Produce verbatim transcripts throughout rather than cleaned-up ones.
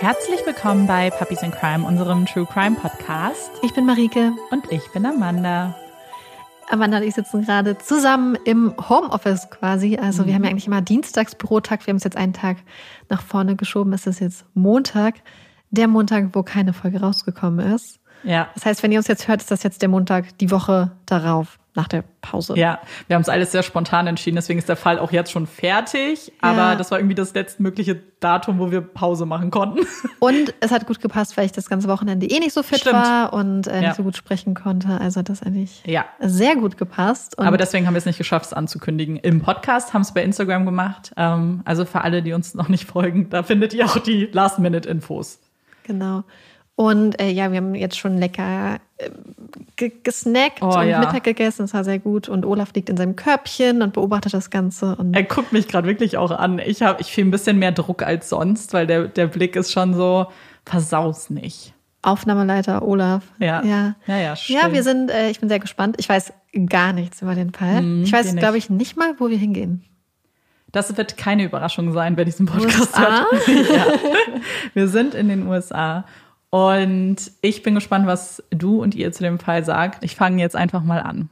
Herzlich willkommen bei Puppies in Crime, unserem True Crime Podcast. Ich bin Marike. Und ich bin Amanda. Amanda und ich sitzen gerade zusammen im Homeoffice quasi. Also mhm. wir haben ja eigentlich immer Dienstagsbürotag. Wir haben es jetzt einen Tag nach vorne geschoben. Es ist jetzt Montag. Der Montag, wo keine Folge rausgekommen ist. Ja. Das heißt, wenn ihr uns jetzt hört, ist das jetzt der Montag, die Woche darauf, nach der Pause. Ja, wir haben es alles sehr spontan entschieden, deswegen ist der Fall auch jetzt schon fertig. Aber ja. das war irgendwie das letztmögliche Datum, wo wir Pause machen konnten. Und es hat gut gepasst, weil ich das ganze Wochenende eh nicht so fit Stimmt. war und äh, nicht ja. so gut sprechen konnte. Also hat das eigentlich ja. sehr gut gepasst. Und aber deswegen haben wir es nicht geschafft, es anzukündigen. Im Podcast haben es bei Instagram gemacht. Ähm, also für alle, die uns noch nicht folgen, da findet ihr auch die Last-Minute-Infos. Genau. Und äh, ja, wir haben jetzt schon lecker äh, g- gesnackt oh, und ja. Mittag gegessen. Das war sehr gut. Und Olaf liegt in seinem Körbchen und beobachtet das Ganze. Und er guckt mich gerade wirklich auch an. Ich habe, ich fühle ein bisschen mehr Druck als sonst, weil der, der Blick ist schon so, versaus nicht. Aufnahmeleiter Olaf. Ja, ja, ja, ja, ja wir sind, äh, ich bin sehr gespannt. Ich weiß gar nichts über den Fall. Hm, ich weiß, glaube ich, nicht mal, wo wir hingehen. Das wird keine Überraschung sein, wer diesen Podcast U S A? hört. Ja. Wir sind in den U S A. Und ich bin gespannt, was du und ihr zu dem Fall sagt. Ich fange jetzt einfach mal an.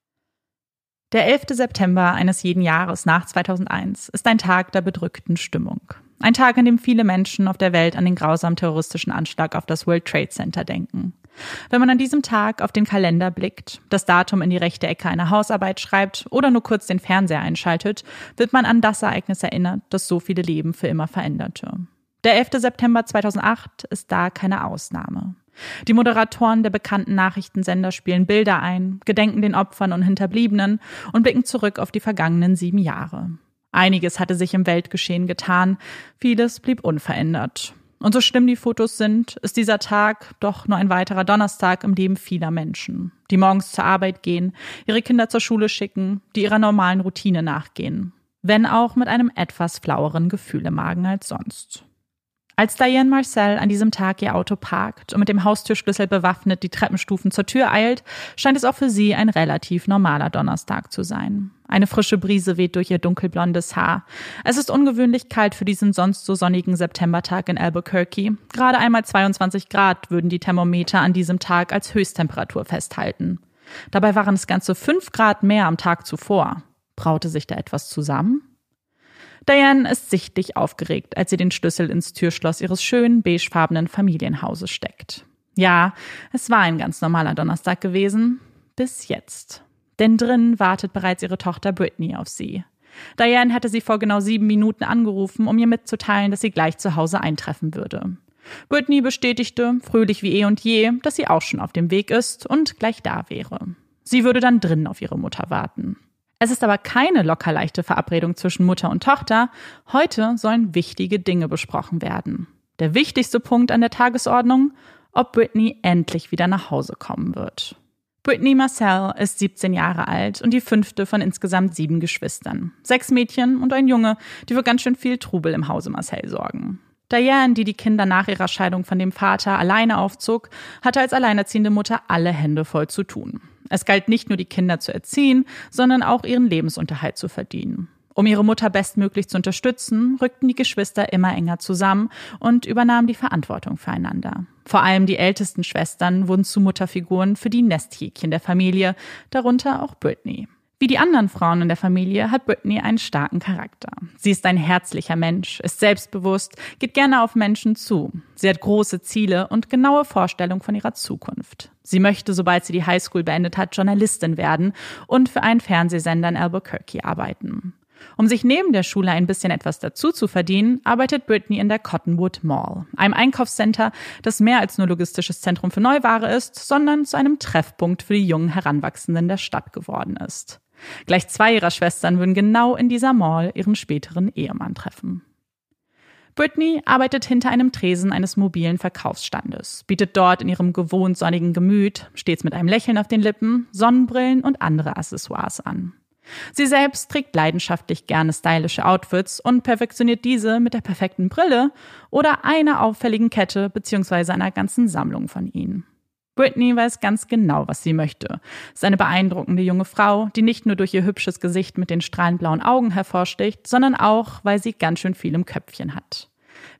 Der elfte September eines jeden Jahres nach zweitausendeins ist ein Tag der bedrückten Stimmung. Ein Tag, an dem viele Menschen auf der Welt an den grausamen terroristischen Anschlag auf das World Trade Center denken. Wenn man an diesem Tag auf den Kalender blickt, das Datum in die rechte Ecke einer Hausarbeit schreibt oder nur kurz den Fernseher einschaltet, wird man an das Ereignis erinnert, das so viele Leben für immer veränderte. Der elfte September zweitausendacht ist da keine Ausnahme. Die Moderatoren der bekannten Nachrichtensender spielen Bilder ein, gedenken den Opfern und Hinterbliebenen und blicken zurück auf die vergangenen sieben Jahre. Einiges hatte sich im Weltgeschehen getan, vieles blieb unverändert. Und so schlimm die Fotos sind, ist dieser Tag doch nur ein weiterer Donnerstag im Leben vieler Menschen, die morgens zur Arbeit gehen, ihre Kinder zur Schule schicken, die ihrer normalen Routine nachgehen. Wenn auch mit einem etwas flaueren Gefühl im Magen als sonst. Als Diane Marcel an diesem Tag ihr Auto parkt und mit dem Haustürschlüssel bewaffnet die Treppenstufen zur Tür eilt, scheint es auch für sie ein relativ normaler Donnerstag zu sein. Eine frische Brise weht durch ihr dunkelblondes Haar. Es ist ungewöhnlich kalt für diesen sonst so sonnigen Septembertag in Albuquerque. Gerade einmal zweiundzwanzig Grad würden die Thermometer an diesem Tag als Höchsttemperatur festhalten. Dabei waren es ganze fünf Grad mehr am Tag zuvor. Braute sich da etwas zusammen? Diane ist sichtlich aufgeregt, als sie den Schlüssel ins Türschloss ihres schönen, beigefarbenen Familienhauses steckt. Ja, es war ein ganz normaler Donnerstag gewesen. Bis jetzt. Denn drin wartet bereits ihre Tochter Brittany auf sie. Diane hatte sie vor genau sieben Minuten angerufen, um ihr mitzuteilen, dass sie gleich zu Hause eintreffen würde. Brittany bestätigte, fröhlich wie eh und je, dass sie auch schon auf dem Weg ist und gleich da wäre. Sie würde dann drinnen auf ihre Mutter warten. Es ist aber keine lockerleichte Verabredung zwischen Mutter und Tochter. Heute sollen wichtige Dinge besprochen werden. Der wichtigste Punkt an der Tagesordnung, ob Brittany endlich wieder nach Hause kommen wird. Brittany Marcel ist siebzehn Jahre alt und die fünfte von insgesamt sieben Geschwistern. Sechs Mädchen und ein Junge, die für ganz schön viel Trubel im Hause Marcel sorgen. Diane, die die Kinder nach ihrer Scheidung von dem Vater alleine aufzog, hatte als alleinerziehende Mutter alle Hände voll zu tun. Es galt nicht nur, die Kinder zu erziehen, sondern auch ihren Lebensunterhalt zu verdienen. Um ihre Mutter bestmöglich zu unterstützen, rückten die Geschwister immer enger zusammen und übernahmen die Verantwortung füreinander. Vor allem die ältesten Schwestern wurden zu Mutterfiguren für die Nesthäkchen der Familie, darunter auch Brittany. Wie die anderen Frauen in der Familie hat Brittany einen starken Charakter. Sie ist ein herzlicher Mensch, ist selbstbewusst, geht gerne auf Menschen zu. Sie hat große Ziele und genaue Vorstellungen von ihrer Zukunft. Sie möchte, sobald sie die Highschool beendet hat, Journalistin werden und für einen Fernsehsender in Albuquerque arbeiten. Um sich neben der Schule ein bisschen etwas dazu zu verdienen, arbeitet Brittany in der Cottonwood Mall, einem Einkaufscenter, das mehr als nur logistisches Zentrum für Neuware ist, sondern zu einem Treffpunkt für die jungen Heranwachsenden der Stadt geworden ist. Gleich zwei ihrer Schwestern würden genau in dieser Mall ihren späteren Ehemann treffen. Brittany arbeitet hinter einem Tresen eines mobilen Verkaufsstandes, bietet dort in ihrem gewohnt sonnigen Gemüt, stets mit einem Lächeln auf den Lippen, Sonnenbrillen und andere Accessoires an. Sie selbst trägt leidenschaftlich gerne stylische Outfits und perfektioniert diese mit der perfekten Brille oder einer auffälligen Kette bzw. einer ganzen Sammlung von ihnen. Brittany weiß ganz genau, was sie möchte. Sie ist eine beeindruckende junge Frau, die nicht nur durch ihr hübsches Gesicht mit den strahlend blauen Augen hervorsticht, sondern auch, weil sie ganz schön viel im Köpfchen hat.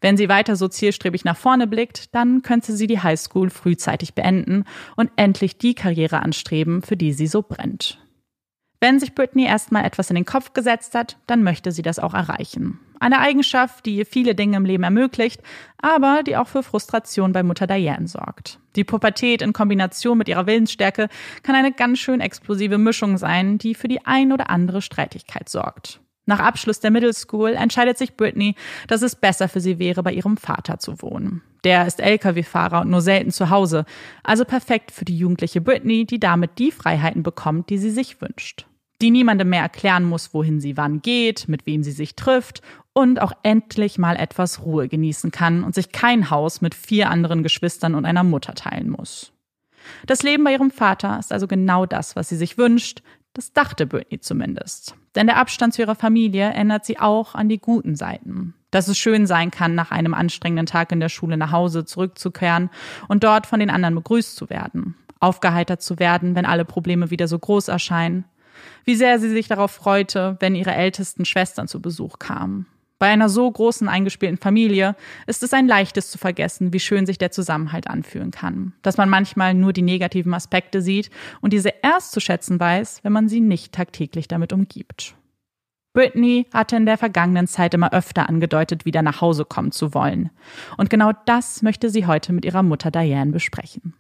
Wenn sie weiter so zielstrebig nach vorne blickt, dann könnte sie die Highschool frühzeitig beenden und endlich die Karriere anstreben, für die sie so brennt. Wenn sich Britney erstmal etwas in den Kopf gesetzt hat, dann möchte sie das auch erreichen. Eine Eigenschaft, die ihr viele Dinge im Leben ermöglicht, aber die auch für Frustration bei Mutter Diane sorgt. Die Pubertät in Kombination mit ihrer Willensstärke kann eine ganz schön explosive Mischung sein, die für die ein oder andere Streitigkeit sorgt. Nach Abschluss der Middle School entscheidet sich Britney, dass es besser für sie wäre, bei ihrem Vater zu wohnen. Der ist L K W-Fahrer und nur selten zu Hause, also perfekt für die jugendliche Britney, die damit die Freiheiten bekommt, die sie sich wünscht. Die niemandem mehr erklären muss, wohin sie wann geht, mit wem sie sich trifft und auch endlich mal etwas Ruhe genießen kann und sich kein Haus mit vier anderen Geschwistern und einer Mutter teilen muss. Das Leben bei ihrem Vater ist also genau das, was sie sich wünscht. Das dachte Britney zumindest. Denn der Abstand zu ihrer Familie erinnert sie auch an die guten Seiten. Dass es schön sein kann, nach einem anstrengenden Tag in der Schule nach Hause zurückzukehren und dort von den anderen begrüßt zu werden. Aufgeheitert zu werden, wenn alle Probleme wieder so groß erscheinen. Wie sehr sie sich darauf freute, wenn ihre ältesten Schwestern zu Besuch kamen. Bei einer so großen eingespielten Familie ist es ein leichtes zu vergessen, wie schön sich der Zusammenhalt anfühlen kann. Dass man manchmal nur die negativen Aspekte sieht und diese erst zu schätzen weiß, wenn man sie nicht tagtäglich damit umgibt. Britney hatte in der vergangenen Zeit immer öfter angedeutet, wieder nach Hause kommen zu wollen. Und genau das möchte sie heute mit ihrer Mutter Diane besprechen.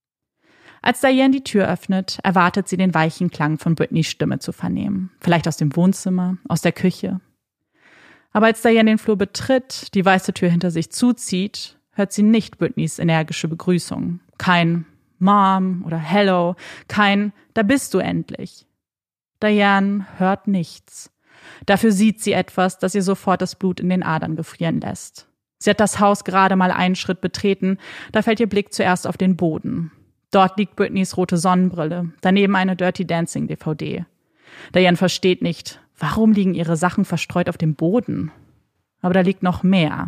Als Diane die Tür öffnet, erwartet sie den weichen Klang von Britneys Stimme zu vernehmen. Vielleicht aus dem Wohnzimmer, aus der Küche. Aber als Diane den Flur betritt, die weiße Tür hinter sich zuzieht, hört sie nicht Britneys energische Begrüßung. Kein Mom oder Hello, kein Da bist du endlich. Diane hört nichts. Dafür sieht sie etwas, das ihr sofort das Blut in den Adern gefrieren lässt. Sie hat das Haus gerade mal einen Schritt betreten, da fällt ihr Blick zuerst auf den Boden. Dort liegt Britneys rote Sonnenbrille, daneben eine Dirty Dancing D V D. Diane versteht nicht, warum liegen ihre Sachen verstreut auf dem Boden? Aber da liegt noch mehr.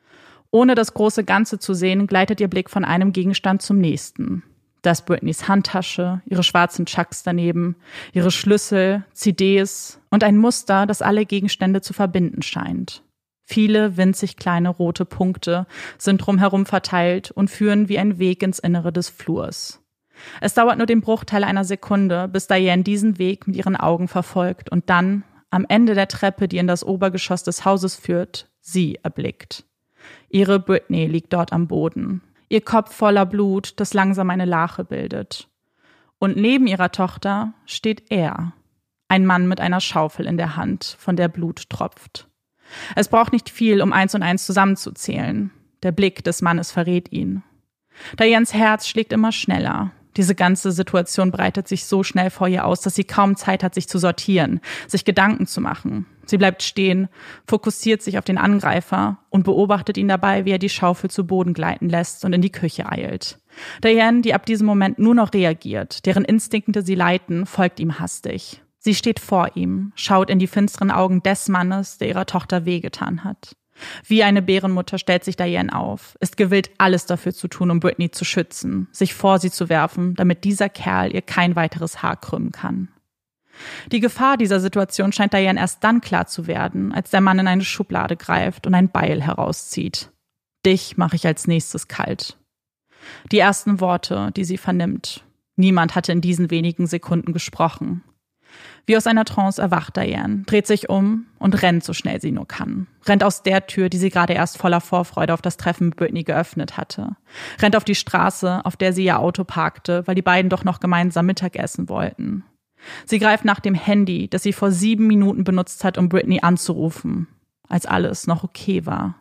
Ohne das große Ganze zu sehen, gleitet ihr Blick von einem Gegenstand zum nächsten. Da ist Britneys Handtasche, ihre schwarzen Chucks daneben, ihre Schlüssel, C Ds und ein Muster, das alle Gegenstände zu verbinden scheint. Viele winzig kleine rote Punkte sind drumherum verteilt und führen wie ein Weg ins Innere des Flurs. Es dauert nur den Bruchteil einer Sekunde, bis Diane diesen Weg mit ihren Augen verfolgt und dann, am Ende der Treppe, die in das Obergeschoss des Hauses führt, sie erblickt. Ihre Britney liegt dort am Boden, ihr Kopf voller Blut, das langsam eine Lache bildet. Und neben ihrer Tochter steht er, ein Mann mit einer Schaufel in der Hand, von der Blut tropft. Es braucht nicht viel, um eins und eins zusammenzuzählen. Der Blick des Mannes verrät ihn. Dianes Herz schlägt immer schneller. Diese ganze Situation breitet sich so schnell vor ihr aus, dass sie kaum Zeit hat, sich zu sortieren, sich Gedanken zu machen. Sie bleibt stehen, fokussiert sich auf den Angreifer und beobachtet ihn dabei, wie er die Schaufel zu Boden gleiten lässt und in die Küche eilt. Diane, die ab diesem Moment nur noch reagiert, deren Instinkte sie leiten, folgt ihm hastig. Sie steht vor ihm, schaut in die finsteren Augen des Mannes, der ihrer Tochter wehgetan hat. Wie eine Bärenmutter stellt sich Diane auf, ist gewillt, alles dafür zu tun, um Britney zu schützen, sich vor sie zu werfen, damit dieser Kerl ihr kein weiteres Haar krümmen kann. Die Gefahr dieser Situation scheint Diane erst dann klar zu werden, als der Mann in eine Schublade greift und ein Beil herauszieht. Dich mache ich als nächstes kalt. Die ersten Worte, die sie vernimmt. Niemand hatte in diesen wenigen Sekunden gesprochen. Wie aus einer Trance erwacht Diane, dreht sich um und rennt so schnell sie nur kann. Rennt aus der Tür, die sie gerade erst voller Vorfreude auf das Treffen mit Britney geöffnet hatte. Rennt auf die Straße, auf der sie ihr Auto parkte, weil die beiden doch noch gemeinsam Mittagessen wollten. Sie greift nach dem Handy, das sie vor sieben Minuten benutzt hat, um Britney anzurufen, als alles noch okay war.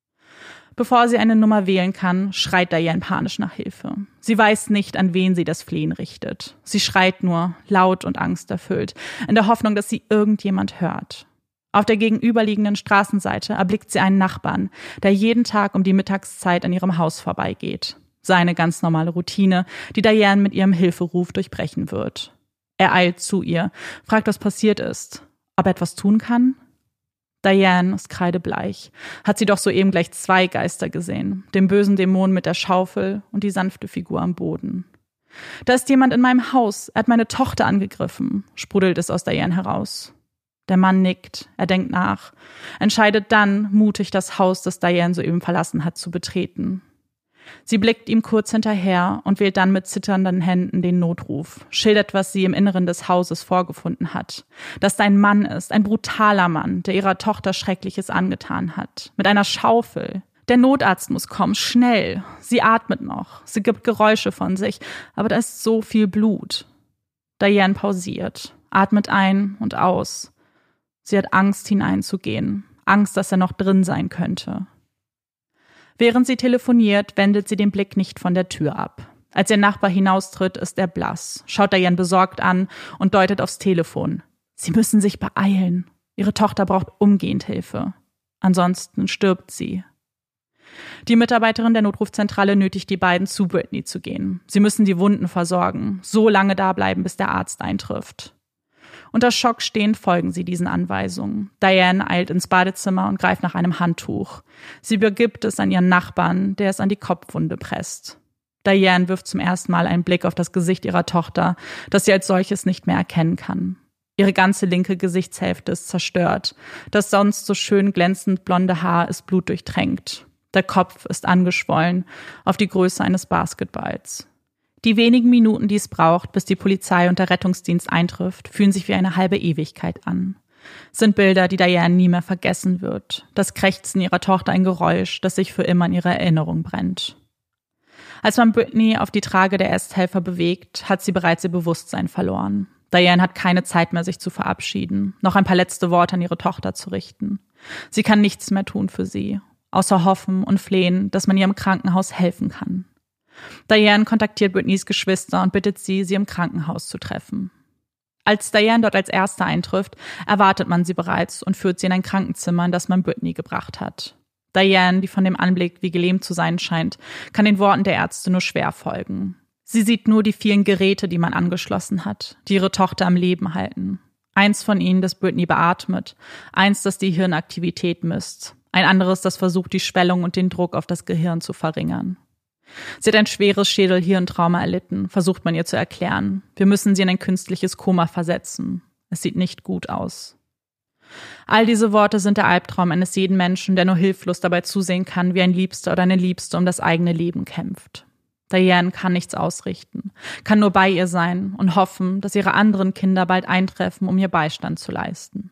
Bevor sie eine Nummer wählen kann, schreit Diane panisch nach Hilfe. Sie weiß nicht, an wen sie das Flehen richtet. Sie schreit nur, laut und angsterfüllt, in der Hoffnung, dass sie irgendjemand hört. Auf der gegenüberliegenden Straßenseite erblickt sie einen Nachbarn, der jeden Tag um die Mittagszeit an ihrem Haus vorbeigeht. Seine ganz normale Routine, die Diane mit ihrem Hilferuf durchbrechen wird. Er eilt zu ihr, fragt, was passiert ist, ob er etwas tun kann. Diane ist kreidebleich. Hat sie doch soeben gleich zwei Geister gesehen. Den bösen Dämon mit der Schaufel und die sanfte Figur am Boden. Da ist jemand in meinem Haus. Er hat meine Tochter angegriffen, sprudelt es aus Diane heraus. Der Mann nickt, er denkt nach, entscheidet dann, mutig das Haus, das Diane soeben verlassen hat, zu betreten. Sie blickt ihm kurz hinterher und wählt dann mit zitternden Händen den Notruf, schildert, was sie im Inneren des Hauses vorgefunden hat. Dass da ein Mann ist, ein brutaler Mann, der ihrer Tochter Schreckliches angetan hat. Mit einer Schaufel. Der Notarzt muss kommen, schnell. Sie atmet noch, sie gibt Geräusche von sich, aber da ist so viel Blut. Diane pausiert, atmet ein und aus. Sie hat Angst, hineinzugehen. Angst, dass er noch drin sein könnte. Während sie telefoniert, wendet sie den Blick nicht von der Tür ab. Als ihr Nachbar hinaustritt, ist er blass, schaut Diane besorgt an und deutet aufs Telefon. Sie müssen sich beeilen. Ihre Tochter braucht umgehend Hilfe. Ansonsten stirbt sie. Die Mitarbeiterin der Notrufzentrale nötigt die beiden, zu Brittany zu gehen. Sie müssen die Wunden versorgen, so lange da bleiben, bis der Arzt eintrifft. Unter Schock stehend folgen sie diesen Anweisungen. Diane eilt ins Badezimmer und greift nach einem Handtuch. Sie übergibt es an ihren Nachbarn, der es an die Kopfwunde presst. Diane wirft zum ersten Mal einen Blick auf das Gesicht ihrer Tochter, das sie als solches nicht mehr erkennen kann. Ihre ganze linke Gesichtshälfte ist zerstört. Das sonst so schön glänzend blonde Haar ist blutdurchtränkt. Der Kopf ist angeschwollen auf die Größe eines Basketballs. Die wenigen Minuten, die es braucht, bis die Polizei und der Rettungsdienst eintrifft, fühlen sich wie eine halbe Ewigkeit an. Es sind Bilder, die Diane nie mehr vergessen wird. Das Krächzen ihrer Tochter ein Geräusch, das sich für immer in ihrer Erinnerung brennt. Als man Brittany auf die Trage der Ersthelfer bewegt, hat sie bereits ihr Bewusstsein verloren. Diane hat keine Zeit mehr, sich zu verabschieden, noch ein paar letzte Worte an ihre Tochter zu richten. Sie kann nichts mehr tun für sie, außer hoffen und flehen, dass man ihr im Krankenhaus helfen kann. Diane kontaktiert Brittany's Geschwister und bittet sie, sie im Krankenhaus zu treffen. Als Diane dort als Erste eintrifft, erwartet man sie bereits und führt sie in ein Krankenzimmer, in das man Brittany gebracht hat. Diane, die von dem Anblick wie gelähmt zu sein scheint, kann den Worten der Ärzte nur schwer folgen. Sie sieht nur die vielen Geräte, die man angeschlossen hat, die ihre Tochter am Leben halten. Eins von ihnen, das Brittany beatmet, eins, das die Hirnaktivität misst, ein anderes, das versucht, die Schwellung und den Druck auf das Gehirn zu verringern. Sie hat ein schweres Schädel-Hirntrauma erlitten, versucht man ihr zu erklären. Wir müssen sie in ein künstliches Koma versetzen. Es sieht nicht gut aus. All diese Worte sind der Albtraum eines jeden Menschen, der nur hilflos dabei zusehen kann, wie ein Liebster oder eine Liebste um das eigene Leben kämpft. Diane kann nichts ausrichten, kann nur bei ihr sein und hoffen, dass ihre anderen Kinder bald eintreffen, um ihr Beistand zu leisten.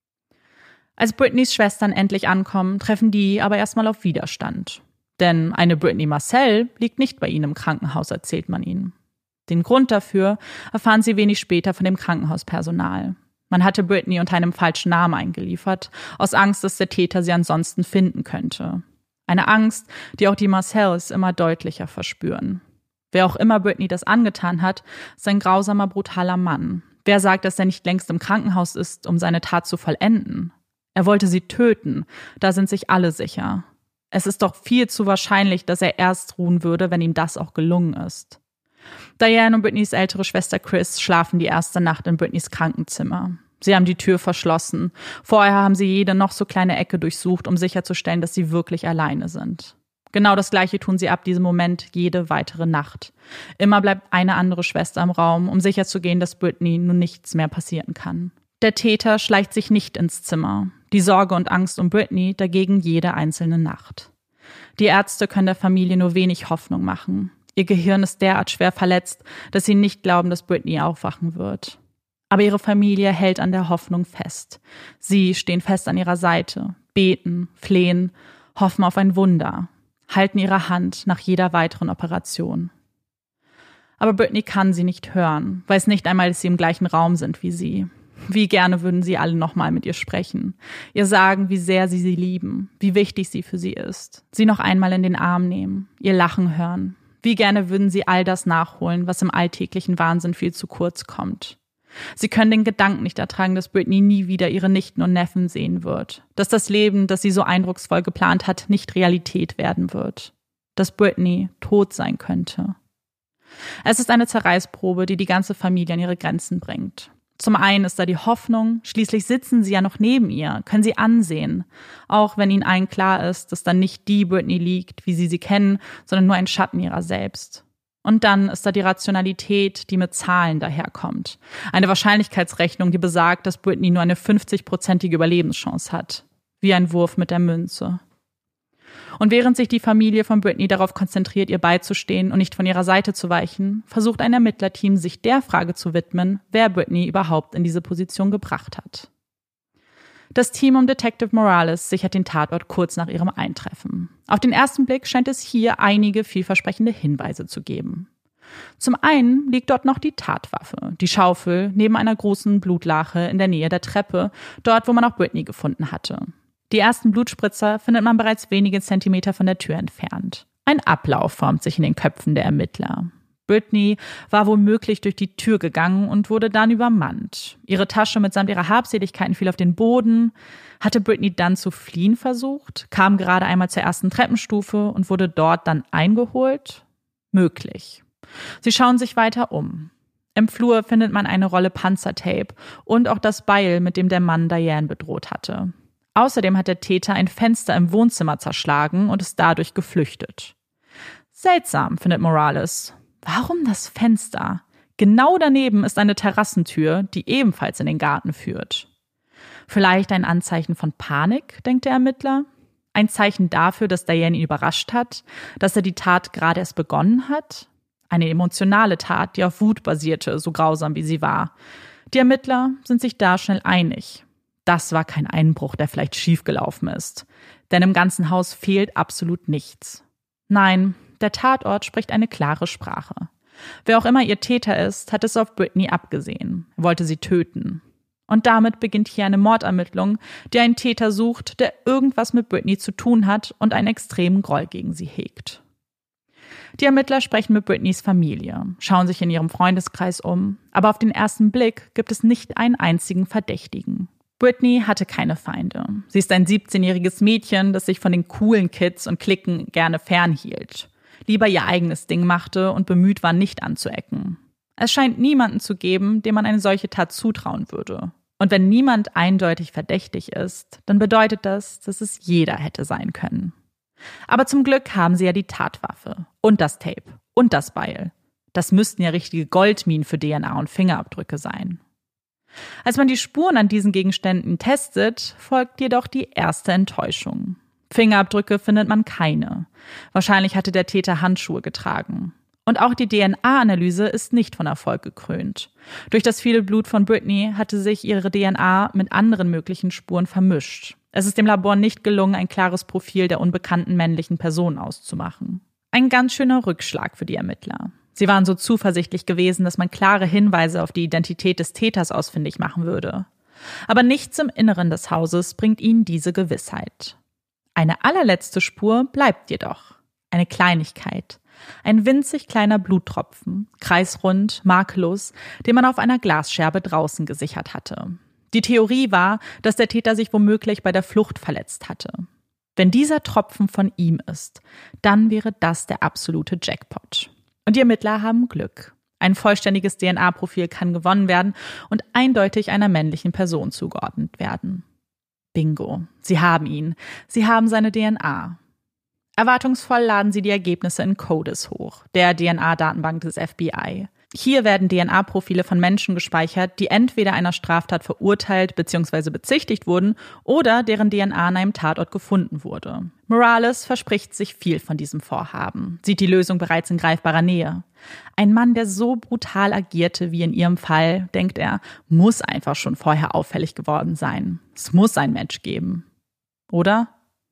Als Brittany's Schwestern endlich ankommen, treffen die aber erstmal auf Widerstand. Denn eine Brittany Marcel liegt nicht bei ihnen im Krankenhaus, erzählt man ihnen. Den Grund dafür erfahren sie wenig später von dem Krankenhauspersonal. Man hatte Brittany unter einem falschen Namen eingeliefert, aus Angst, dass der Täter sie ansonsten finden könnte. Eine Angst, die auch die Marcels immer deutlicher verspüren. Wer auch immer Brittany das angetan hat, ist ein grausamer, brutaler Mann. Wer sagt, dass er nicht längst im Krankenhaus ist, um seine Tat zu vollenden? Er wollte sie töten, da sind sich alle sicher. Es ist doch viel zu wahrscheinlich, dass er erst ruhen würde, wenn ihm das auch gelungen ist. Diane und Brittany's ältere Schwester Chris schlafen die erste Nacht in Brittany's Krankenzimmer. Sie haben die Tür verschlossen. Vorher haben sie jede noch so kleine Ecke durchsucht, um sicherzustellen, dass sie wirklich alleine sind. Genau das Gleiche tun sie ab diesem Moment jede weitere Nacht. Immer bleibt eine andere Schwester im Raum, um sicherzugehen, dass Brittany nun nichts mehr passieren kann. Der Täter schleicht sich nicht ins Zimmer. Die Sorge und Angst um Brittany dagegen jede einzelne Nacht. Die Ärzte können der Familie nur wenig Hoffnung machen. Ihr Gehirn ist derart schwer verletzt, dass sie nicht glauben, dass Brittany aufwachen wird. Aber ihre Familie hält an der Hoffnung fest. Sie stehen fest an ihrer Seite, beten, flehen, hoffen auf ein Wunder, halten ihre Hand nach jeder weiteren Operation. Aber Brittany kann sie nicht hören, weiß nicht einmal, dass sie im gleichen Raum sind wie sie. Wie gerne würden sie alle nochmal mit ihr sprechen, ihr sagen, wie sehr sie sie lieben, wie wichtig sie für sie ist, sie noch einmal in den Arm nehmen, ihr Lachen hören. Wie gerne würden sie all das nachholen, was im alltäglichen Wahnsinn viel zu kurz kommt. Sie können den Gedanken nicht ertragen, dass Brittany nie wieder ihre Nichten und Neffen sehen wird, dass das Leben, das sie so eindrucksvoll geplant hat, nicht Realität werden wird, dass Brittany tot sein könnte. Es ist eine Zerreißprobe, die die ganze Familie an ihre Grenzen bringt. Zum einen ist da die Hoffnung, schließlich sitzen sie ja noch neben ihr, können sie ansehen. Auch wenn ihnen allen klar ist, dass da nicht die Brittany liegt, wie sie sie kennen, sondern nur ein Schatten ihrer selbst. Und dann ist da die Rationalität, die mit Zahlen daherkommt. Eine Wahrscheinlichkeitsrechnung, die besagt, dass Britney nur eine fünfzig-prozentige Überlebenschance hat. Wie ein Wurf mit der Münze. Und während sich die Familie von Britney darauf konzentriert, ihr beizustehen und nicht von ihrer Seite zu weichen, versucht ein Ermittlerteam, sich der Frage zu widmen, wer Britney überhaupt in diese Position gebracht hat. Das Team um Detective Morales sichert den Tatort kurz nach ihrem Eintreffen. Auf den ersten Blick scheint es hier einige vielversprechende Hinweise zu geben. Zum einen liegt dort noch die Tatwaffe, die Schaufel, neben einer großen Blutlache in der Nähe der Treppe, dort, wo man auch Britney gefunden hatte. Die ersten Blutspritzer findet man bereits wenige Zentimeter von der Tür entfernt. Ein Ablauf formt sich in den Köpfen der Ermittler. Britney war womöglich durch die Tür gegangen und wurde dann übermannt. Ihre Tasche mitsamt ihrer Habseligkeiten fiel auf den Boden. Hatte Britney dann zu fliehen versucht, kam gerade einmal zur ersten Treppenstufe und wurde dort dann eingeholt? Möglich. Sie schauen sich weiter um. Im Flur findet man eine Rolle Panzertape und auch das Beil, mit dem der Mann Diane bedroht hatte. Außerdem hat der Täter ein Fenster im Wohnzimmer zerschlagen und ist dadurch geflüchtet. Seltsam, findet Morales. Warum das Fenster? Genau daneben ist eine Terrassentür, die ebenfalls in den Garten führt. Vielleicht ein Anzeichen von Panik, denkt der Ermittler? Ein Zeichen dafür, dass Diane ihn überrascht hat, dass er die Tat gerade erst begonnen hat? Eine emotionale Tat, die auf Wut basierte, so grausam wie sie war. Die Ermittler sind sich da schnell einig. Das war kein Einbruch, der vielleicht schiefgelaufen ist. Denn im ganzen Haus fehlt absolut nichts. Nein, der Tatort spricht eine klare Sprache. Wer auch immer ihr Täter ist, hat es auf Britney abgesehen. Er wollte sie töten. Und damit beginnt hier eine Mordermittlung, die einen Täter sucht, der irgendwas mit Britney zu tun hat und einen extremen Groll gegen sie hegt. Die Ermittler sprechen mit Britneys Familie, schauen sich in ihrem Freundeskreis um, aber auf den ersten Blick gibt es nicht einen einzigen Verdächtigen. Britney hatte keine Feinde. Sie ist ein siebzehnjähriges Mädchen, das sich von den coolen Kids und Cliquen gerne fernhielt. Lieber ihr eigenes Ding machte und bemüht war, nicht anzuecken. Es scheint niemanden zu geben, dem man eine solche Tat zutrauen würde. Und wenn niemand eindeutig verdächtig ist, dann bedeutet das, dass es jeder hätte sein können. Aber zum Glück haben sie ja die Tatwaffe und das Tape und das Beil. Das müssten ja richtige Goldminen für D N A und Fingerabdrücke sein. Als man die Spuren an diesen Gegenständen testet, folgt jedoch die erste Enttäuschung. Fingerabdrücke findet man keine. Wahrscheinlich hatte der Täter Handschuhe getragen. Und auch die D N A-Analyse ist nicht von Erfolg gekrönt. Durch das viele Blut von Britney hatte sich ihre D N A mit anderen möglichen Spuren vermischt. Es ist dem Labor nicht gelungen, ein klares Profil der unbekannten männlichen Person auszumachen. Ein ganz schöner Rückschlag für die Ermittler. Sie waren so zuversichtlich gewesen, dass man klare Hinweise auf die Identität des Täters ausfindig machen würde. Aber nichts im Inneren des Hauses bringt ihnen diese Gewissheit. Eine allerletzte Spur bleibt jedoch. Eine Kleinigkeit. Ein winzig kleiner Bluttropfen, kreisrund, makellos, den man auf einer Glasscherbe draußen gesichert hatte. Die Theorie war, dass der Täter sich womöglich bei der Flucht verletzt hatte. Wenn dieser Tropfen von ihm ist, dann wäre das der absolute Jackpot. Und die Ermittler haben Glück. Ein vollständiges D N A-Profil kann gewonnen werden und eindeutig einer männlichen Person zugeordnet werden. Bingo. Sie haben ihn. Sie haben seine D N A. Erwartungsvoll laden sie die Ergebnisse in CODIS hoch, der D N A-Datenbank des F B I. Hier werden D N A-Profile von Menschen gespeichert, die entweder einer Straftat verurteilt bzw. bezichtigt wurden oder deren D N A an einem Tatort gefunden wurde. Morales verspricht sich viel von diesem Vorhaben, sieht die Lösung bereits in greifbarer Nähe. Ein Mann, der so brutal agierte wie in ihrem Fall, denkt er, muss einfach schon vorher auffällig geworden sein. Es muss ein Match geben. Oder?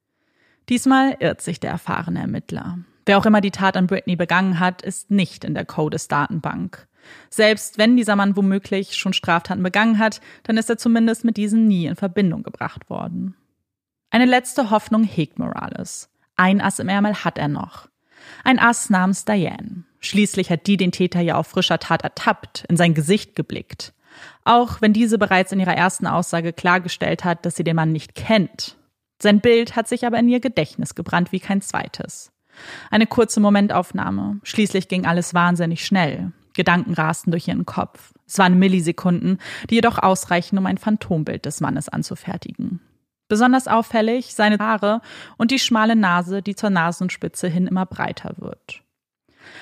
Diesmal irrt sich der erfahrene Ermittler. Wer auch immer die Tat an Britney begangen hat, ist nicht in der CODIS-Datenbank. Selbst wenn dieser Mann womöglich schon Straftaten begangen hat, dann ist er zumindest mit diesen nie in Verbindung gebracht worden. Eine letzte Hoffnung hegt Morales. Ein Ass im Ärmel hat er noch. Ein Ass namens Diane. Schließlich hat die den Täter ja auf frischer Tat ertappt, in sein Gesicht geblickt. Auch wenn diese bereits in ihrer ersten Aussage klargestellt hat, dass sie den Mann nicht kennt. Sein Bild hat sich aber in ihr Gedächtnis gebrannt wie kein zweites. Eine kurze Momentaufnahme. Schließlich ging alles wahnsinnig schnell. Gedanken rasten durch ihren Kopf. Es waren Millisekunden, die jedoch ausreichen, um ein Phantombild des Mannes anzufertigen. Besonders auffällig seine Haare und die schmale Nase, die zur Nasenspitze hin immer breiter wird.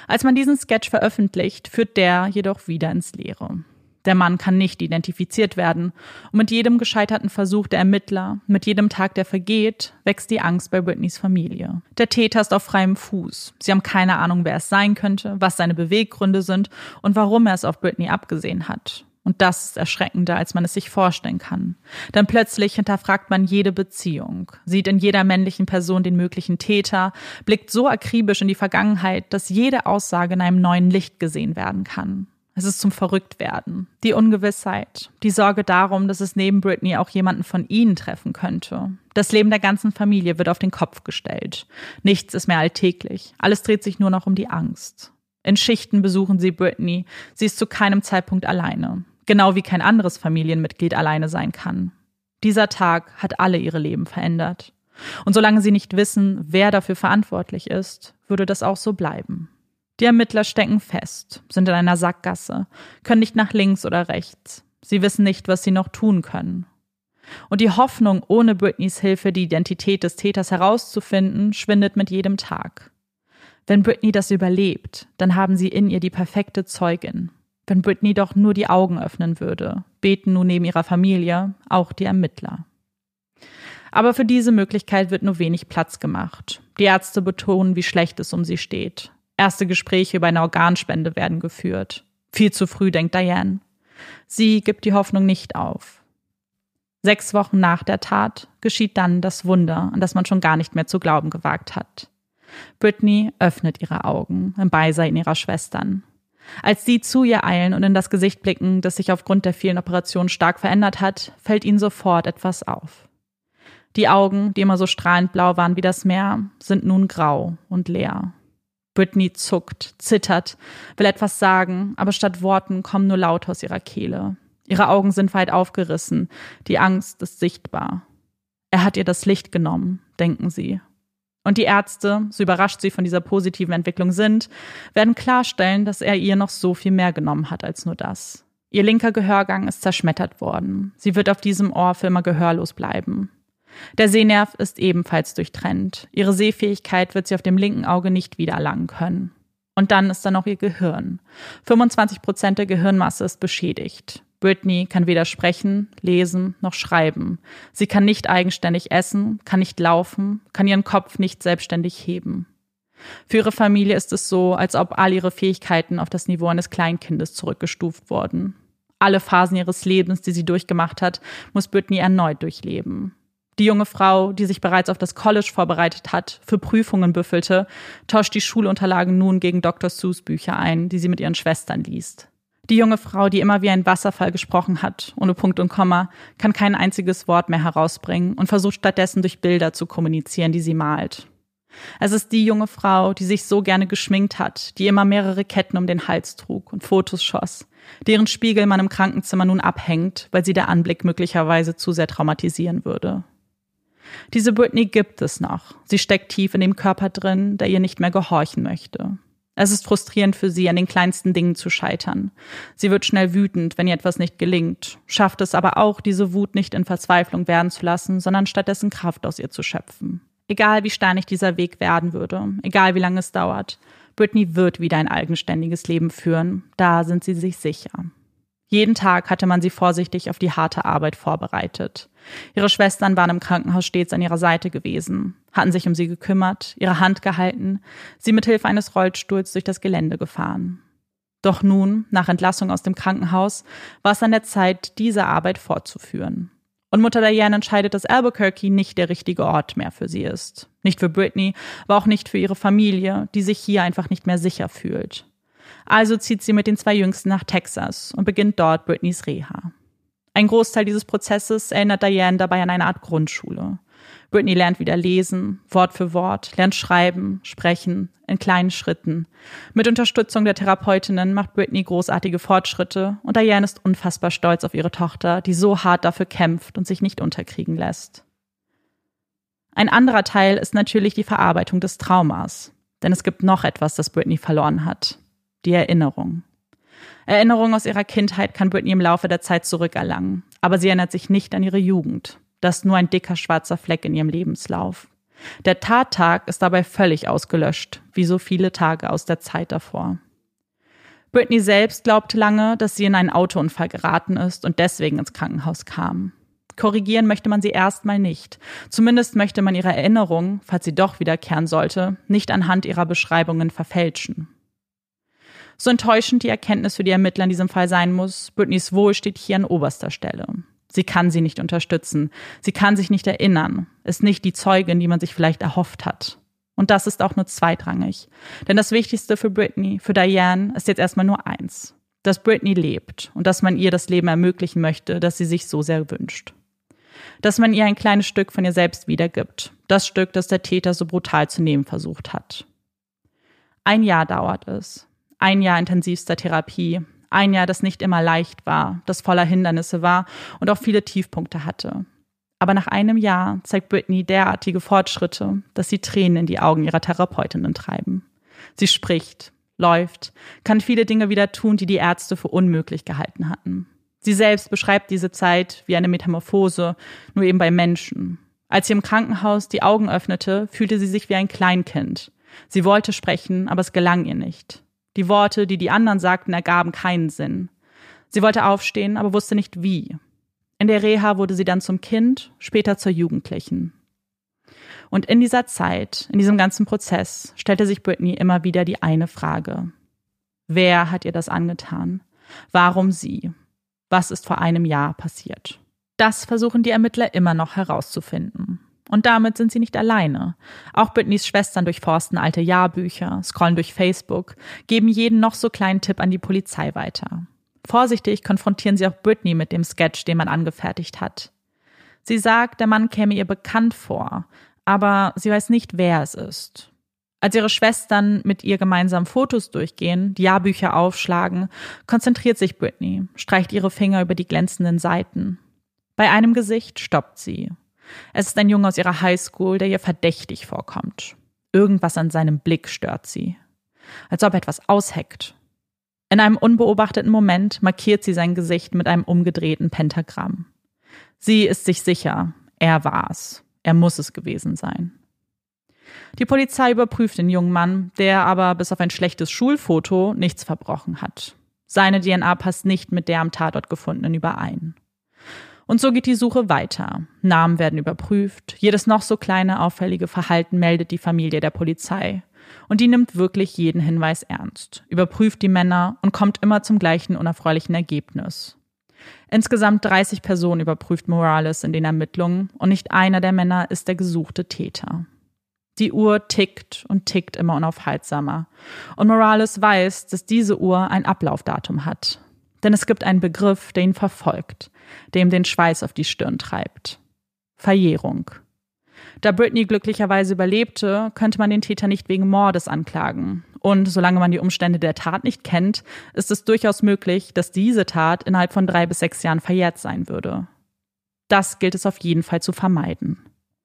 Als man diesen Sketch veröffentlicht, führt der jedoch wieder ins Leere. Der Mann kann nicht identifiziert werden und mit jedem gescheiterten Versuch der Ermittler, mit jedem Tag, der vergeht, wächst die Angst bei Britneys Familie. Der Täter ist auf freiem Fuß. Sie haben keine Ahnung, wer es sein könnte, was seine Beweggründe sind und warum er es auf Britney abgesehen hat. Und das ist erschreckender, als man es sich vorstellen kann. Denn plötzlich hinterfragt man jede Beziehung, sieht in jeder männlichen Person den möglichen Täter, blickt so akribisch in die Vergangenheit, dass jede Aussage in einem neuen Licht gesehen werden kann. Es ist zum Verrücktwerden. Die Ungewissheit, die Sorge darum, dass es neben Britney auch jemanden von ihnen treffen könnte. Das Leben der ganzen Familie wird auf den Kopf gestellt. Nichts ist mehr alltäglich. Alles dreht sich nur noch um die Angst. In Schichten besuchen sie Britney. Sie ist zu keinem Zeitpunkt alleine. Genau wie kein anderes Familienmitglied alleine sein kann. Dieser Tag hat alle ihre Leben verändert. Und solange sie nicht wissen, wer dafür verantwortlich ist, würde das auch so bleiben. Die Ermittler stecken fest, sind in einer Sackgasse, können nicht nach links oder rechts. Sie wissen nicht, was sie noch tun können. Und die Hoffnung, ohne Britneys Hilfe die Identität des Täters herauszufinden, schwindet mit jedem Tag. Wenn Britney das überlebt, dann haben sie in ihr die perfekte Zeugin. Wenn Britney doch nur die Augen öffnen würde, beten nun neben ihrer Familie auch die Ermittler. Aber für diese Möglichkeit wird nur wenig Platz gemacht. Die Ärzte betonen, wie schlecht es um sie steht. Erste Gespräche über eine Organspende werden geführt. Viel zu früh, denkt Diane. Sie gibt die Hoffnung nicht auf. Sechs Wochen nach der Tat geschieht dann das Wunder, an das man schon gar nicht mehr zu glauben gewagt hat. Britney öffnet ihre Augen im Beisein ihrer Schwestern. Als sie zu ihr eilen und in das Gesicht blicken, das sich aufgrund der vielen Operationen stark verändert hat, fällt ihnen sofort etwas auf. Die Augen, die immer so strahlend blau waren wie das Meer, sind nun grau und leer. Britney zuckt, zittert, will etwas sagen, aber statt Worten kommen nur Laute aus ihrer Kehle. Ihre Augen sind weit aufgerissen, die Angst ist sichtbar. Er hat ihr das Licht genommen, denken sie. Und die Ärzte, so überrascht sie von dieser positiven Entwicklung sind, werden klarstellen, dass er ihr noch so viel mehr genommen hat als nur das. Ihr linker Gehörgang ist zerschmettert worden. Sie wird auf diesem Ohr für immer gehörlos bleiben. Der Sehnerv ist ebenfalls durchtrennt. Ihre Sehfähigkeit wird sie auf dem linken Auge nicht wiedererlangen können. Und dann ist da noch ihr Gehirn. fünfundzwanzig Prozent der Gehirnmasse ist beschädigt. Britney kann weder sprechen, lesen noch schreiben. Sie kann nicht eigenständig essen, kann nicht laufen, kann ihren Kopf nicht selbstständig heben. Für ihre Familie ist es so, als ob all ihre Fähigkeiten auf das Niveau eines Kleinkindes zurückgestuft wurden. Alle Phasen ihres Lebens, die sie durchgemacht hat, muss Britney erneut durchleben. Die junge Frau, die sich bereits auf das College vorbereitet hat, für Prüfungen büffelte, tauscht die Schulunterlagen nun gegen Doktor Seuss Bücher ein, die sie mit ihren Schwestern liest. Die junge Frau, die immer wie ein Wasserfall gesprochen hat, ohne Punkt und Komma, kann kein einziges Wort mehr herausbringen und versucht stattdessen durch Bilder zu kommunizieren, die sie malt. Es ist die junge Frau, die sich so gerne geschminkt hat, die immer mehrere Ketten um den Hals trug und Fotos schoss, deren Spiegel man im Krankenzimmer nun abhängt, weil sie der Anblick möglicherweise zu sehr traumatisieren würde. Diese Britney gibt es noch. Sie steckt tief in dem Körper drin, der ihr nicht mehr gehorchen möchte. Es ist frustrierend für sie, an den kleinsten Dingen zu scheitern. Sie wird schnell wütend, wenn ihr etwas nicht gelingt, schafft es aber auch, diese Wut nicht in Verzweiflung werden zu lassen, sondern stattdessen Kraft aus ihr zu schöpfen. Egal wie steinig dieser Weg werden würde, egal wie lange es dauert, Britney wird wieder ein eigenständiges Leben führen, da sind sie sich sicher. Jeden Tag hatte man sie vorsichtig auf die harte Arbeit vorbereitet. Ihre Schwestern waren im Krankenhaus stets an ihrer Seite gewesen, hatten sich um sie gekümmert, ihre Hand gehalten, sie mit Hilfe eines Rollstuhls durch das Gelände gefahren. Doch nun, nach Entlassung aus dem Krankenhaus, war es an der Zeit, diese Arbeit fortzuführen. Und Mutter Diane entscheidet, dass Albuquerque nicht der richtige Ort mehr für sie ist. Nicht für Britney, aber auch nicht für ihre Familie, die sich hier einfach nicht mehr sicher fühlt. Also zieht sie mit den zwei Jüngsten nach Texas und beginnt dort Britneys Reha. Ein Großteil dieses Prozesses erinnert Diane dabei an eine Art Grundschule. Britney lernt wieder lesen, Wort für Wort, lernt schreiben, sprechen, in kleinen Schritten. Mit Unterstützung der Therapeutinnen macht Britney großartige Fortschritte und Diane ist unfassbar stolz auf ihre Tochter, die so hart dafür kämpft und sich nicht unterkriegen lässt. Ein anderer Teil ist natürlich die Verarbeitung des Traumas. Denn es gibt noch etwas, das Britney verloren hat. Die Erinnerung. Erinnerung aus ihrer Kindheit kann Britney im Laufe der Zeit zurückerlangen, aber sie erinnert sich nicht an ihre Jugend. Das ist nur ein dicker schwarzer Fleck in ihrem Lebenslauf. Der Tattag ist dabei völlig ausgelöscht, wie so viele Tage aus der Zeit davor. Britney selbst glaubte lange, dass sie in einen Autounfall geraten ist und deswegen ins Krankenhaus kam. Korrigieren möchte man sie erstmal nicht. Zumindest möchte man ihre Erinnerung, falls sie doch wiederkehren sollte, nicht anhand ihrer Beschreibungen verfälschen. So enttäuschend die Erkenntnis für die Ermittler in diesem Fall sein muss, Britneys Wohl steht hier an oberster Stelle. Sie kann sie nicht unterstützen. Sie kann sich nicht erinnern, ist nicht die Zeugin, die man sich vielleicht erhofft hat. Und das ist auch nur zweitrangig. Denn das Wichtigste für Britney, für Diane, ist jetzt erstmal nur eins. Dass Britney lebt und dass man ihr das Leben ermöglichen möchte, das sie sich so sehr wünscht. Dass man ihr ein kleines Stück von ihr selbst wiedergibt. Das Stück, das der Täter so brutal zu nehmen versucht hat. Ein Jahr dauert es. Ein Jahr intensivster Therapie. Ein Jahr, das nicht immer leicht war, das voller Hindernisse war und auch viele Tiefpunkte hatte. Aber nach einem Jahr zeigt Britney derartige Fortschritte, dass sie Tränen in die Augen ihrer Therapeutinnen treiben. Sie spricht, läuft, kann viele Dinge wieder tun, die die Ärzte für unmöglich gehalten hatten. Sie selbst beschreibt diese Zeit wie eine Metamorphose, nur eben bei Menschen. Als sie im Krankenhaus die Augen öffnete, fühlte sie sich wie ein Kleinkind. Sie wollte sprechen, aber es gelang ihr nicht. Die Worte, die die anderen sagten, ergaben keinen Sinn. Sie wollte aufstehen, aber wusste nicht wie. In der Reha wurde sie dann zum Kind, später zur Jugendlichen. Und in dieser Zeit, in diesem ganzen Prozess, stellte sich Britney immer wieder die eine Frage. Wer hat ihr das angetan? Warum sie? Was ist vor einem Jahr passiert? Das versuchen die Ermittler immer noch herauszufinden. Und damit sind sie nicht alleine. Auch Britneys Schwestern durchforsten alte Jahrbücher, scrollen durch Facebook, geben jeden noch so kleinen Tipp an die Polizei weiter. Vorsichtig konfrontieren sie auch Britney mit dem Sketch, den man angefertigt hat. Sie sagt, der Mann käme ihr bekannt vor, aber sie weiß nicht, wer es ist. Als ihre Schwestern mit ihr gemeinsam Fotos durchgehen, die Jahrbücher aufschlagen, konzentriert sich Britney, streicht ihre Finger über die glänzenden Seiten. Bei einem Gesicht stoppt sie. Es ist ein Junge aus ihrer Highschool, der ihr verdächtig vorkommt. Irgendwas an seinem Blick stört sie. Als ob er etwas ausheckt. In einem unbeobachteten Moment markiert sie sein Gesicht mit einem umgedrehten Pentagramm. Sie ist sich sicher, er war es. Er muss es gewesen sein. Die Polizei überprüft den jungen Mann, der aber bis auf ein schlechtes Schulfoto nichts verbrochen hat. Seine D N A passt nicht mit der am Tatort gefundenen überein. Und so geht die Suche weiter. Namen werden überprüft, jedes noch so kleine auffällige Verhalten meldet die Familie der Polizei. Und die nimmt wirklich jeden Hinweis ernst, überprüft die Männer und kommt immer zum gleichen unerfreulichen Ergebnis. Insgesamt dreißig Personen überprüft Morales in den Ermittlungen und nicht einer der Männer ist der gesuchte Täter. Die Uhr tickt und tickt immer unaufhaltsamer. Und Morales weiß, dass diese Uhr ein Ablaufdatum hat. Denn es gibt einen Begriff, der ihn verfolgt, der ihm den Schweiß auf die Stirn treibt. Verjährung. Da Britney glücklicherweise überlebte, könnte man den Täter nicht wegen Mordes anklagen. Und solange man die Umstände der Tat nicht kennt, ist es durchaus möglich, dass diese Tat innerhalb von drei bis sechs Jahren verjährt sein würde. Das gilt es auf jeden Fall zu vermeiden.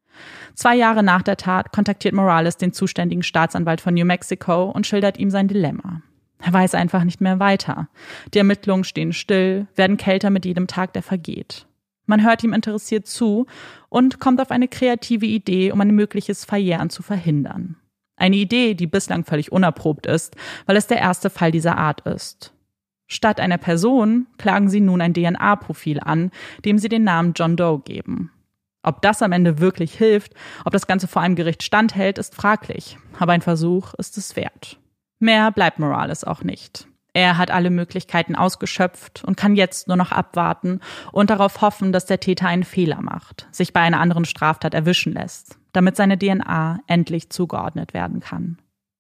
Zwei Jahre nach der Tat kontaktiert Morales den zuständigen Staatsanwalt von New Mexico und schildert ihm sein Dilemma. Er weiß einfach nicht mehr weiter. Die Ermittlungen stehen still, werden kälter mit jedem Tag, der vergeht. Man hört ihm interessiert zu und kommt auf eine kreative Idee, um ein mögliches Verjähren zu verhindern. Eine Idee, die bislang völlig unerprobt ist, weil es der erste Fall dieser Art ist. Statt einer Person klagen sie nun ein D N A-Profil an, dem sie den Namen John Doe geben. Ob das am Ende wirklich hilft, ob das Ganze vor einem Gericht standhält, ist fraglich. Aber ein Versuch ist es wert. Mehr bleibt Morales auch nicht. Er hat alle Möglichkeiten ausgeschöpft und kann jetzt nur noch abwarten und darauf hoffen, dass der Täter einen Fehler macht, sich bei einer anderen Straftat erwischen lässt, damit seine D N A endlich zugeordnet werden kann.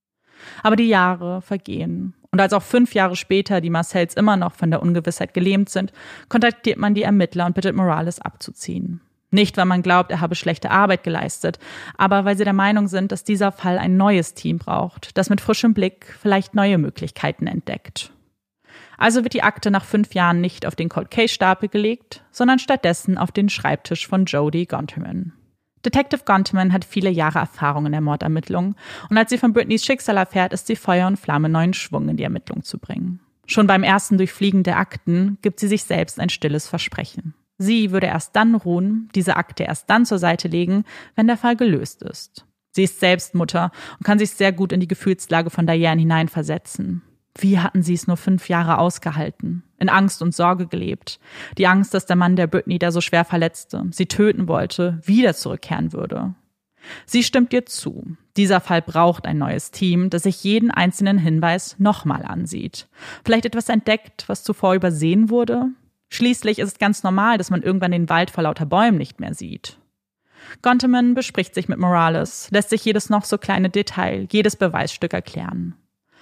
Aber die Jahre vergehen. Und als auch fünf Jahre später die Marcells immer noch von der Ungewissheit gelähmt sind, kontaktiert man die Ermittler und bittet Morales abzuziehen. Nicht, weil man glaubt, er habe schlechte Arbeit geleistet, aber weil sie der Meinung sind, dass dieser Fall ein neues Team braucht, das mit frischem Blick vielleicht neue Möglichkeiten entdeckt. Also wird die Akte nach fünf Jahren nicht auf den Cold Case Stapel gelegt, sondern stattdessen auf den Schreibtisch von Jodie Gonterman. Detective Gonterman hat viele Jahre Erfahrung in der Mordermittlung und als sie von Britneys Schicksal erfährt, ist sie Feuer und Flamme, neuen Schwung in die Ermittlung zu bringen. Schon beim ersten Durchfliegen der Akten gibt sie sich selbst ein stilles Versprechen. Sie würde erst dann ruhen, diese Akte erst dann zur Seite legen, wenn der Fall gelöst ist. Sie ist selbst Mutter und kann sich sehr gut in die Gefühlslage von Diane hineinversetzen. Wie hatten sie es nur fünf Jahre ausgehalten? In Angst und Sorge gelebt. Die Angst, dass der Mann der Britney, der so schwer verletzte, sie töten wollte, wieder zurückkehren würde. Sie stimmt ihr zu. Dieser Fall braucht ein neues Team, das sich jeden einzelnen Hinweis nochmal ansieht. Vielleicht etwas entdeckt, was zuvor übersehen wurde? Schließlich ist es ganz normal, dass man irgendwann den Wald vor lauter Bäumen nicht mehr sieht. Gonteman bespricht sich mit Morales, lässt sich jedes noch so kleine Detail, jedes Beweisstück erklären.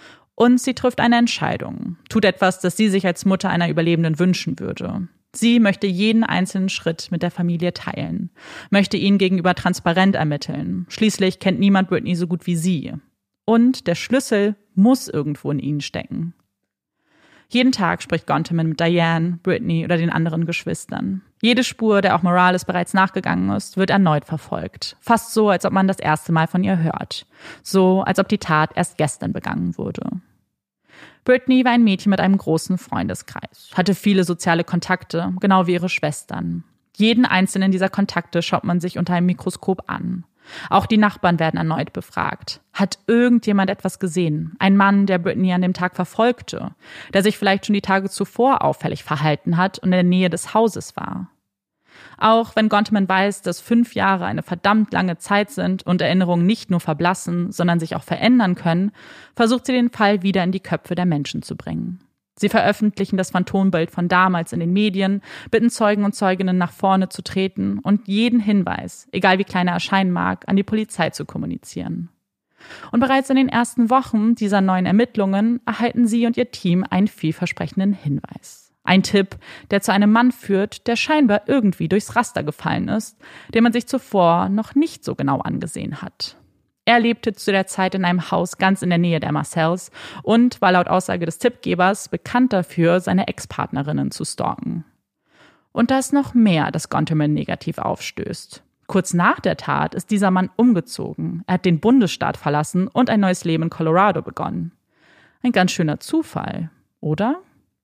Und sie trifft eine Entscheidung, tut etwas, das sie sich als Mutter einer Überlebenden wünschen würde. Sie möchte jeden einzelnen Schritt mit der Familie teilen, möchte ihnen gegenüber transparent ermitteln. Schließlich kennt niemand Britney so gut wie sie. Und der Schlüssel muss irgendwo in ihnen stecken. Jeden Tag spricht Gonteman mit Diane, Britney oder den anderen Geschwistern. Jede Spur, der auch Morales bereits nachgegangen ist, wird erneut verfolgt. Fast so, als ob man das erste Mal von ihr hört. So, als ob die Tat erst gestern begangen wurde. Britney war ein Mädchen mit einem großen Freundeskreis, hatte viele soziale Kontakte, genau wie ihre Schwestern. Jeden einzelnen dieser Kontakte schaut man sich unter einem Mikroskop an. Auch die Nachbarn werden erneut befragt. Hat irgendjemand etwas gesehen? Ein Mann, der Britney an dem Tag verfolgte, der sich vielleicht schon die Tage zuvor auffällig verhalten hat und in der Nähe des Hauses war. Auch wenn Gonteman weiß, dass fünf Jahre eine verdammt lange Zeit sind und Erinnerungen nicht nur verblassen, sondern sich auch verändern können, versucht sie den Fall wieder in die Köpfe der Menschen zu bringen. Sie veröffentlichen das Phantombild von damals in den Medien, bitten Zeugen und Zeuginnen nach vorne zu treten und jeden Hinweis, egal wie klein er erscheinen mag, an die Polizei zu kommunizieren. Und bereits in den ersten Wochen dieser neuen Ermittlungen erhalten sie und ihr Team einen vielversprechenden Hinweis. Ein Tipp, der zu einem Mann führt, der scheinbar irgendwie durchs Raster gefallen ist, den man sich zuvor noch nicht so genau angesehen hat. Er lebte zu der Zeit in einem Haus ganz in der Nähe der Marcells und war laut Aussage des Tippgebers bekannt dafür, seine Ex-Partnerinnen zu stalken. Und da ist noch mehr, das Gonteman negativ aufstößt. Kurz nach der Tat ist dieser Mann umgezogen. Er hat den Bundesstaat verlassen und ein neues Leben in Colorado begonnen. Ein ganz schöner Zufall, oder?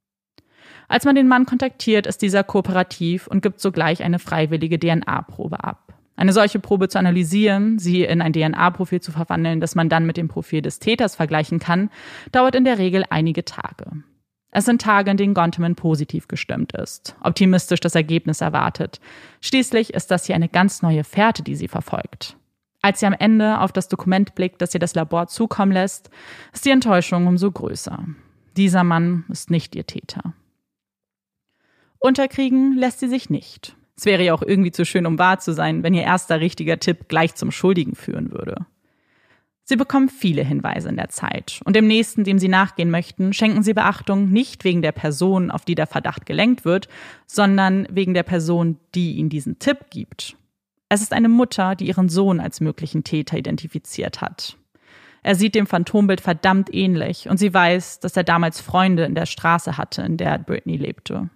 Als man den Mann kontaktiert, ist dieser kooperativ und gibt sogleich eine freiwillige D N A-Probe ab. Eine solche Probe zu analysieren, sie in ein D N A-Profil zu verwandeln, das man dann mit dem Profil des Täters vergleichen kann, dauert in der Regel einige Tage. Es sind Tage, in denen Gonteman positiv gestimmt ist, optimistisch das Ergebnis erwartet. Schließlich ist das hier eine ganz neue Fährte, die sie verfolgt. Als sie am Ende auf das Dokument blickt, das ihr das Labor zukommen lässt, ist die Enttäuschung umso größer. Dieser Mann ist nicht ihr Täter. Unterkriegen lässt sie sich nicht. Es wäre ja auch irgendwie zu schön, um wahr zu sein, wenn ihr erster richtiger Tipp gleich zum Schuldigen führen würde. Sie bekommen viele Hinweise in der Zeit und dem nächsten, dem sie nachgehen möchten, schenken sie Beachtung nicht wegen der Person, auf die der Verdacht gelenkt wird, sondern wegen der Person, die ihnen diesen Tipp gibt. Es ist eine Mutter, die ihren Sohn als möglichen Täter identifiziert hat. Er sieht dem Phantombild verdammt ähnlich und sie weiß, dass er damals Freunde in der Straße hatte, in der Britney lebte.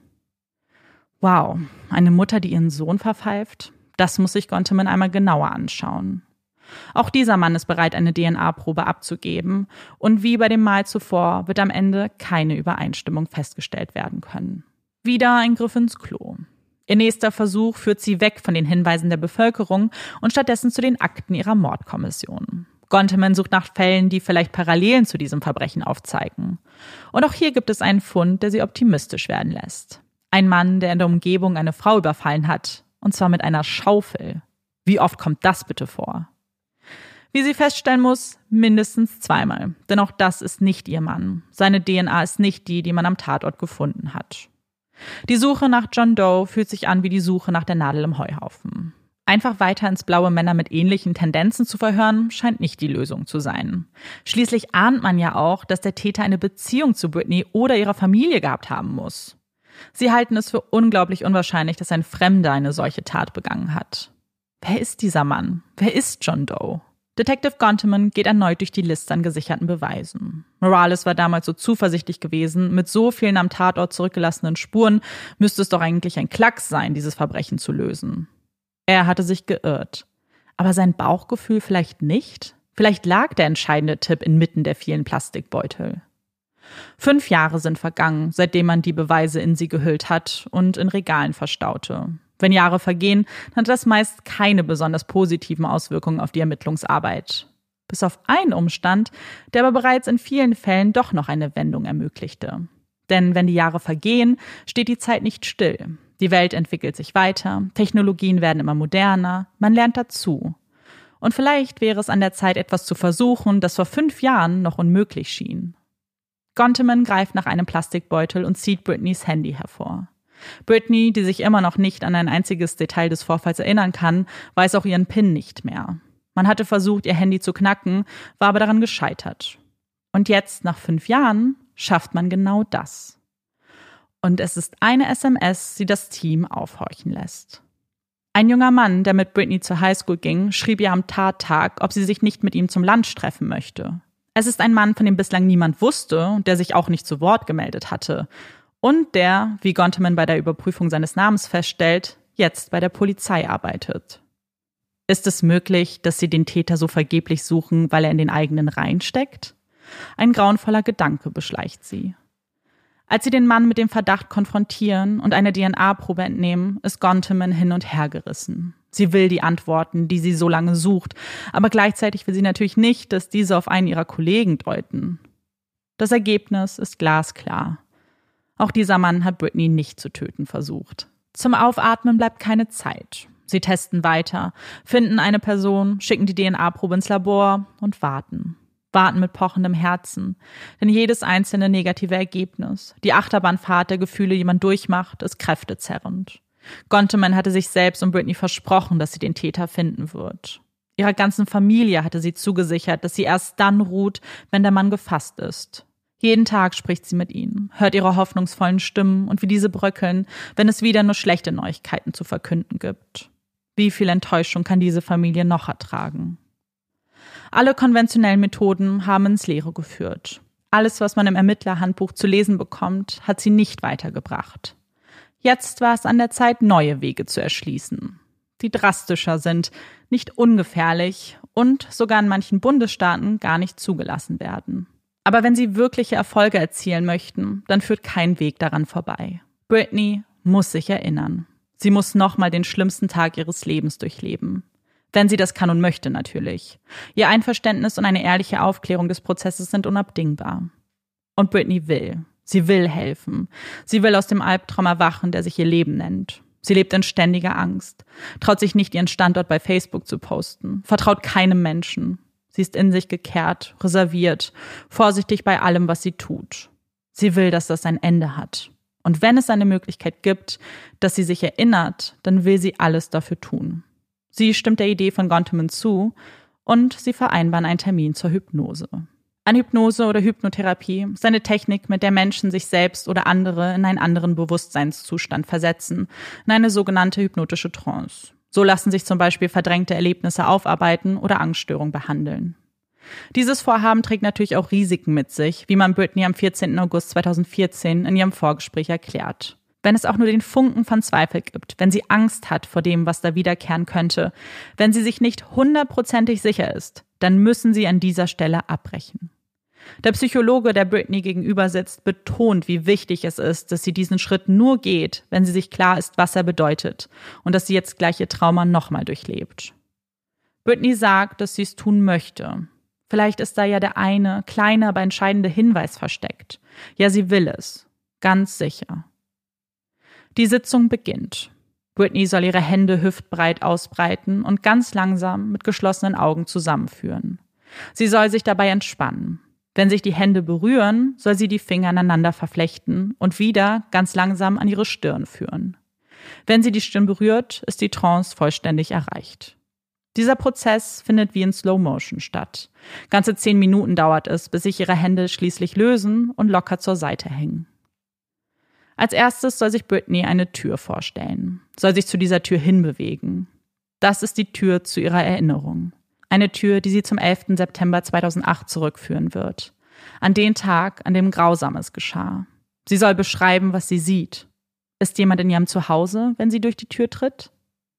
Wow, eine Mutter, die ihren Sohn verpfeift? Das muss sich Gonteman einmal genauer anschauen. Auch dieser Mann ist bereit, eine D N A-Probe abzugeben und wie bei dem Mal zuvor wird am Ende keine Übereinstimmung festgestellt werden können. Wieder ein Griff ins Klo. Ihr nächster Versuch führt sie weg von den Hinweisen der Bevölkerung und stattdessen zu den Akten ihrer Mordkommission. Gonteman sucht nach Fällen, die vielleicht Parallelen zu diesem Verbrechen aufzeigen. Und auch hier gibt es einen Fund, der sie optimistisch werden lässt. Ein Mann, der in der Umgebung eine Frau überfallen hat, und zwar mit einer Schaufel. Wie oft kommt das bitte vor? Wie sie feststellen muss, mindestens zweimal. Denn auch das ist nicht ihr Mann. Seine D N A ist nicht die, die man am Tatort gefunden hat. Die Suche nach John Doe fühlt sich an wie die Suche nach der Nadel im Heuhaufen. Einfach weiter ins Blaue Männer mit ähnlichen Tendenzen zu verhören, scheint nicht die Lösung zu sein. Schließlich ahnt man ja auch, dass der Täter eine Beziehung zu Britney oder ihrer Familie gehabt haben muss. Sie halten es für unglaublich unwahrscheinlich, dass ein Fremder eine solche Tat begangen hat. Wer ist dieser Mann? Wer ist John Doe? Detective Gonteman geht erneut durch die Liste an gesicherten Beweisen. Morales war damals so zuversichtlich gewesen, mit so vielen am Tatort zurückgelassenen Spuren müsste es doch eigentlich ein Klacks sein, dieses Verbrechen zu lösen. Er hatte sich geirrt. Aber sein Bauchgefühl vielleicht nicht? Vielleicht lag der entscheidende Tipp inmitten der vielen Plastikbeutel. Fünf Jahre sind vergangen, seitdem man die Beweise in sie gehüllt hat und in Regalen verstaute. Wenn Jahre vergehen, dann hat das meist keine besonders positiven Auswirkungen auf die Ermittlungsarbeit. Bis auf einen Umstand, der aber bereits in vielen Fällen doch noch eine Wendung ermöglichte. Denn wenn die Jahre vergehen, steht die Zeit nicht still. Die Welt entwickelt sich weiter, Technologien werden immer moderner, man lernt dazu. Und vielleicht wäre es an der Zeit, etwas zu versuchen, das vor fünf Jahren noch unmöglich schien. Gonteman greift nach einem Plastikbeutel und zieht Britneys Handy hervor. Britney, die sich immer noch nicht an ein einziges Detail des Vorfalls erinnern kann, weiß auch ihren PIN nicht mehr. Man hatte versucht, ihr Handy zu knacken, war aber daran gescheitert. Und jetzt, nach fünf Jahren, schafft man genau das. Und es ist eine S M S, die das Team aufhorchen lässt. Ein junger Mann, der mit Britney zur Highschool ging, schrieb ihr am Tattag, ob sie sich nicht mit ihm zum Lunch treffen möchte. Es ist ein Mann, von dem bislang niemand wusste und der sich auch nicht zu Wort gemeldet hatte. Und der, wie Gonteman bei der Überprüfung seines Namens feststellt, jetzt bei der Polizei arbeitet. Ist es möglich, dass sie den Täter so vergeblich suchen, weil er in den eigenen Reihen steckt? Ein grauenvoller Gedanke beschleicht sie. Als sie den Mann mit dem Verdacht konfrontieren und eine D N A-Probe entnehmen, ist Gonteman hin und her gerissen. Sie will die Antworten, die sie so lange sucht, aber gleichzeitig will sie natürlich nicht, dass diese auf einen ihrer Kollegen deuten. Das Ergebnis ist glasklar. Auch dieser Mann hat Britney nicht zu töten versucht. Zum Aufatmen bleibt keine Zeit. Sie testen weiter, finden eine Person, schicken die D N A-Probe ins Labor und warten. Warten mit pochendem Herzen. Denn jedes einzelne negative Ergebnis, die Achterbahnfahrt der Gefühle, die man durchmacht, ist kräftezerrend. Gonteman hatte sich selbst und Britney versprochen, dass sie den Täter finden wird. Ihrer ganzen Familie hatte sie zugesichert, dass sie erst dann ruht, wenn der Mann gefasst ist. Jeden Tag spricht sie mit ihnen, hört ihre hoffnungsvollen Stimmen und wie diese bröckeln, wenn es wieder nur schlechte Neuigkeiten zu verkünden gibt. Wie viel Enttäuschung kann diese Familie noch ertragen? Alle konventionellen Methoden haben ins Leere geführt. Alles, was man im Ermittlerhandbuch zu lesen bekommt, hat sie nicht weitergebracht. Jetzt war es an der Zeit, neue Wege zu erschließen, die drastischer sind, nicht ungefährlich und sogar in manchen Bundesstaaten gar nicht zugelassen werden. Aber wenn sie wirkliche Erfolge erzielen möchten, dann führt kein Weg daran vorbei. Britney muss sich erinnern. Sie muss nochmal den schlimmsten Tag ihres Lebens durchleben. Wenn sie das kann und möchte natürlich. Ihr Einverständnis und eine ehrliche Aufklärung des Prozesses sind unabdingbar. Und Britney will. Sie will helfen. Sie will aus dem Albtraum erwachen, der sich ihr Leben nennt. Sie lebt in ständiger Angst, traut sich nicht, ihren Standort bei Facebook zu posten, vertraut keinem Menschen. Sie ist in sich gekehrt, reserviert, vorsichtig bei allem, was sie tut. Sie will, dass das ein Ende hat. Und wenn es eine Möglichkeit gibt, dass sie sich erinnert, dann will sie alles dafür tun. Sie stimmt der Idee von Gonteman zu und sie vereinbaren einen Termin zur Hypnose. Eine Hypnose oder Hypnotherapie ist eine Technik, mit der Menschen sich selbst oder andere in einen anderen Bewusstseinszustand versetzen, in eine sogenannte hypnotische Trance. So lassen sich zum Beispiel verdrängte Erlebnisse aufarbeiten oder Angststörungen behandeln. Dieses Vorhaben trägt natürlich auch Risiken mit sich, wie man Britney am vierzehnten August zweitausendvierzehn in ihrem Vorgespräch erklärt. Wenn es auch nur den Funken von Zweifel gibt, wenn sie Angst hat vor dem, was da wiederkehren könnte, wenn sie sich nicht hundertprozentig sicher ist, dann müssen sie an dieser Stelle abbrechen. Der Psychologe, der Britney gegenüber sitzt, betont, wie wichtig es ist, dass sie diesen Schritt nur geht, wenn sie sich klar ist, was er bedeutet und dass sie jetzt gleich ihr Trauma nochmal durchlebt. Britney sagt, dass sie es tun möchte. Vielleicht ist da ja der eine, kleine, aber entscheidende Hinweis versteckt. Ja, sie will es. Ganz sicher. Die Sitzung beginnt. Britney soll ihre Hände hüftbreit ausbreiten und ganz langsam mit geschlossenen Augen zusammenführen. Sie soll sich dabei entspannen. Wenn sich die Hände berühren, soll sie die Finger aneinander verflechten und wieder ganz langsam an ihre Stirn führen. Wenn sie die Stirn berührt, ist die Trance vollständig erreicht. Dieser Prozess findet wie in Slow Motion statt. Ganze zehn Minuten dauert es, bis sich ihre Hände schließlich lösen und locker zur Seite hängen. Als erstes soll sich Britney eine Tür vorstellen, soll sich zu dieser Tür hinbewegen. Das ist die Tür zu ihrer Erinnerung. Eine Tür, die sie zum elften September zweitausendacht zurückführen wird. An den Tag, an dem Grausames geschah. Sie soll beschreiben, was sie sieht. Ist jemand in ihrem Zuhause, wenn sie durch die Tür tritt?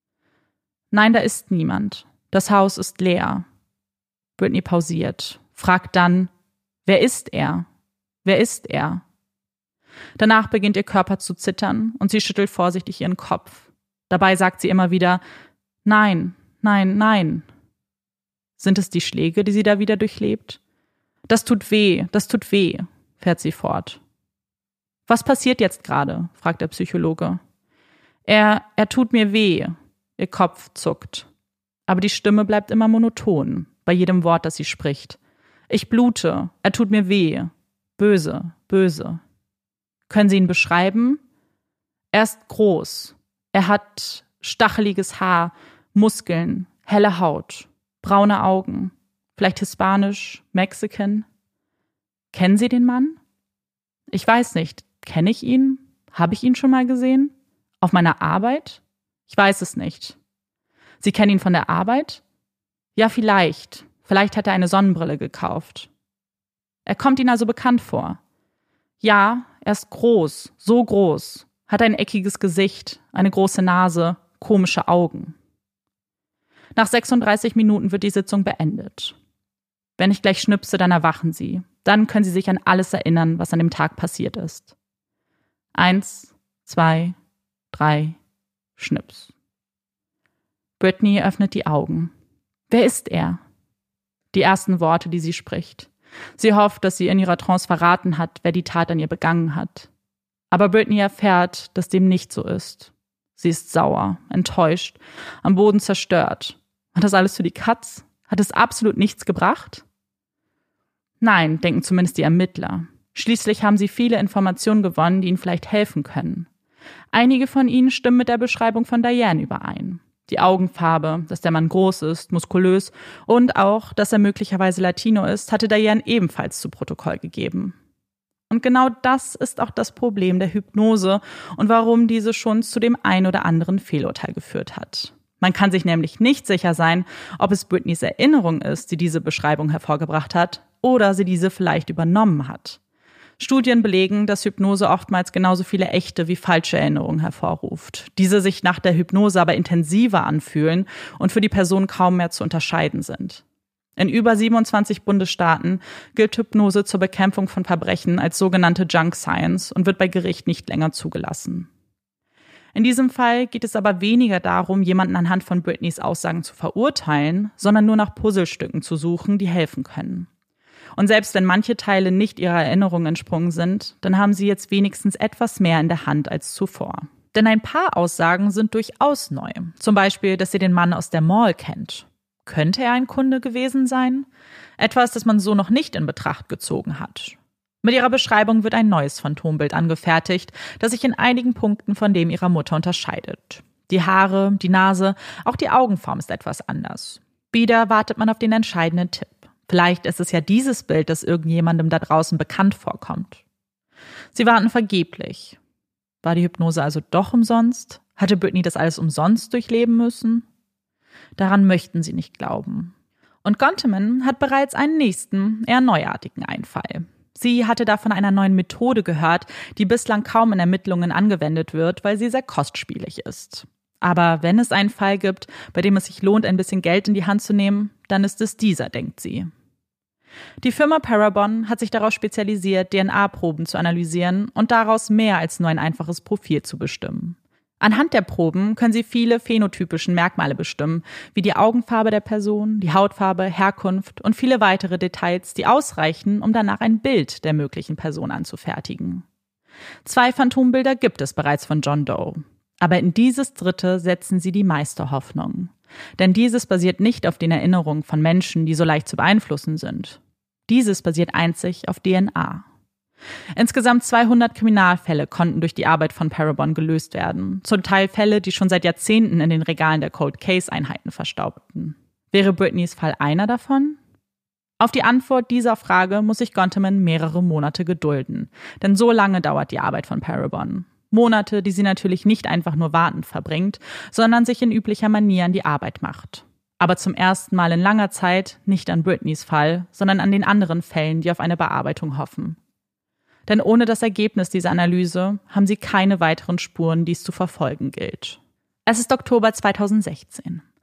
Nein, da ist niemand. Das Haus ist leer. Britney pausiert, fragt dann, wer ist er? Wer ist er? Danach beginnt ihr Körper zu zittern und sie schüttelt vorsichtig ihren Kopf. Dabei sagt sie immer wieder, nein, nein, nein. Sind es die Schläge, die sie da wieder durchlebt? Das tut weh, das tut weh, fährt sie fort. Was passiert jetzt gerade? Fragt der Psychologe. Er, er tut mir weh. Ihr Kopf zuckt. Aber die Stimme bleibt immer monoton, bei jedem Wort, das sie spricht. Ich blute, er tut mir weh. Böse, böse. Können Sie ihn beschreiben? Er ist groß. Er hat stacheliges Haar, Muskeln, helle Haut, braune Augen. Vielleicht hispanisch, Mexican. Kennen Sie den Mann? Ich weiß nicht. Kenne ich ihn? Habe ich ihn schon mal gesehen? Auf meiner Arbeit? Ich weiß es nicht. Sie kennen ihn von der Arbeit? Ja, vielleicht. Vielleicht hat er eine Sonnenbrille gekauft. Er kommt Ihnen also bekannt vor. Ja, er ist groß, so groß, hat ein eckiges Gesicht, eine große Nase, komische Augen. Nach sechsunddreißig Minuten wird die Sitzung beendet. Wenn ich gleich schnipse, dann erwachen Sie. Dann können Sie sich an alles erinnern, was an dem Tag passiert ist. Eins, zwei, drei, Schnips. Brittany öffnet die Augen. Wer ist er? Die ersten Worte, die sie spricht. Sie hofft, dass sie in ihrer Trance verraten hat, wer die Tat an ihr begangen hat. Aber Brittany erfährt, dass dem nicht so ist. Sie ist sauer, enttäuscht, am Boden zerstört. War das alles für die Katz? Hat es absolut nichts gebracht? Nein, denken zumindest die Ermittler. Schließlich haben sie viele Informationen gewonnen, die ihnen vielleicht helfen können. Einige von ihnen stimmen mit der Beschreibung von Diane überein. Die Augenfarbe, dass der Mann groß ist, muskulös und auch, dass er möglicherweise Latino ist, hatte Diane ebenfalls zu Protokoll gegeben. Und genau das ist auch das Problem der Hypnose und warum diese schon zu dem ein oder anderen Fehlurteil geführt hat. Man kann sich nämlich nicht sicher sein, ob es Brittany's Erinnerung ist, die diese Beschreibung hervorgebracht hat, oder sie diese vielleicht übernommen hat. Studien belegen, dass Hypnose oftmals genauso viele echte wie falsche Erinnerungen hervorruft. Diese sich nach der Hypnose aber intensiver anfühlen und für die Person kaum mehr zu unterscheiden sind. In über siebenundzwanzig Bundesstaaten gilt Hypnose zur Bekämpfung von Verbrechen als sogenannte Junk Science und wird bei Gericht nicht länger zugelassen. In diesem Fall geht es aber weniger darum, jemanden anhand von Brittany's Aussagen zu verurteilen, sondern nur nach Puzzlestücken zu suchen, die helfen können. Und selbst wenn manche Teile nicht ihrer Erinnerung entsprungen sind, dann haben sie jetzt wenigstens etwas mehr in der Hand als zuvor. Denn ein paar Aussagen sind durchaus neu. Zum Beispiel, dass sie den Mann aus der Mall kennt. Könnte er ein Kunde gewesen sein? Etwas, das man so noch nicht in Betracht gezogen hat. Mit ihrer Beschreibung wird ein neues Phantombild angefertigt, das sich in einigen Punkten von dem ihrer Mutter unterscheidet. Die Haare, die Nase, auch die Augenform ist etwas anders. Wieder wartet man auf den entscheidenden Tipp. Vielleicht ist es ja dieses Bild, das irgendjemandem da draußen bekannt vorkommt. Sie warten vergeblich. War die Hypnose also doch umsonst? Hatte Brittany das alles umsonst durchleben müssen? Daran möchten sie nicht glauben. Und Gonteman hat bereits einen nächsten, eher neuartigen Einfall. Sie hatte da von einer neuen Methode gehört, die bislang kaum in Ermittlungen angewendet wird, weil sie sehr kostspielig ist. Aber wenn es einen Fall gibt, bei dem es sich lohnt, ein bisschen Geld in die Hand zu nehmen, dann ist es dieser, denkt sie. Die Firma Parabon hat sich darauf spezialisiert, D N A-Proben zu analysieren und daraus mehr als nur ein einfaches Profil zu bestimmen. Anhand der Proben können sie viele phänotypischen Merkmale bestimmen, wie die Augenfarbe der Person, die Hautfarbe, Herkunft und viele weitere Details, die ausreichen, um danach ein Bild der möglichen Person anzufertigen. Zwei Phantombilder gibt es bereits von John Doe. Aber in dieses dritte setzen sie die meiste Hoffnung. Denn dieses basiert nicht auf den Erinnerungen von Menschen, die so leicht zu beeinflussen sind. Dieses basiert einzig auf D N A. Insgesamt zweihundert Kriminalfälle konnten durch die Arbeit von Parabon gelöst werden. Zum Teil Fälle, die schon seit Jahrzehnten in den Regalen der Cold-Case-Einheiten verstaubten. Wäre Brittany's Fall einer davon? Auf die Antwort dieser Frage muss sich Gonteman mehrere Monate gedulden. Denn so lange dauert die Arbeit von Parabon. Monate, die sie natürlich nicht einfach nur wartend verbringt, sondern sich in üblicher Manier an die Arbeit macht. Aber zum ersten Mal in langer Zeit nicht an Brittany's Fall, sondern an den anderen Fällen, die auf eine Bearbeitung hoffen. Denn ohne das Ergebnis dieser Analyse haben sie keine weiteren Spuren, die es zu verfolgen gilt. Es ist Oktober zweitausendsechzehn.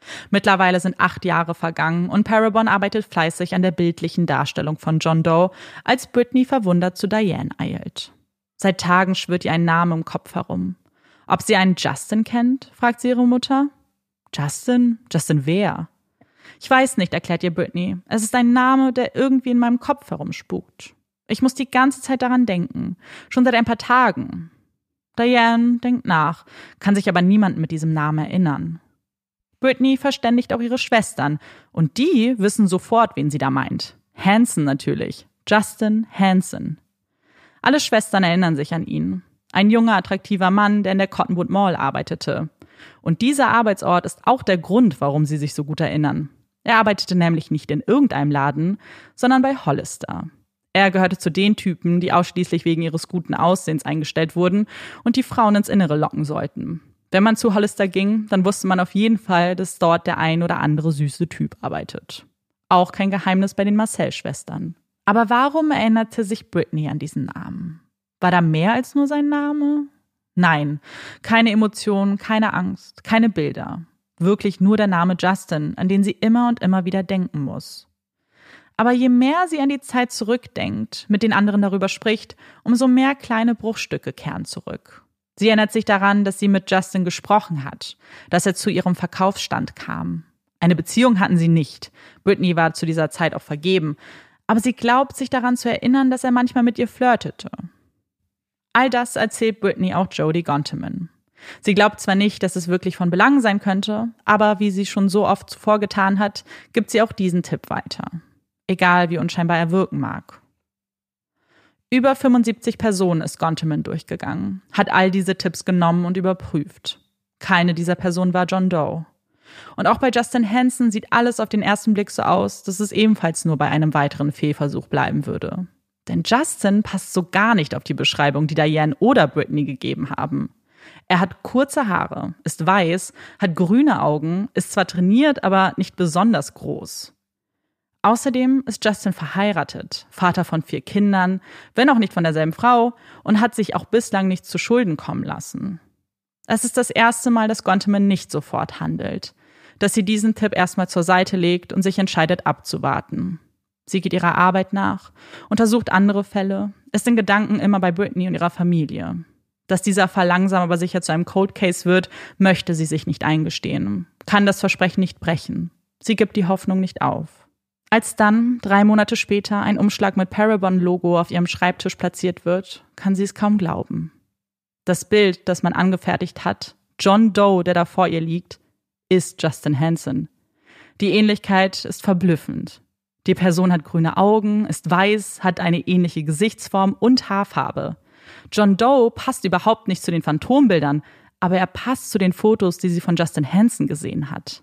Mittlerweile sind acht Jahre vergangen und Parabon arbeitet fleißig an der bildlichen Darstellung von John Doe, als Brittany verwundert zu Diane eilt. Seit Tagen schwirrt ihr ein Name im Kopf herum. Ob sie einen Justin kennt, fragt sie ihre Mutter. Justin? Justin wer? Ich weiß nicht, erklärt ihr Brittany. Es ist ein Name, der irgendwie in meinem Kopf herumspukt. Ich muss die ganze Zeit daran denken. Schon seit ein paar Tagen. Diane denkt nach, kann sich aber niemand mit diesem Namen erinnern. Brittany verständigt auch ihre Schwestern. Und die wissen sofort, wen sie da meint. Hanson natürlich. Justin Hanson. Alle Schwestern erinnern sich an ihn. Ein junger, attraktiver Mann, der in der Cottonwood Mall arbeitete. Und dieser Arbeitsort ist auch der Grund, warum sie sich so gut erinnern. Er arbeitete nämlich nicht in irgendeinem Laden, sondern bei Hollister. Er gehörte zu den Typen, die ausschließlich wegen ihres guten Aussehens eingestellt wurden und die Frauen ins Innere locken sollten. Wenn man zu Hollister ging, dann wusste man auf jeden Fall, dass dort der ein oder andere süße Typ arbeitet. Auch kein Geheimnis bei den Marcel-Schwestern. Aber warum erinnerte sich Brittany an diesen Namen? War da mehr als nur sein Name? Nein, keine Emotionen, keine Angst, keine Bilder. Wirklich nur der Name Justin, an den sie immer und immer wieder denken muss. Aber je mehr sie an die Zeit zurückdenkt, mit den anderen darüber spricht, umso mehr kleine Bruchstücke kehren zurück. Sie erinnert sich daran, dass sie mit Justin gesprochen hat, dass er zu ihrem Verkaufsstand kam. Eine Beziehung hatten sie nicht. Brittany war zu dieser Zeit auch vergeben. Aber sie glaubt, sich daran zu erinnern, dass er manchmal mit ihr flirtete. All das erzählt Brittany auch Jodie Gonteman. Sie glaubt zwar nicht, dass es wirklich von Belang sein könnte, aber wie sie schon so oft zuvor getan hat, gibt sie auch diesen Tipp weiter. Egal, wie unscheinbar er wirken mag. Über fünfundsiebzig Personen ist Gonteman durchgegangen, hat all diese Tipps genommen und überprüft. Keine dieser Personen war John Doe. Und auch bei Justin Hanson sieht alles auf den ersten Blick so aus, dass es ebenfalls nur bei einem weiteren Fehlversuch bleiben würde. Denn Justin passt so gar nicht auf die Beschreibung, die Diane oder Brittany gegeben haben. Er hat kurze Haare, ist weiß, hat grüne Augen, ist zwar trainiert, aber nicht besonders groß. Außerdem ist Justin verheiratet, Vater von vier Kindern, wenn auch nicht von derselben Frau, und hat sich auch bislang nichts zu Schulden kommen lassen. Es ist das erste Mal, dass Gonteman nicht sofort handelt, dass sie diesen Tipp erstmal zur Seite legt und sich entscheidet abzuwarten. Sie geht ihrer Arbeit nach, untersucht andere Fälle, ist in Gedanken immer bei Brittany und ihrer Familie. Dass dieser Fall langsam aber sicher zu einem Cold Case wird, möchte sie sich nicht eingestehen, kann das Versprechen nicht brechen. Sie gibt die Hoffnung nicht auf. Als dann, drei Monate später, ein Umschlag mit Parabon-Logo auf ihrem Schreibtisch platziert wird, kann sie es kaum glauben. Das Bild, das man angefertigt hat, John Doe, der da vor ihr liegt, ist Justin Hanson. Die Ähnlichkeit ist verblüffend. Die Person hat grüne Augen, ist weiß, hat eine ähnliche Gesichtsform und Haarfarbe. John Doe passt überhaupt nicht zu den Phantombildern, aber er passt zu den Fotos, die sie von Justin Hanson gesehen hat.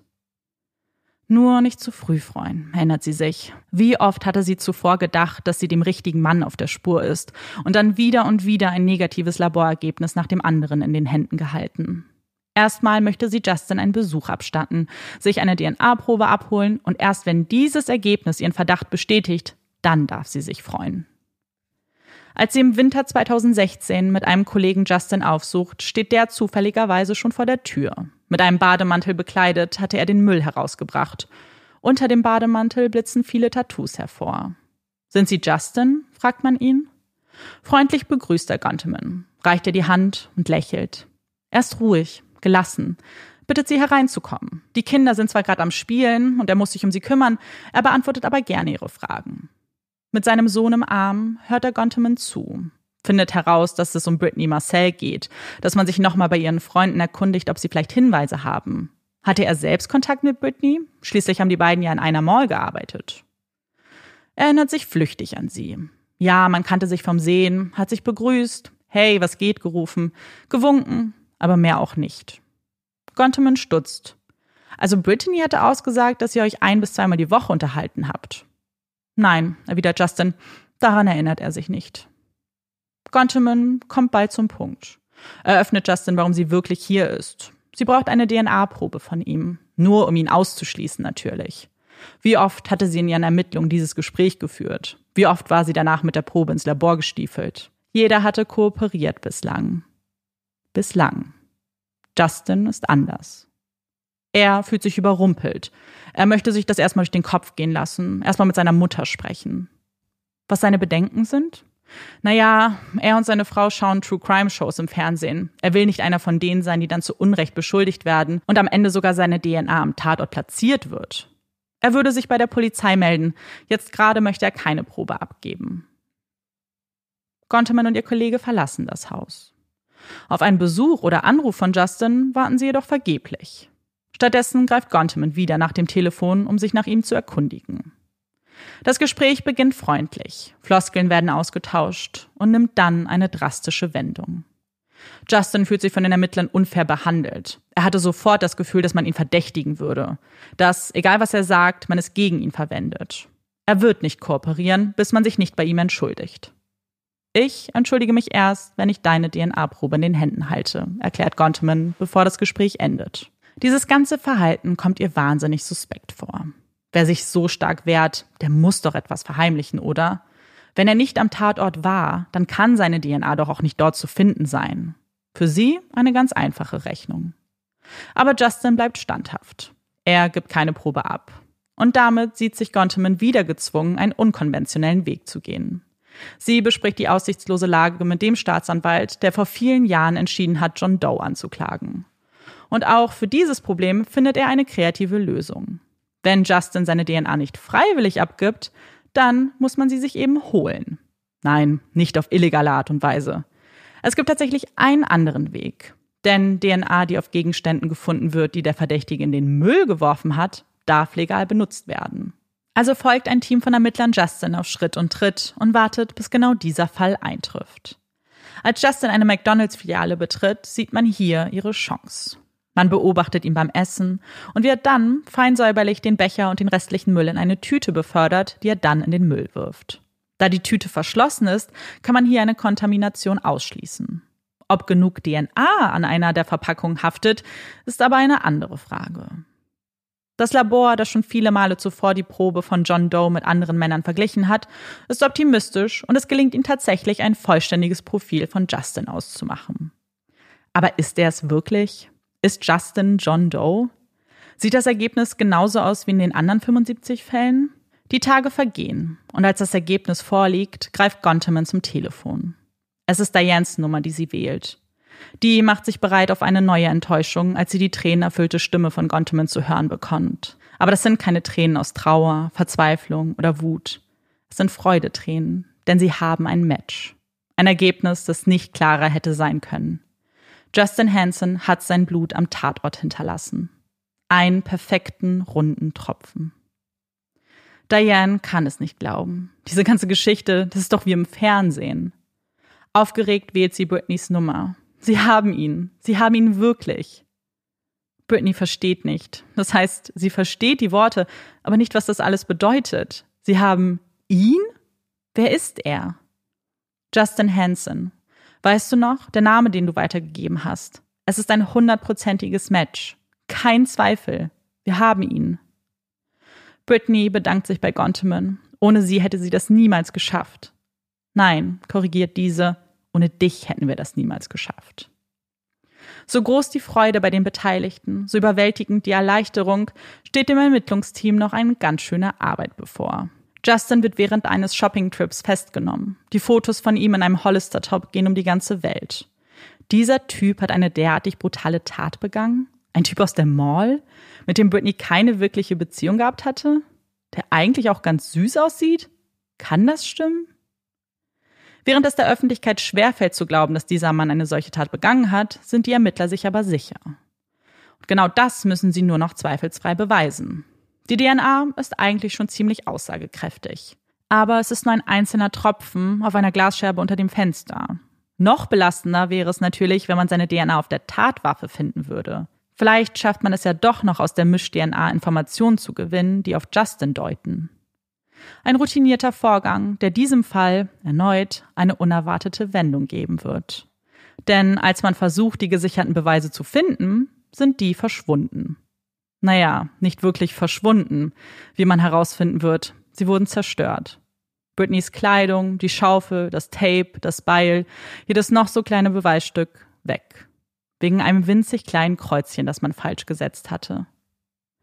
Nur nicht zu früh freuen, erinnert sie sich. Wie oft hatte sie zuvor gedacht, dass sie dem richtigen Mann auf der Spur ist und dann wieder und wieder ein negatives Laborergebnis nach dem anderen in den Händen gehalten. Erstmal möchte sie Justin einen Besuch abstatten, sich eine D N A-Probe abholen und erst wenn dieses Ergebnis ihren Verdacht bestätigt, dann darf sie sich freuen. Als sie im Winter zweitausendsechzehn mit einem Kollegen Justin aufsucht, steht der zufälligerweise schon vor der Tür. Mit einem Bademantel bekleidet hatte er den Müll herausgebracht. Unter dem Bademantel blitzen viele Tattoos hervor. »Sind Sie Justin?« fragt man ihn. Freundlich begrüßt er Gonteman, reicht ihr die Hand und lächelt. Er ist ruhig, gelassen, bittet sie hereinzukommen. Die Kinder sind zwar gerade am Spielen und er muss sich um sie kümmern, er beantwortet aber gerne ihre Fragen. Mit seinem Sohn im Arm hört er Gonteman zu, findet heraus, dass es um Brittany Marcel geht, dass man sich nochmal bei ihren Freunden erkundigt, ob sie vielleicht Hinweise haben. Hatte er selbst Kontakt mit Brittany? Schließlich haben die beiden ja in einer Mall gearbeitet. Er erinnert sich flüchtig an sie. Ja, man kannte sich vom Sehen, hat sich begrüßt, hey, was geht, gerufen, gewunken, aber mehr auch nicht. Gonteman stutzt. Also Brittany hatte ausgesagt, dass ihr euch ein- bis zweimal die Woche unterhalten habt. Nein, erwidert Justin, daran erinnert er sich nicht. Gonteman kommt bald zum Punkt. Eröffnet Justin, warum sie wirklich hier ist. Sie braucht eine D N A-Probe von ihm. Nur um ihn auszuschließen natürlich. Wie oft hatte sie in ihren Ermittlungen dieses Gespräch geführt? Wie oft war sie danach mit der Probe ins Labor gestiefelt? Jeder hatte kooperiert bislang. Bislang. Justin ist anders. Er fühlt sich überrumpelt. Er möchte sich das erstmal durch den Kopf gehen lassen, erstmal mit seiner Mutter sprechen. Was seine Bedenken sind? Naja, er und seine Frau schauen True-Crime-Shows im Fernsehen. Er will nicht einer von denen sein, die dann zu Unrecht beschuldigt werden und am Ende sogar seine D N A am Tatort platziert wird. Er würde sich bei der Polizei melden. Jetzt gerade möchte er keine Probe abgeben. Gonteman und ihr Kollege verlassen das Haus. Auf einen Besuch oder Anruf von Justin warten sie jedoch vergeblich. Stattdessen greift Gonteman wieder nach dem Telefon, um sich nach ihm zu erkundigen. Das Gespräch beginnt freundlich, Floskeln werden ausgetauscht und nimmt dann eine drastische Wendung. Justin fühlt sich von den Ermittlern unfair behandelt. Er hatte sofort das Gefühl, dass man ihn verdächtigen würde, dass, egal was er sagt, man es gegen ihn verwendet. Er wird nicht kooperieren, bis man sich nicht bei ihm entschuldigt. Ich entschuldige mich erst, wenn ich deine D N A-Probe in den Händen halte, erklärt Gonteman, bevor das Gespräch endet. Dieses ganze Verhalten kommt ihr wahnsinnig suspekt vor. Wer sich so stark wehrt, der muss doch etwas verheimlichen, oder? Wenn er nicht am Tatort war, dann kann seine D N A doch auch nicht dort zu finden sein. Für sie eine ganz einfache Rechnung. Aber Justin bleibt standhaft. Er gibt keine Probe ab. Und damit sieht sich Gonteman wieder gezwungen, einen unkonventionellen Weg zu gehen. Sie bespricht die aussichtslose Lage mit dem Staatsanwalt, der vor vielen Jahren entschieden hat, John Doe anzuklagen. Und auch für dieses Problem findet er eine kreative Lösung. Wenn Justin seine D N A nicht freiwillig abgibt, dann muss man sie sich eben holen. Nein, nicht auf illegale Art und Weise. Es gibt tatsächlich einen anderen Weg. Denn D N A, die auf Gegenständen gefunden wird, die der Verdächtige in den Müll geworfen hat, darf legal benutzt werden. Also folgt ein Team von Ermittlern Justin auf Schritt und Tritt und wartet, bis genau dieser Fall eintrifft. Als Justin eine McDonald's-Filiale betritt, sieht man hier ihre Chance. Man beobachtet ihn beim Essen und wie er dann fein säuberlich den Becher und den restlichen Müll in eine Tüte befördert, die er dann in den Müll wirft. Da die Tüte verschlossen ist, kann man hier eine Kontamination ausschließen. Ob genug D N A an einer der Verpackungen haftet, ist aber eine andere Frage. Das Labor, das schon viele Male zuvor die Probe von John Doe mit anderen Männern verglichen hat, ist optimistisch und es gelingt ihm tatsächlich, ein vollständiges Profil von Justin auszumachen. Aber ist er es wirklich? Ist Justin John Doe? Sieht das Ergebnis genauso aus wie in den anderen fünfundsiebzig Fällen? Die Tage vergehen und als das Ergebnis vorliegt, greift Gonteman zum Telefon. Es ist Dianes Nummer, die sie wählt. Die macht sich bereit auf eine neue Enttäuschung, als sie die tränenerfüllte Stimme von Gonteman zu hören bekommt. Aber das sind keine Tränen aus Trauer, Verzweiflung oder Wut. Es sind Freudetränen, denn sie haben ein Match. Ein Ergebnis, das nicht klarer hätte sein können. Justin Hansen hat sein Blut am Tatort hinterlassen. Einen perfekten, runden Tropfen. Diane kann es nicht glauben. Diese ganze Geschichte, das ist doch wie im Fernsehen. Aufgeregt wählt sie Britneys Nummer. Sie haben ihn. Sie haben ihn wirklich. Britney versteht nicht. Das heißt, sie versteht die Worte, aber nicht, was das alles bedeutet. Sie haben ihn? Wer ist er? Justin Hansen. Weißt du noch, der Name, den du weitergegeben hast? Es ist ein hundertprozentiges Match. Kein Zweifel. Wir haben ihn. Britney bedankt sich bei Gonteman. Ohne sie hätte sie das niemals geschafft. Nein, korrigiert diese, ohne dich hätten wir das niemals geschafft. So groß die Freude bei den Beteiligten, so überwältigend die Erleichterung, steht dem Ermittlungsteam noch eine ganz schöne Arbeit bevor. Justin wird während eines Shoppingtrips festgenommen. Die Fotos von ihm in einem Hollister-Top gehen um die ganze Welt. Dieser Typ hat eine derartig brutale Tat begangen? Ein Typ aus der Mall, mit dem Britney keine wirkliche Beziehung gehabt hatte? Der eigentlich auch ganz süß aussieht? Kann das stimmen? Während es der Öffentlichkeit schwerfällt zu glauben, dass dieser Mann eine solche Tat begangen hat, sind die Ermittler sich aber sicher. Und genau das müssen sie nur noch zweifelsfrei beweisen. Die D N A ist eigentlich schon ziemlich aussagekräftig. Aber es ist nur ein einzelner Tropfen auf einer Glasscherbe unter dem Fenster. Noch belastender wäre es natürlich, wenn man seine D N A auf der Tatwaffe finden würde. Vielleicht schafft man es ja doch noch aus der Misch-D N A Informationen zu gewinnen, die auf Justin deuten. Ein routinierter Vorgang, der diesem Fall erneut eine unerwartete Wendung geben wird. Denn als man versucht, die gesicherten Beweise zu finden, sind die verschwunden. Naja, nicht wirklich verschwunden, wie man herausfinden wird. Sie wurden zerstört. Britneys Kleidung, die Schaufel, das Tape, das Beil, jedes noch so kleine Beweisstück weg. Wegen einem winzig kleinen Kreuzchen, das man falsch gesetzt hatte.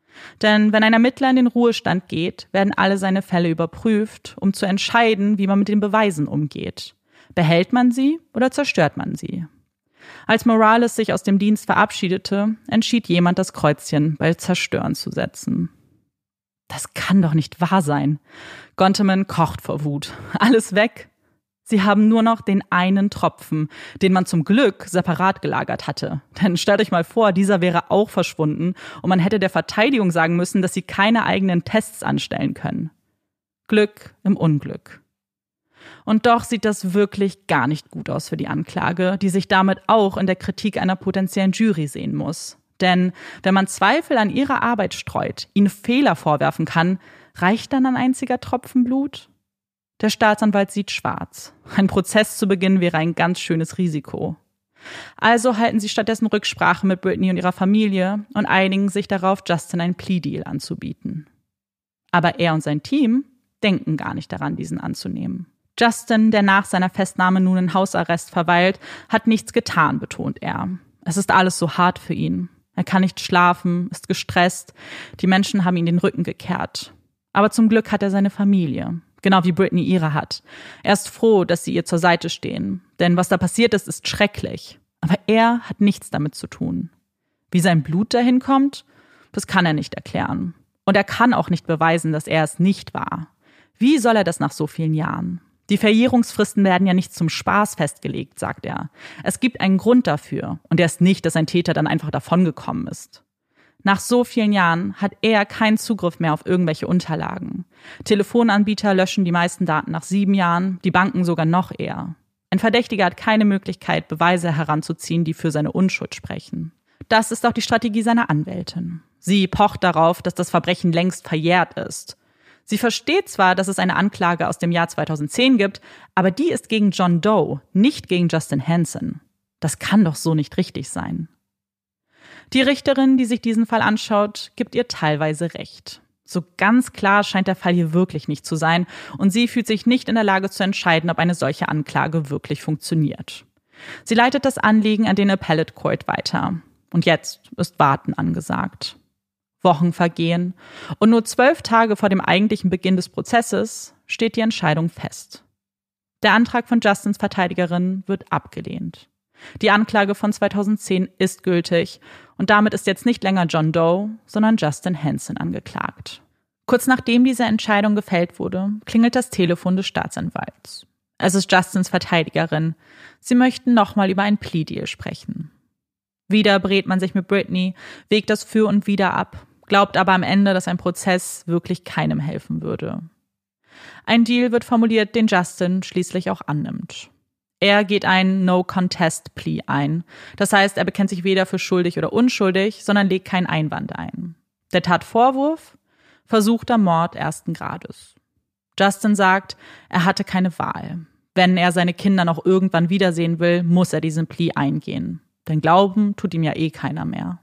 Denn wenn ein Ermittler in den Ruhestand geht, werden alle seine Fälle überprüft, um zu entscheiden, wie man mit den Beweisen umgeht. Behält man sie oder zerstört man sie? Als Morales sich aus dem Dienst verabschiedete, entschied jemand, das Kreuzchen bei Zerstören zu setzen. Das kann doch nicht wahr sein. Gonterman kocht vor Wut. Alles weg. Sie haben nur noch den einen Tropfen, den man zum Glück separat gelagert hatte. Denn stellt euch mal vor, dieser wäre auch verschwunden und man hätte der Verteidigung sagen müssen, dass sie keine eigenen Tests anstellen können. Glück im Unglück. Und doch sieht das wirklich gar nicht gut aus für die Anklage, die sich damit auch in der Kritik einer potenziellen Jury sehen muss. Denn wenn man Zweifel an ihrer Arbeit streut, ihnen Fehler vorwerfen kann, reicht dann ein einziger Tropfen Blut? Der Staatsanwalt sieht schwarz. Ein Prozess zu beginnen wäre ein ganz schönes Risiko. Also halten sie stattdessen Rücksprache mit Britney und ihrer Familie und einigen sich darauf, Justin einen Plea-Deal anzubieten. Aber er und sein Team denken gar nicht daran, diesen anzunehmen. Justin, der nach seiner Festnahme nun in Hausarrest verweilt, hat nichts getan, betont er. Es ist alles so hart für ihn. Er kann nicht schlafen, ist gestresst. Die Menschen haben ihm den Rücken gekehrt. Aber zum Glück hat er seine Familie. Genau wie Britney ihre hat. Er ist froh, dass sie ihr zur Seite stehen. Denn was da passiert ist, ist schrecklich. Aber er hat nichts damit zu tun. Wie sein Blut dahin kommt, das kann er nicht erklären. Und er kann auch nicht beweisen, dass er es nicht war. Wie soll er das nach so vielen Jahren? Die Verjährungsfristen werden ja nicht zum Spaß festgelegt, sagt er. Es gibt einen Grund dafür. Und er ist nicht, dass ein Täter dann einfach davongekommen ist. Nach so vielen Jahren hat er keinen Zugriff mehr auf irgendwelche Unterlagen. Telefonanbieter löschen die meisten Daten nach sieben Jahren, die Banken sogar noch eher. Ein Verdächtiger hat keine Möglichkeit, Beweise heranzuziehen, die für seine Unschuld sprechen. Das ist auch die Strategie seiner Anwältin. Sie pocht darauf, dass das Verbrechen längst verjährt ist. Sie versteht zwar, dass es eine Anklage aus dem Jahr zweitausendzehn gibt, aber die ist gegen John Doe, nicht gegen Justin Hansen. Das kann doch so nicht richtig sein. Die Richterin, die sich diesen Fall anschaut, gibt ihr teilweise recht. So ganz klar scheint der Fall hier wirklich nicht zu sein und sie fühlt sich nicht in der Lage zu entscheiden, ob eine solche Anklage wirklich funktioniert. Sie leitet das Anliegen an den Appellate Court weiter. Und jetzt ist Warten angesagt. Wochen vergehen und nur zwölf Tage vor dem eigentlichen Beginn des Prozesses steht die Entscheidung fest. Der Antrag von Justins Verteidigerin wird abgelehnt. Die Anklage von zweitausendzehn ist gültig und damit ist jetzt nicht länger John Doe, sondern Justin Hansen angeklagt. Kurz nachdem diese Entscheidung gefällt wurde, klingelt das Telefon des Staatsanwalts. Es ist Justins Verteidigerin. Sie möchten nochmal über ein Plea-Deal sprechen. Wieder berät man sich mit Britney, wägt das Für und Wider ab, glaubt aber am Ende, dass ein Prozess wirklich keinem helfen würde. Ein Deal wird formuliert, den Justin schließlich auch annimmt. Er geht einen No-Contest-Plea ein. Das heißt, er bekennt sich weder für schuldig oder unschuldig, sondern legt keinen Einwand ein. Der Tatvorwurf? Versuchter Mord ersten Grades. Justin sagt, er hatte keine Wahl. Wenn er seine Kinder noch irgendwann wiedersehen will, muss er diesen Plea eingehen. Denn glauben tut ihm ja eh keiner mehr.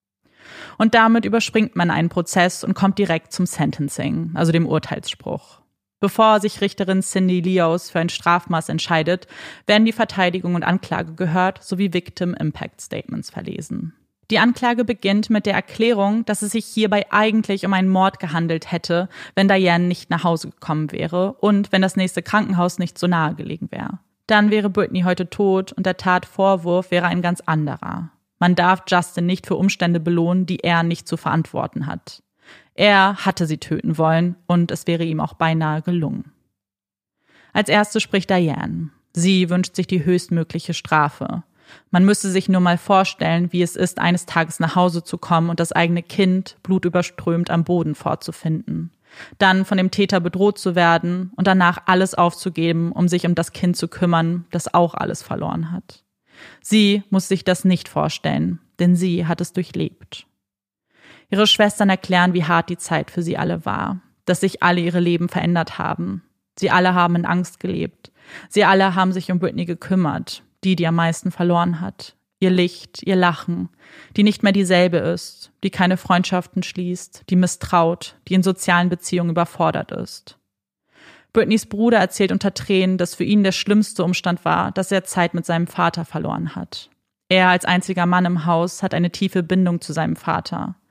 Und damit überspringt man einen Prozess und kommt direkt zum Sentencing, also dem Urteilsspruch. Bevor sich Richterin Cindy Leos für ein Strafmaß entscheidet, werden die Verteidigung und Anklage gehört sowie Victim Impact Statements verlesen. Die Anklage beginnt mit der Erklärung, dass es sich hierbei eigentlich um einen Mord gehandelt hätte, wenn Diane nicht nach Hause gekommen wäre und wenn das nächste Krankenhaus nicht so nahe gelegen wäre. Dann wäre Britney heute tot und der Tatvorwurf wäre ein ganz anderer. Man darf Justin nicht für Umstände belohnen, die er nicht zu verantworten hat. Er hatte sie töten wollen und es wäre ihm auch beinahe gelungen. Als erste spricht Diane. Sie wünscht sich die höchstmögliche Strafe. Man müsste sich nur mal vorstellen, wie es ist, eines Tages nach Hause zu kommen und das eigene Kind blutüberströmt am Boden vorzufinden. Dann von dem Täter bedroht zu werden und danach alles aufzugeben, um sich um das Kind zu kümmern, das auch alles verloren hat. Sie muss sich das nicht vorstellen, denn sie hat es durchlebt. Ihre Schwestern erklären, wie hart die Zeit für sie alle war, dass sich alle ihre Leben verändert haben. Sie alle haben in Angst gelebt. Sie alle haben sich um Britney gekümmert, die, die am meisten verloren hat. Ihr Licht, ihr Lachen, die nicht mehr dieselbe ist, die keine Freundschaften schließt, die misstraut, die in sozialen Beziehungen überfordert ist. Britneys Bruder erzählt unter Tränen, dass für ihn der schlimmste Umstand war, dass er Zeit mit seinem Vater verloren hat. Er als einziger Mann im Haus hat eine tiefe Bindung zu seinem Vater.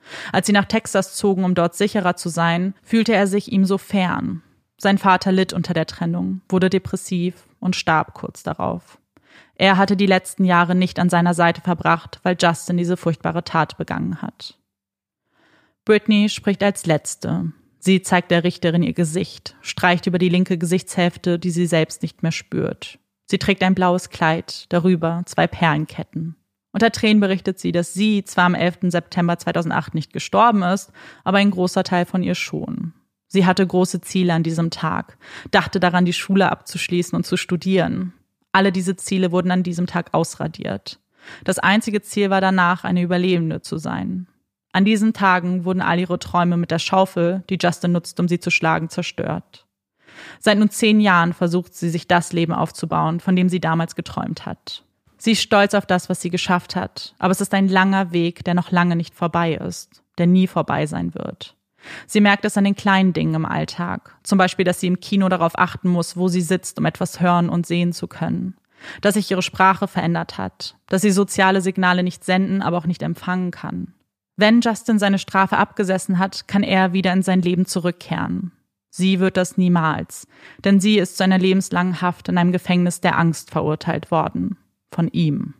Als sie nach Texas zogen, um dort sicherer zu sein, fühlte er sich ihm so fern. Sein Vater litt unter der Trennung, wurde depressiv und starb kurz darauf. Er hatte die letzten Jahre nicht an seiner Seite verbracht, weil Justin diese furchtbare Tat begangen hat. Britney spricht als Letzte. Sie zeigt der Richterin ihr Gesicht, streicht über die linke Gesichtshälfte, die sie selbst nicht mehr spürt. Sie trägt ein blaues Kleid, darüber zwei Perlenketten. Unter Tränen berichtet sie, dass sie zwar am elften September zweitausendacht nicht gestorben ist, aber ein großer Teil von ihr schon. Sie hatte große Ziele an diesem Tag, dachte daran, die Schule abzuschließen und zu studieren. Alle diese Ziele wurden an diesem Tag ausradiert. Das einzige Ziel war danach, eine Überlebende zu sein. An diesen Tagen wurden all ihre Träume mit der Schaufel, die Justin nutzt, um sie zu schlagen, zerstört. Seit nun zehn Jahren versucht sie, sich das Leben aufzubauen, von dem sie damals geträumt hat. Sie ist stolz auf das, was sie geschafft hat, aber es ist ein langer Weg, der noch lange nicht vorbei ist, der nie vorbei sein wird. Sie merkt es an den kleinen Dingen im Alltag, zum Beispiel, dass sie im Kino darauf achten muss, wo sie sitzt, um etwas hören und sehen zu können, dass sich ihre Sprache verändert hat, dass sie soziale Signale nicht senden, aber auch nicht empfangen kann. Wenn Justin seine Strafe abgesessen hat, kann er wieder in sein Leben zurückkehren. Sie wird das niemals, denn sie ist zu einer lebenslangen Haft in einem Gefängnis der Angst verurteilt worden. Von ihm.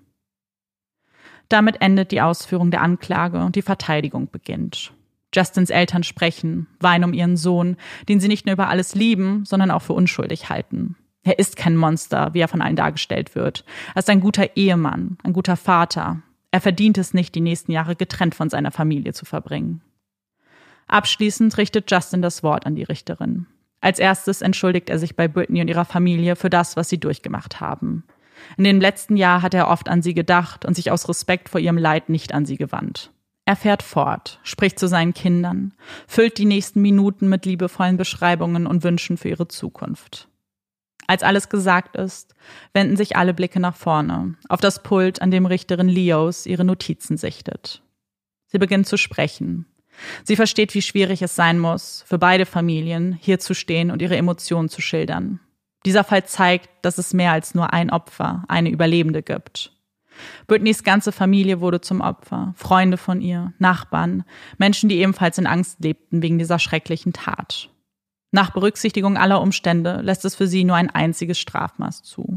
Damit endet die Ausführung der Anklage und die Verteidigung beginnt. Justins Eltern sprechen, weinen um ihren Sohn, den sie nicht nur über alles lieben, sondern auch für unschuldig halten. Er ist kein Monster, wie er von allen dargestellt wird. Er ist ein guter Ehemann, ein guter Vater. Er verdient es nicht, die nächsten Jahre getrennt von seiner Familie zu verbringen. Abschließend richtet Justin das Wort an die Richterin. Als erstes entschuldigt er sich bei Britney und ihrer Familie für das, was sie durchgemacht haben. In dem letzten Jahr hat er oft an sie gedacht und sich aus Respekt vor ihrem Leid nicht an sie gewandt. Er fährt fort, spricht zu seinen Kindern, füllt die nächsten Minuten mit liebevollen Beschreibungen und Wünschen für ihre Zukunft. Als alles gesagt ist, wenden sich alle Blicke nach vorne, auf das Pult, an dem Richterin Leos ihre Notizen sichtet. Sie beginnt zu sprechen. Sie versteht, wie schwierig es sein muss, für beide Familien hier zu stehen und ihre Emotionen zu schildern. Dieser Fall zeigt, dass es mehr als nur ein Opfer, eine Überlebende gibt. Britneys ganze Familie wurde zum Opfer, Freunde von ihr, Nachbarn, Menschen, die ebenfalls in Angst lebten wegen dieser schrecklichen Tat. Nach Berücksichtigung aller Umstände lässt es für sie nur ein einziges Strafmaß zu.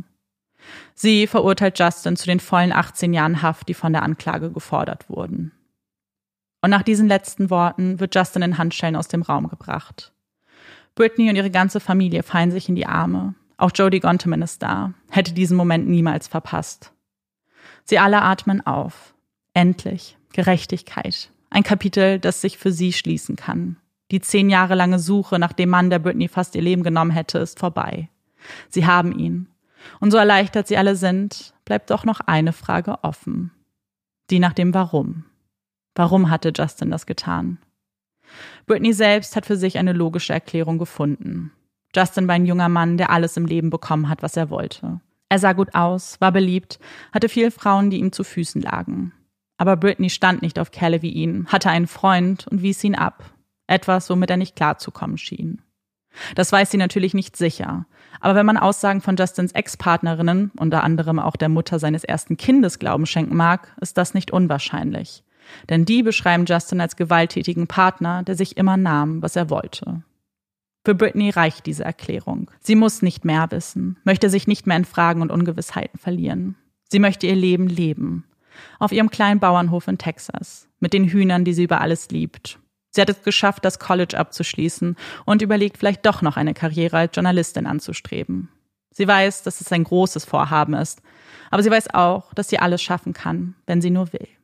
Sie verurteilt Justin zu den vollen achtzehn Jahren Haft, die von der Anklage gefordert wurden. Und nach diesen letzten Worten wird Justin in Handschellen aus dem Raum gebracht. Britney und ihre ganze Familie fallen sich in die Arme. Auch Jodie Gonteman ist da, hätte diesen Moment niemals verpasst. Sie alle atmen auf. Endlich. Gerechtigkeit. Ein Kapitel, das sich für sie schließen kann. Die zehn Jahre lange Suche nach dem Mann, der Britney fast ihr Leben genommen hätte, ist vorbei. Sie haben ihn. Und so erleichtert sie alle sind, bleibt doch noch eine Frage offen. Die nach dem Warum. Warum hatte Justin das getan? Britney selbst hat für sich eine logische Erklärung gefunden. Justin war ein junger Mann, der alles im Leben bekommen hat, was er wollte. Er sah gut aus, war beliebt, hatte viele Frauen, die ihm zu Füßen lagen. Aber Britney stand nicht auf Kerle wie ihn, hatte einen Freund und wies ihn ab. Etwas, womit er nicht klarzukommen schien. Das weiß sie natürlich nicht sicher. Aber wenn man Aussagen von Justins Ex-Partnerinnen, unter anderem auch der Mutter seines ersten Kindes, Glauben schenken mag, ist das nicht unwahrscheinlich. Denn die beschreiben Justin als gewalttätigen Partner, der sich immer nahm, was er wollte. Für Britney reicht diese Erklärung. Sie muss nicht mehr wissen, möchte sich nicht mehr in Fragen und Ungewissheiten verlieren. Sie möchte ihr Leben leben. Auf ihrem kleinen Bauernhof in Texas, mit den Hühnern, die sie über alles liebt. Sie hat es geschafft, das College abzuschließen und überlegt, vielleicht doch noch eine Karriere als Journalistin anzustreben. Sie weiß, dass es ein großes Vorhaben ist, aber sie weiß auch, dass sie alles schaffen kann, wenn sie nur will.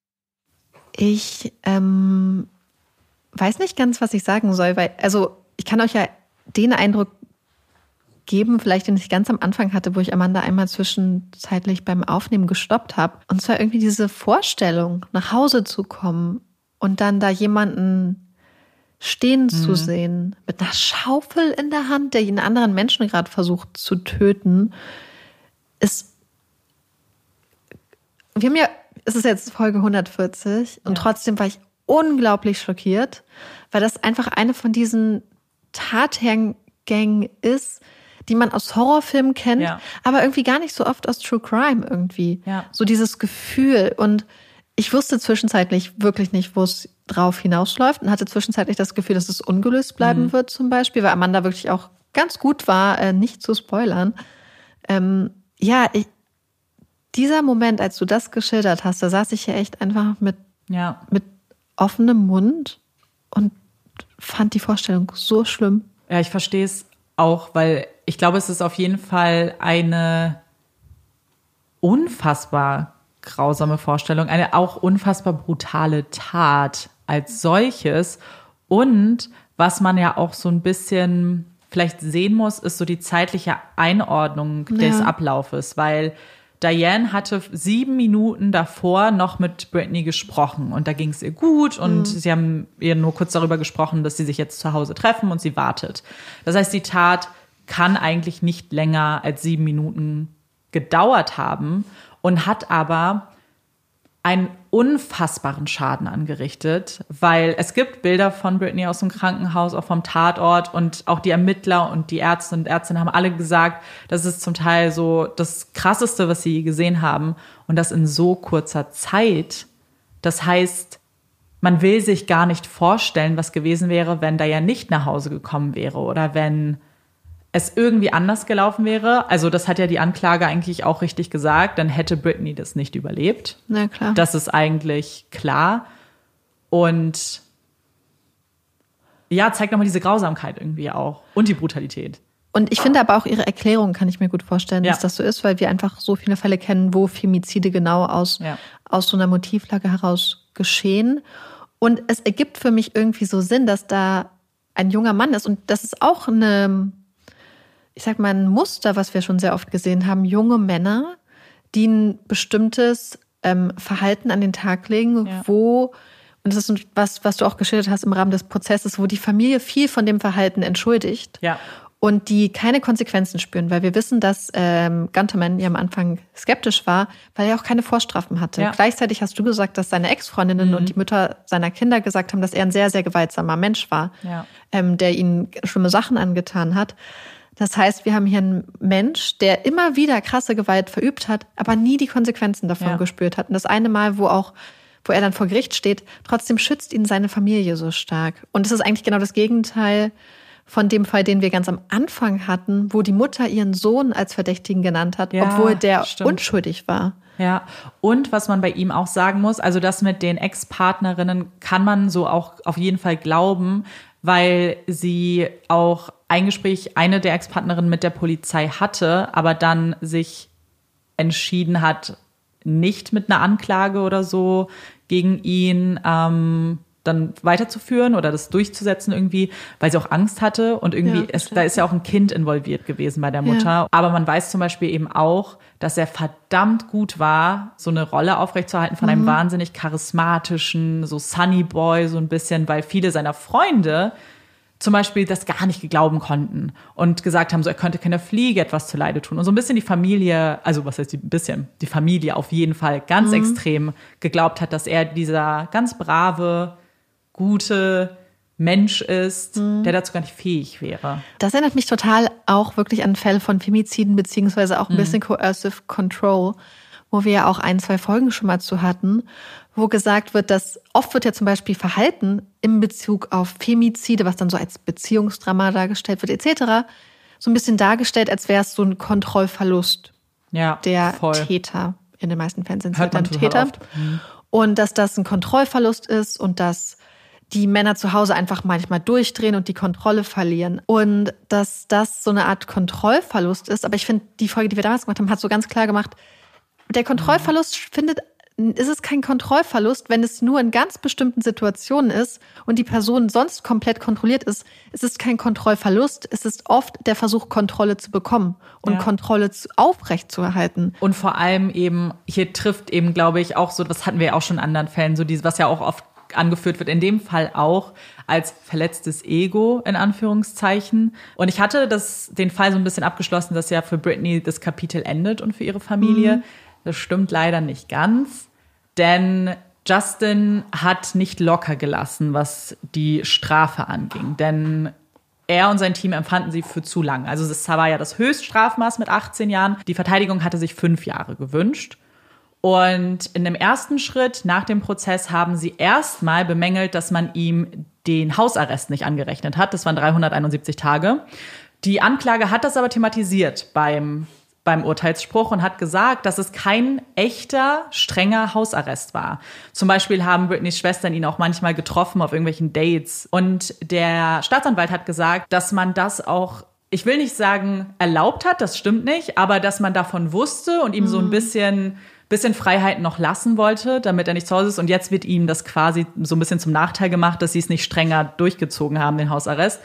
Ich ähm, weiß nicht ganz, was ich sagen soll, weil, also ich kann euch ja den Eindruck geben, vielleicht den ich ganz am Anfang hatte, wo ich Amanda einmal zwischenzeitlich beim Aufnehmen gestoppt habe. Und zwar irgendwie diese Vorstellung, nach Hause zu kommen und dann da jemanden stehen mhm. zu sehen, mit einer Schaufel in der Hand, der einen anderen Menschen gerade versucht zu töten, ist, wir haben ja, es ist jetzt Folge hundertvierzig und ja. trotzdem war ich unglaublich schockiert, weil das einfach eine von diesen Tathergängen ist, die man aus Horrorfilmen kennt, ja. aber irgendwie gar nicht so oft aus True Crime irgendwie. Ja. So dieses Gefühl. Und ich wusste zwischenzeitlich wirklich nicht, wo es drauf hinausläuft und hatte zwischenzeitlich das Gefühl, dass es ungelöst bleiben mhm. wird zum Beispiel, weil Amanda wirklich auch ganz gut war, äh, nicht zu spoilern. Ähm, ja, ich, dieser Moment, als du das geschildert hast, da saß ich hier echt einfach mit, ja. mit offenem Mund und fand die Vorstellung so schlimm. Ja, ich verstehe es auch, weil ich glaube, es ist auf jeden Fall eine unfassbar grausame Vorstellung, eine auch unfassbar brutale Tat als solches. Und was man ja auch so ein bisschen vielleicht sehen muss, ist so die zeitliche Einordnung ja. des Ablaufes, weil Diane hatte sieben Minuten davor noch mit Britney gesprochen und da ging es ihr gut und mhm. sie haben ihr nur kurz darüber gesprochen, dass sie sich jetzt zu Hause treffen und sie wartet. Das heißt, die Tat kann eigentlich nicht länger als sieben Minuten gedauert haben und hat aber einen unfassbaren Schaden angerichtet, weil es gibt Bilder von Britney aus dem Krankenhaus, auch vom Tatort und auch die Ermittler und die Ärzte und Ärztinnen haben alle gesagt, das ist zum Teil so das Krasseste, was sie gesehen haben und das in so kurzer Zeit. Das heißt, man will sich gar nicht vorstellen, was gewesen wäre, wenn Diane nicht nach Hause gekommen wäre oder wenn es irgendwie anders gelaufen wäre. Also das hat ja die Anklage eigentlich auch richtig gesagt, dann hätte Britney das nicht überlebt. Na klar. Das ist eigentlich klar. Und ja, zeigt nochmal diese Grausamkeit irgendwie auch und die Brutalität. Und ich finde aber auch ihre Erklärung, kann ich mir gut vorstellen, ja. dass das so ist, weil wir einfach so viele Fälle kennen, wo Femizide genau aus, ja. aus so einer Motivlage heraus geschehen. Und es ergibt für mich irgendwie so Sinn, dass da ein junger Mann ist. Und das ist auch eine, ich sag mal, ein Muster, was wir schon sehr oft gesehen haben. Junge Männer, die ein bestimmtes ähm, Verhalten an den Tag legen, ja. wo, und das ist was, was du auch geschildert hast im Rahmen des Prozesses, wo die Familie viel von dem Verhalten entschuldigt. Ja. Und die keine Konsequenzen spüren, weil wir wissen, dass ähm, Gunterman ja am Anfang skeptisch war, weil er auch keine Vorstrafen hatte. Ja. Gleichzeitig hast du gesagt, dass seine Ex-Freundinnen mhm. und die Mütter seiner Kinder gesagt haben, dass er ein sehr, sehr gewaltsamer Mensch war, ja. ähm, der ihnen schlimme Sachen angetan hat. Das heißt, wir haben hier einen Mensch, der immer wieder krasse Gewalt verübt hat, aber nie die Konsequenzen davon ja. gespürt hat. Und das eine Mal, wo auch wo er dann vor Gericht steht, trotzdem schützt ihn seine Familie so stark. Und es ist eigentlich genau das Gegenteil von dem Fall, den wir ganz am Anfang hatten, wo die Mutter ihren Sohn als Verdächtigen genannt hat, ja, obwohl der stimmt. unschuldig war. Ja, und was man bei ihm auch sagen muss, also das mit den Ex-Partnerinnen kann man so auch auf jeden Fall glauben, weil sie auch ein Gespräch, eine der Ex-Partnerinnen mit der Polizei hatte, aber dann sich entschieden hat, nicht mit einer Anklage oder so gegen ihn ähm, dann weiterzuführen oder das durchzusetzen irgendwie, weil sie auch Angst hatte und irgendwie, ja, es, da ist ja auch ein Kind involviert gewesen bei der Mutter. Ja. Aber man weiß zum Beispiel eben auch, dass er verdammt gut war, so eine Rolle aufrechtzuerhalten von mhm. einem wahnsinnig charismatischen, so Sunny Boy, so ein bisschen, weil viele seiner Freunde zum Beispiel das gar nicht glauben konnten und gesagt haben, so er könnte keiner Fliege etwas zuleide tun. Und so ein bisschen die Familie, also was heißt ein bisschen, die Familie auf jeden Fall ganz mhm. extrem geglaubt hat, dass er dieser ganz brave, gute Mensch ist, mhm. der dazu gar nicht fähig wäre. Das erinnert mich total auch wirklich an Fälle von Femiziden, beziehungsweise auch ein mhm. bisschen Coercive Control, wo wir ja auch ein, zwei Folgen schon mal zu hatten, wo gesagt wird, dass oft wird ja zum Beispiel Verhalten im Bezug auf Femizide, was dann so als Beziehungsdrama dargestellt wird, et cetera, so ein bisschen dargestellt, als wäre es so ein Kontrollverlust ja, der voll. Täter. In den meisten Fällen sind es halt dann Täter. Mhm. Und dass das ein Kontrollverlust ist und dass die Männer zu Hause einfach manchmal durchdrehen und die Kontrolle verlieren. Und dass das so eine Art Kontrollverlust ist. Aber ich finde, die Folge, die wir damals gemacht haben, hat so ganz klar gemacht, der Kontrollverlust findet, ist es kein Kontrollverlust, wenn es nur in ganz bestimmten Situationen ist und die Person sonst komplett kontrolliert ist. Es ist kein Kontrollverlust, es ist oft der Versuch, Kontrolle zu bekommen und ja. Kontrolle zu, aufrecht zu erhalten. Und vor allem eben, hier trifft eben, glaube ich, auch so, das hatten wir auch schon in anderen Fällen, so dieses, was ja auch oft angeführt wird, in dem Fall auch als verletztes Ego, in Anführungszeichen. Und ich hatte das, den Fall so ein bisschen abgeschlossen, dass ja für Britney das Kapitel endet und für ihre Familie. Mhm. Das stimmt leider nicht ganz, denn Justin hat nicht locker gelassen, was die Strafe anging. Denn er und sein Team empfanden sie für zu lang. Also es war ja das Höchststrafmaß mit achtzehn Jahren. Die Verteidigung hatte sich fünf Jahre gewünscht. Und in dem ersten Schritt nach dem Prozess haben sie erstmal bemängelt, dass man ihm den Hausarrest nicht angerechnet hat. Das waren dreihunderteinundsiebzig Tage. Die Anklage hat das aber thematisiert beim, beim Urteilsspruch und hat gesagt, dass es kein echter, strenger Hausarrest war. Zum Beispiel haben Britneys Schwestern ihn auch manchmal getroffen auf irgendwelchen Dates. Und der Staatsanwalt hat gesagt, dass man das auch, ich will nicht sagen, erlaubt hat, das stimmt nicht, aber dass man davon wusste und ihm mhm. so ein bisschen... bisschen Freiheit noch lassen wollte, damit er nicht zu Hause ist. Und jetzt wird ihm das quasi so ein bisschen zum Nachteil gemacht, dass sie es nicht strenger durchgezogen haben, den Hausarrest.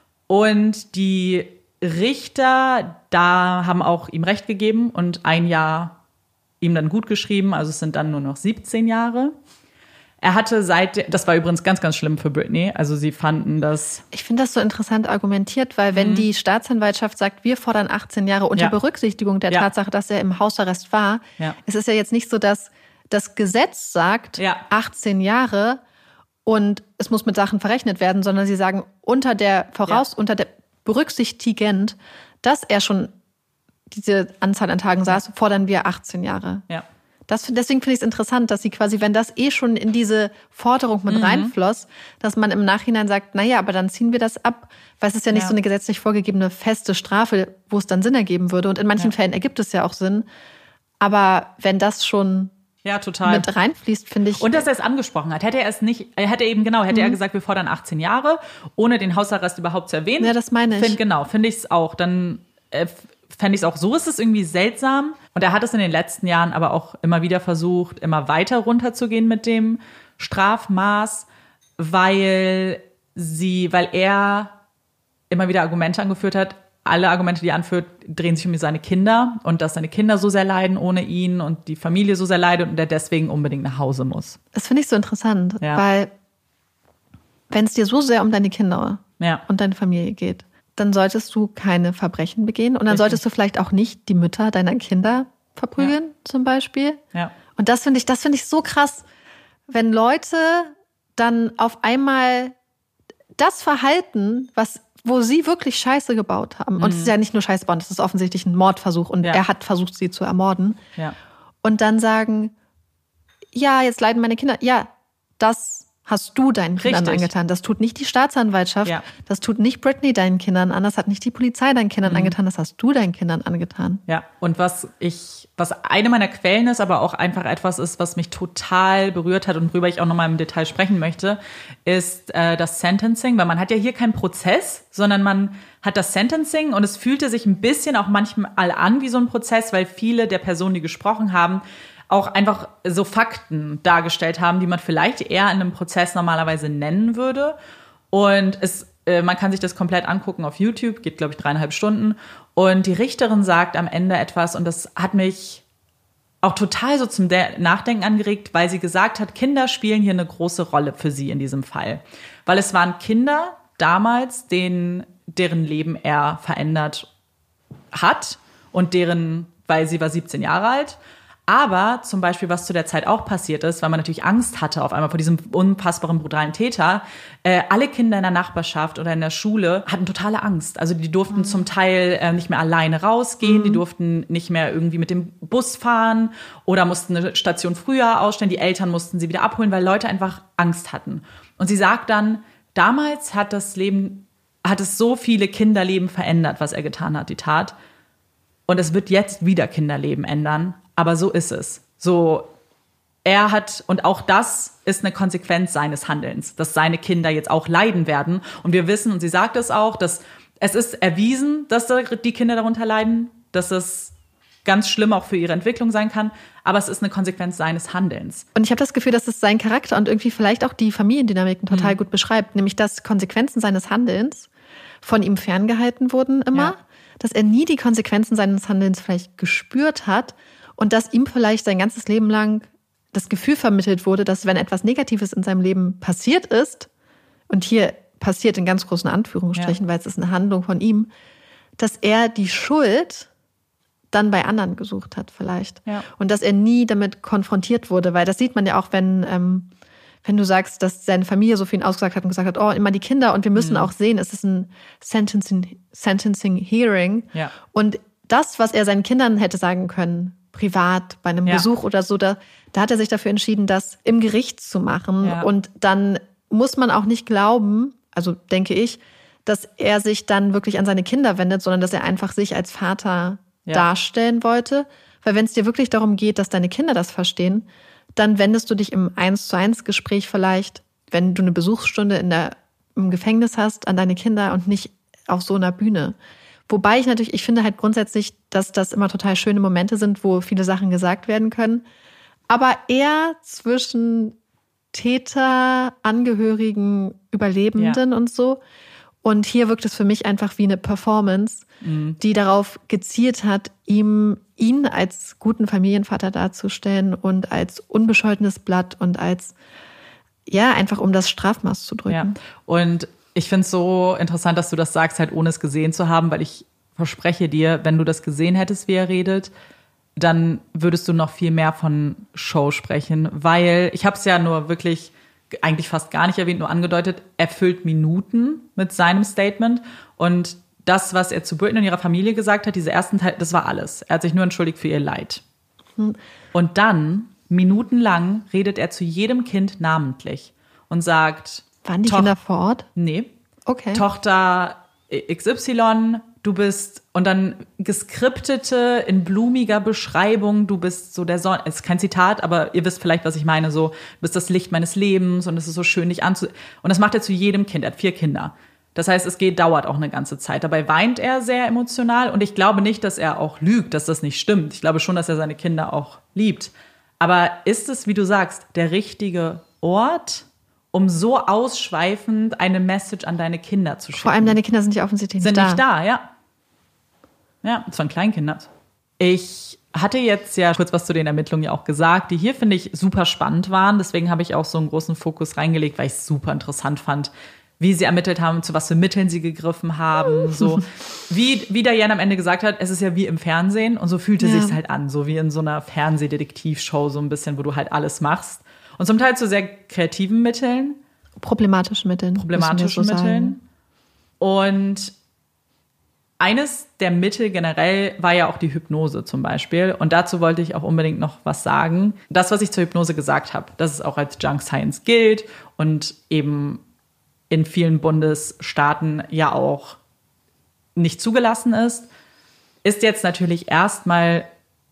Und die Richter da haben auch ihm Recht gegeben und ein Jahr ihm dann gut geschrieben. Also es sind dann nur noch siebzehn Jahre. Er hatte seit, das war übrigens ganz, ganz schlimm für Britney. Also sie fanden das... Ich finde das so interessant argumentiert, weil wenn mhm. die Staatsanwaltschaft sagt, wir fordern achtzehn Jahre unter ja. Berücksichtigung der ja. Tatsache, dass er im Hausarrest war, ja. es ist ja jetzt nicht so, dass das Gesetz sagt ja. achtzehn Jahre und es muss mit Sachen verrechnet werden, sondern sie sagen unter der Voraus, ja. unter der berücksichtigend, dass er schon diese Anzahl an Tagen saß, fordern wir achtzehn Jahre. Ja. Das, deswegen finde ich es interessant, dass sie quasi, wenn das eh schon in diese Forderung mit mhm. reinfloss, dass man im Nachhinein sagt, naja, aber dann ziehen wir das ab, weil es ist ja nicht ja. so eine gesetzlich vorgegebene feste Strafe, wo es dann Sinn ergeben würde. Und in manchen ja. Fällen ergibt es ja auch Sinn. Aber wenn das schon ja, total. mit reinfließt, finde ich... Und dass er es angesprochen hat. Hätte er es nicht, hätte er eben genau, hätte mhm. er gesagt, wir fordern achtzehn Jahre, ohne den Hausarrest überhaupt zu erwähnen. Ja, das meine ich. Find, genau, finde ich es auch. Dann... Äh, fände ich es auch so, ist es irgendwie seltsam. Und er hat es in den letzten Jahren aber auch immer wieder versucht, immer weiter runterzugehen mit dem Strafmaß, weil sie, weil er immer wieder Argumente angeführt hat. Alle Argumente, die er anführt, drehen sich um seine Kinder und dass seine Kinder so sehr leiden ohne ihn und die Familie so sehr leidet und er deswegen unbedingt nach Hause muss. Das finde ich so interessant, ja. weil wenn es dir so sehr um deine Kinder ja. und deine Familie geht, dann solltest du keine Verbrechen begehen. Und dann Richtig. solltest du vielleicht auch nicht die Mütter deiner Kinder verprügeln, ja. zum Beispiel. Ja. Und das finde ich, das finde ich so krass, wenn Leute dann auf einmal das Verhalten, was, wo sie wirklich Scheiße gebaut haben. Mhm. Und es ist ja nicht nur Scheiße bauen, das ist offensichtlich ein Mordversuch und ja. er hat versucht, sie zu ermorden. Ja. Und dann sagen, ja, jetzt leiden meine Kinder. Ja, das hast du deinen Kindern Richtig. angetan. Das tut nicht die Staatsanwaltschaft. Ja. Das tut nicht Britney deinen Kindern an. Das hat nicht die Polizei deinen Kindern mhm. angetan. Das hast du deinen Kindern angetan. Ja, und was ich, was eine meiner Quellen ist, aber auch einfach etwas ist, was mich total berührt hat und worüber ich auch nochmal im Detail sprechen möchte, ist äh, das Sentencing. Weil man hat ja hier keinen Prozess, sondern man hat das Sentencing und es fühlte sich ein bisschen auch manchmal an wie so ein Prozess, weil viele der Personen, die gesprochen haben, auch einfach so Fakten dargestellt haben, die man vielleicht eher in einem Prozess normalerweise nennen würde. Und es, äh, man kann sich das komplett angucken auf YouTube, geht, glaube ich, dreieinhalb Stunden. Und die Richterin sagt am Ende etwas, und das hat mich auch total so zum Nachdenken angeregt, weil sie gesagt hat, Kinder spielen hier eine große Rolle für sie in diesem Fall. Weil es waren Kinder damals, denen, deren Leben er verändert hat und deren, weil sie war siebzehn Jahre alt. Aber zum Beispiel, was zu der Zeit auch passiert ist, weil man natürlich Angst hatte auf einmal vor diesem unfassbaren, brutalen Täter, äh, alle Kinder in der Nachbarschaft oder in der Schule hatten totale Angst. Also die durften mhm. zum Teil äh, nicht mehr alleine rausgehen, mhm. die durften nicht mehr irgendwie mit dem Bus fahren oder mussten eine Station früher ausstellen. Die Eltern mussten sie wieder abholen, weil Leute einfach Angst hatten. Und sie sagt dann, damals hat das Leben, hat es so viele Kinderleben verändert, was er getan hat, die Tat. Und es wird jetzt wieder Kinderleben ändern. Aber so ist es. So, er hat, und auch das ist eine Konsequenz seines Handelns, dass seine Kinder jetzt auch leiden werden. Und wir wissen, und sie sagt es auch, dass es ist erwiesen, dass die Kinder darunter leiden, dass es ganz schlimm auch für ihre Entwicklung sein kann. Aber es ist eine Konsequenz seines Handelns. Und ich habe das Gefühl, dass es seinen Charakter und irgendwie vielleicht auch die Familiendynamiken total mhm. gut beschreibt. Nämlich, dass Konsequenzen seines Handelns von ihm ferngehalten wurden immer. Ja. Dass er nie die Konsequenzen seines Handelns vielleicht gespürt hat. Und dass ihm vielleicht sein ganzes Leben lang das Gefühl vermittelt wurde, dass wenn etwas Negatives in seinem Leben passiert ist, und hier passiert in ganz großen Anführungsstrichen, ja. weil es ist eine Handlung von ihm, dass er die Schuld dann bei anderen gesucht hat vielleicht. Ja. Und dass er nie damit konfrontiert wurde, weil das sieht man ja auch, wenn, ähm, wenn du sagst, dass seine Familie so für ihn ausgesagt hat und gesagt hat, oh, immer die Kinder, und wir müssen mhm. auch sehen, es ist ein Sentencing, Sentencing Hearing. Ja. Und das, was er seinen Kindern hätte sagen können, privat, bei einem ja. Besuch oder so, da, da hat er sich dafür entschieden, das im Gericht zu machen. Ja. Und dann muss man auch nicht glauben, also denke ich, dass er sich dann wirklich an seine Kinder wendet, sondern dass er einfach sich als Vater ja. darstellen wollte. Weil wenn es dir wirklich darum geht, dass deine Kinder das verstehen, dann wendest du dich im eins zu eins Gespräch vielleicht, wenn du eine Besuchsstunde in der, im Gefängnis hast, an deine Kinder und nicht auf so einer Bühne. Wobei ich natürlich, ich finde halt grundsätzlich, dass das immer total schöne Momente sind, wo viele Sachen gesagt werden können. Aber eher zwischen Täter, Angehörigen, Überlebenden ja. und so. Und hier wirkt es für mich einfach wie eine Performance, mhm. die darauf gezielt hat, ihm ihn als guten Familienvater darzustellen und als unbescholtenes Blatt und als, ja, einfach um das Strafmaß zu drücken. Ja. Und ich finde es so interessant, dass du das sagst, halt ohne es gesehen zu haben, weil ich verspreche dir, wenn du das gesehen hättest, wie er redet, dann würdest du noch viel mehr von Show sprechen, weil ich habe es ja nur wirklich eigentlich fast gar nicht erwähnt, nur angedeutet, er füllt Minuten mit seinem Statement und das, was er zu Britney und ihrer Familie gesagt hat, diese ersten Teil, das war alles. Er hat sich nur entschuldigt für ihr Leid. Hm. Und dann, minutenlang, redet er zu jedem Kind namentlich und sagt... Waren die Toch- Kinder vor Ort? Nee. Okay. Tochter X Y, du bist... Und dann geskriptete, in blumiger Beschreibung, du bist so der Sonne... Es ist kein Zitat, aber ihr wisst vielleicht, was ich meine. So, du bist das Licht meines Lebens und es ist so schön, dich anzu... Und das macht er zu jedem Kind. Er hat vier Kinder. Das heißt, es geht, dauert auch eine ganze Zeit. Dabei weint er sehr emotional und ich glaube nicht, dass er auch lügt, dass das nicht stimmt. Ich glaube schon, dass er seine Kinder auch liebt. Aber ist es, wie du sagst, der richtige Ort, um so ausschweifend eine Message an deine Kinder zu schicken? Vor allem deine Kinder sind ja offensichtlich nicht sind da. Sind nicht da, ja. Ja, es waren Kleinkinder. Ich hatte jetzt ja kurz was zu den Ermittlungen ja auch gesagt, die hier, finde ich, super spannend waren. Deswegen habe ich auch so einen großen Fokus reingelegt, weil ich es super interessant fand, wie sie ermittelt haben, zu was für Mitteln sie gegriffen haben. So wie, wie Diane am Ende gesagt hat, es ist ja wie im Fernsehen und so fühlte ja. sich's halt an, so wie in so einer Fernsehdetektivshow so ein bisschen, wo du halt alles machst. Und zum Teil zu sehr kreativen Mitteln. Problematischen Mitteln. Problematischen so Mitteln. Und eines der Mittel generell war ja auch die Hypnose zum Beispiel. Und dazu wollte ich auch unbedingt noch was sagen. Das, was ich zur Hypnose gesagt habe, dass es auch als Junk Science gilt und eben in vielen Bundesstaaten ja auch nicht zugelassen ist, ist jetzt natürlich erstmal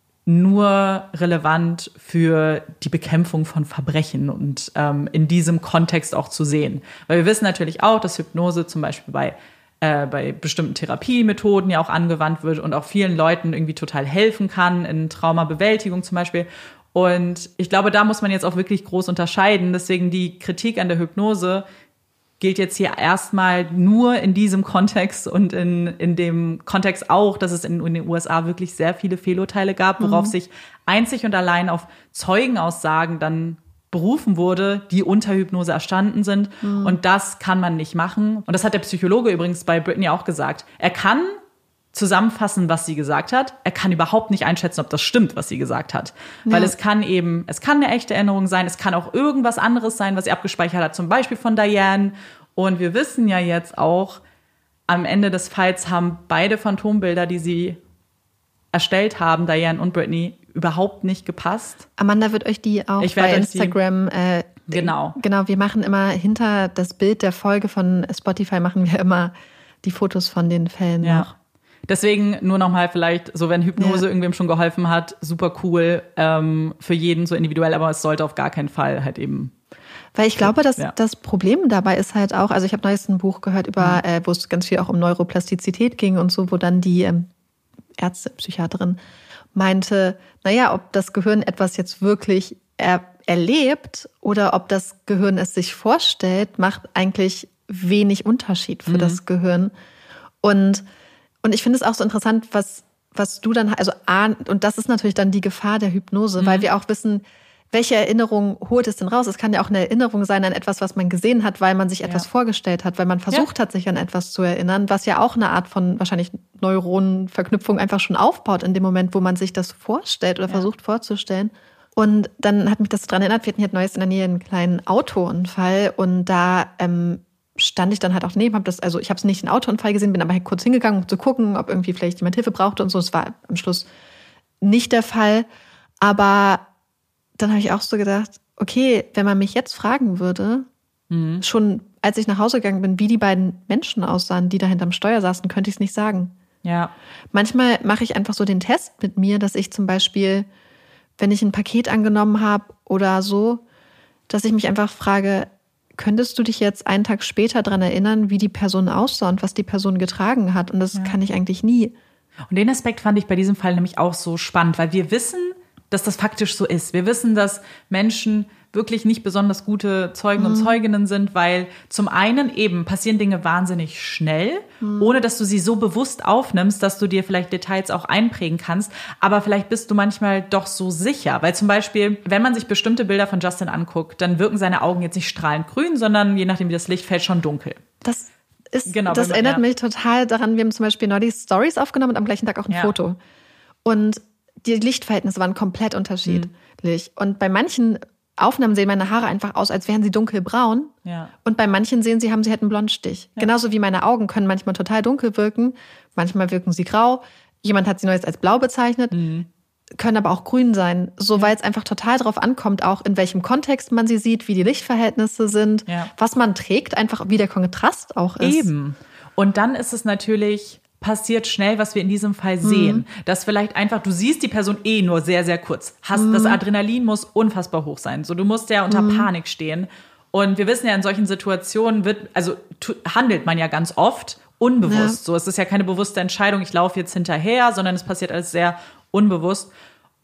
nur relevant für die Bekämpfung von Verbrechen und ähm, in diesem Kontext auch zu sehen. Weil wir wissen natürlich auch, dass Hypnose zum Beispiel bei, äh, bei bestimmten Therapiemethoden ja auch angewandt wird und auch vielen Leuten irgendwie total helfen kann, in Traumabewältigung zum Beispiel. Und ich glaube, da muss man jetzt auch wirklich groß unterscheiden. Deswegen die Kritik an der Hypnose gilt jetzt hier erstmal nur in diesem Kontext und in, in dem Kontext auch, dass es in, in den U S A wirklich sehr viele Fehlurteile gab, worauf mhm. sich einzig und allein auf Zeugenaussagen dann berufen wurde, die unter Hypnose erstanden sind. Mhm. Und das kann man nicht machen. Und das hat der Psychologe übrigens bei Britney auch gesagt. Er kann zusammenfassen, was sie gesagt hat. Er kann überhaupt nicht einschätzen, ob das stimmt, was sie gesagt hat. Ja. Weil es kann eben, es kann eine echte Erinnerung sein, es kann auch irgendwas anderes sein, was sie abgespeichert hat, zum Beispiel von Diane. Und wir wissen ja jetzt auch, am Ende des Falls haben beide Phantombilder, die sie erstellt haben, Diane und Britney, überhaupt nicht gepasst. Amanda wird euch die auch ich bei Instagram, die, äh, genau. Genau, wir machen immer hinter das Bild der Folge von Spotify, machen wir immer die Fotos von den Fällen ja. noch. Deswegen nur nochmal vielleicht, so wenn Hypnose ja. irgendwem schon geholfen hat, super cool, ähm, für jeden so individuell, aber es sollte auf gar keinen Fall halt eben. Weil ich glaube, dass ja. das Problem dabei ist halt auch, also ich habe neulich ein Buch gehört über, mhm. äh, wo es ganz viel auch um Neuroplastizität ging und so, wo dann die ähm, Ärzte, Psychiaterin meinte, naja, ob das Gehirn etwas jetzt wirklich er, erlebt oder ob das Gehirn es sich vorstellt, macht eigentlich wenig Unterschied für mhm. das Gehirn. Und Und ich finde es auch so interessant, was, was du dann, also, und das ist natürlich dann die Gefahr der Hypnose, mhm. weil wir auch wissen, welche Erinnerung holt es denn raus? Es kann ja auch eine Erinnerung sein an etwas, was man gesehen hat, weil man sich etwas ja. vorgestellt hat, weil man versucht ja. hat, sich an etwas zu erinnern, was ja auch eine Art von wahrscheinlich Neuronenverknüpfung einfach schon aufbaut in dem Moment, wo man sich das vorstellt oder ja. versucht vorzustellen. Und dann hat mich das daran erinnert, wir hatten jetzt neues in der Nähe einen kleinen Autounfall und da ähm, stand ich dann halt auch neben, hab das, also ich habe es nicht einen Autounfall gesehen, bin aber halt kurz hingegangen, um zu gucken, ob irgendwie vielleicht jemand Hilfe brauchte und so. Es war am Schluss nicht der Fall. Aber dann habe ich auch so gedacht, okay, wenn man mich jetzt fragen würde, mhm. schon als ich nach Hause gegangen bin, wie die beiden Menschen aussahen, die da hinterm Steuer saßen, könnte ich es nicht sagen. Ja. Manchmal mache ich einfach so den Test mit mir, dass ich zum Beispiel, wenn ich ein Paket angenommen habe oder so, dass ich mich einfach frage, könntest du dich jetzt einen Tag später daran erinnern, wie die Person aussah und was die Person getragen hat? Und das ja. kann ich eigentlich nie. Und den Aspekt fand ich bei diesem Fall nämlich auch so spannend, weil wir wissen, dass das faktisch so ist. Wir wissen, dass Menschen wirklich nicht besonders gute Zeugen und Zeuginnen sind, weil zum einen eben passieren Dinge wahnsinnig schnell, mhm. ohne dass du sie so bewusst aufnimmst, dass du dir vielleicht Details auch einprägen kannst. Aber vielleicht bist du manchmal doch so sicher. Weil zum Beispiel, wenn man sich bestimmte Bilder von Justin anguckt, dann wirken seine Augen jetzt nicht strahlend grün, sondern je nachdem, wie das Licht fällt, schon dunkel. Das ist, genau, das man, erinnert ja. mich total daran, wir haben zum Beispiel neulich Stories aufgenommen und am gleichen Tag auch ein ja. Foto. Und die Lichtverhältnisse waren komplett unterschiedlich. Mhm. Und bei manchen Aufnahmen sehen meine Haare einfach aus, als wären sie dunkelbraun. Ja. Und bei manchen sehen sie, haben sie halt einen Blondstich. Ja. Genauso wie meine Augen können manchmal total dunkel wirken. Manchmal wirken sie grau. Jemand hat sie neulich als blau bezeichnet. Mhm. Können aber auch grün sein. So, ja. weil es einfach total drauf ankommt, auch in welchem Kontext man sie sieht, wie die Lichtverhältnisse sind, ja. was man trägt, einfach wie der Kontrast auch ist. Eben. Und dann ist es natürlich passiert schnell, was wir in diesem Fall sehen. Mhm. Dass vielleicht einfach, du siehst die Person eh nur sehr, sehr kurz. Hast, mhm. Das Adrenalin muss unfassbar hoch sein. So, du musst ja unter mhm. Panik stehen. Und wir wissen ja, in solchen Situationen wird, also tu, handelt man ja ganz oft unbewusst. Ja. So, es ist ja keine bewusste Entscheidung, ich laufe jetzt hinterher, sondern es passiert alles sehr unbewusst.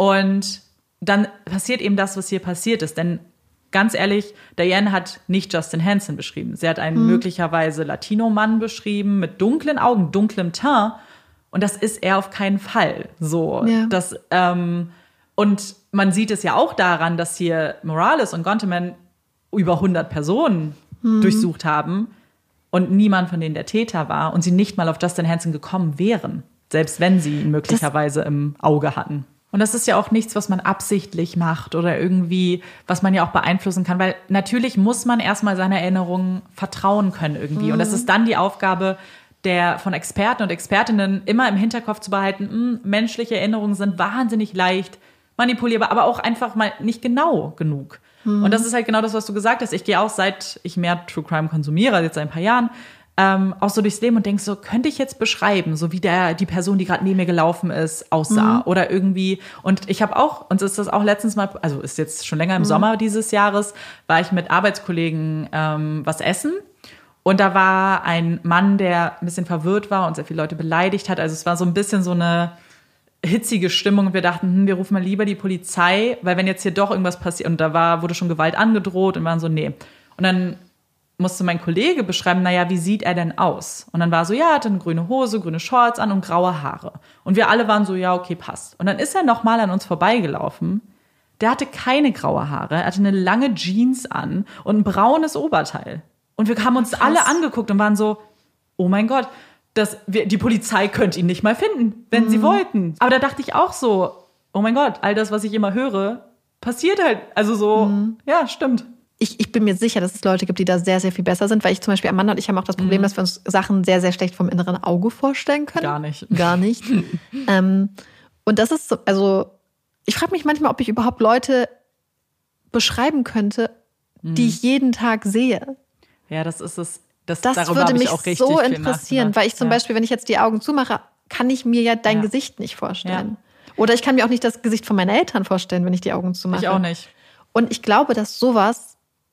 Und dann passiert eben das, was hier passiert ist. Denn ganz ehrlich, Diane hat nicht Justin Hansen beschrieben. Sie hat einen hm. möglicherweise Latino-Mann beschrieben mit dunklen Augen, dunklem Teint. Und das ist er auf keinen Fall. So, ja. das, ähm, und man sieht es ja auch daran, dass hier Morales und Gonteman über hundert Personen hm. durchsucht haben und niemand von denen der Täter war und sie nicht mal auf Justin Hansen gekommen wären, selbst wenn sie ihn möglicherweise das im Auge hatten. Und das ist ja auch nichts, was man absichtlich macht oder irgendwie, was man ja auch beeinflussen kann. Weil natürlich muss man erstmal seiner Erinnerung vertrauen können irgendwie. Mhm. Und das ist dann die Aufgabe der von Experten und Expertinnen, immer im Hinterkopf zu behalten, mh, menschliche Erinnerungen sind wahnsinnig leicht manipulierbar, aber auch einfach mal nicht genau genug. Mhm. Und das ist halt genau das, was du gesagt hast. Ich gehe auch, seit ich mehr True Crime konsumiere, jetzt seit ein paar Jahren, Ähm, auch so durchs Leben und denkst so, könnte ich jetzt beschreiben, so wie der die Person, die gerade neben mir gelaufen ist, aussah. Mhm. Oder irgendwie, und ich habe auch, uns ist das auch letztens mal, also ist jetzt schon länger im mhm. Sommer dieses Jahres, war ich mit Arbeitskollegen ähm, was essen. Und da war ein Mann, der ein bisschen verwirrt war und sehr viele Leute beleidigt hat. Also es war so ein bisschen so eine hitzige Stimmung. Und wir dachten, hm, wir rufen mal lieber die Polizei, weil wenn jetzt hier doch irgendwas passiert, und da war, wurde schon Gewalt angedroht und waren so, nee. Und dann musste mein Kollege beschreiben, naja, wie sieht er denn aus? Und dann war so, ja, er hatte eine grüne Hose, grüne Shorts an und graue Haare. Und wir alle waren so, ja, okay, passt. Und dann ist er nochmal an uns vorbeigelaufen. Der hatte keine graue Haare, er hatte eine lange Jeans an und ein braunes Oberteil. Und wir haben uns Krass. alle angeguckt und waren so, oh mein Gott, das, wir, die Polizei könnte ihn nicht mal finden, wenn mhm. sie wollten. Aber da dachte ich auch so, oh mein Gott, all das, was ich immer höre, passiert halt. Also so, mhm. ja, stimmt. Ich, ich bin mir sicher, dass es Leute gibt, die da sehr, sehr viel besser sind, weil ich zum Beispiel, Amanda und ich haben auch das Problem, mhm. dass wir uns Sachen sehr, sehr schlecht vom inneren Auge vorstellen können. Gar nicht. Gar nicht. ähm, und das ist so, also ich frage mich manchmal, ob ich überhaupt Leute beschreiben könnte, mhm. die ich jeden Tag sehe. Ja, das ist es. Das, das darüber würde mich ich auch richtig so interessieren, weil ich zum ja. Beispiel, wenn ich jetzt die Augen zumache, kann ich mir ja dein ja. Gesicht nicht vorstellen. Ja. Oder ich kann mir auch nicht das Gesicht von meinen Eltern vorstellen, wenn ich die Augen zumache. Ich auch nicht. Und ich glaube, dass sowas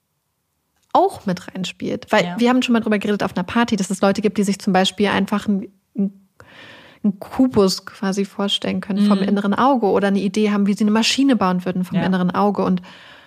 auch mit reinspielt. Weil ja. wir haben schon mal drüber geredet auf einer Party, dass es Leute gibt, die sich zum Beispiel einfach einen, einen Kubus quasi vorstellen können mhm. vom inneren Auge oder eine Idee haben, wie sie eine Maschine bauen würden vom ja. inneren Auge. Und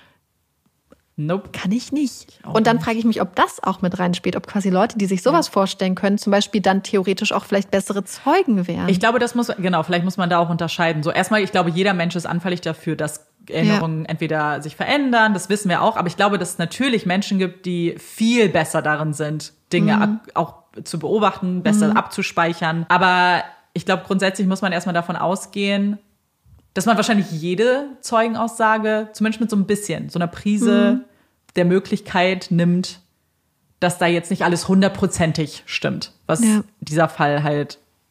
nope. kann ich nicht. Ich und dann nicht. frage ich mich, ob das auch mit reinspielt, ob quasi Leute, die sich sowas ja. vorstellen können, zum Beispiel dann theoretisch auch vielleicht bessere Zeugen wären. Ich glaube, das muss, genau, vielleicht muss man da auch unterscheiden. So erstmal, ich glaube, jeder Mensch ist anfällig dafür, dass Erinnerungen ja. entweder sich verändern, das wissen wir auch, aber ich glaube, dass es natürlich Menschen gibt, die viel besser darin sind, Dinge mhm. ab, auch zu beobachten, besser mhm. abzuspeichern. Aber ich glaube, grundsätzlich muss man erstmal davon ausgehen, dass man wahrscheinlich jede Zeugenaussage, zumindest mit so ein bisschen, so einer Prise mhm. der Möglichkeit nimmt, dass da jetzt nicht alles hundertprozentig stimmt, was ja. dieser Fall halt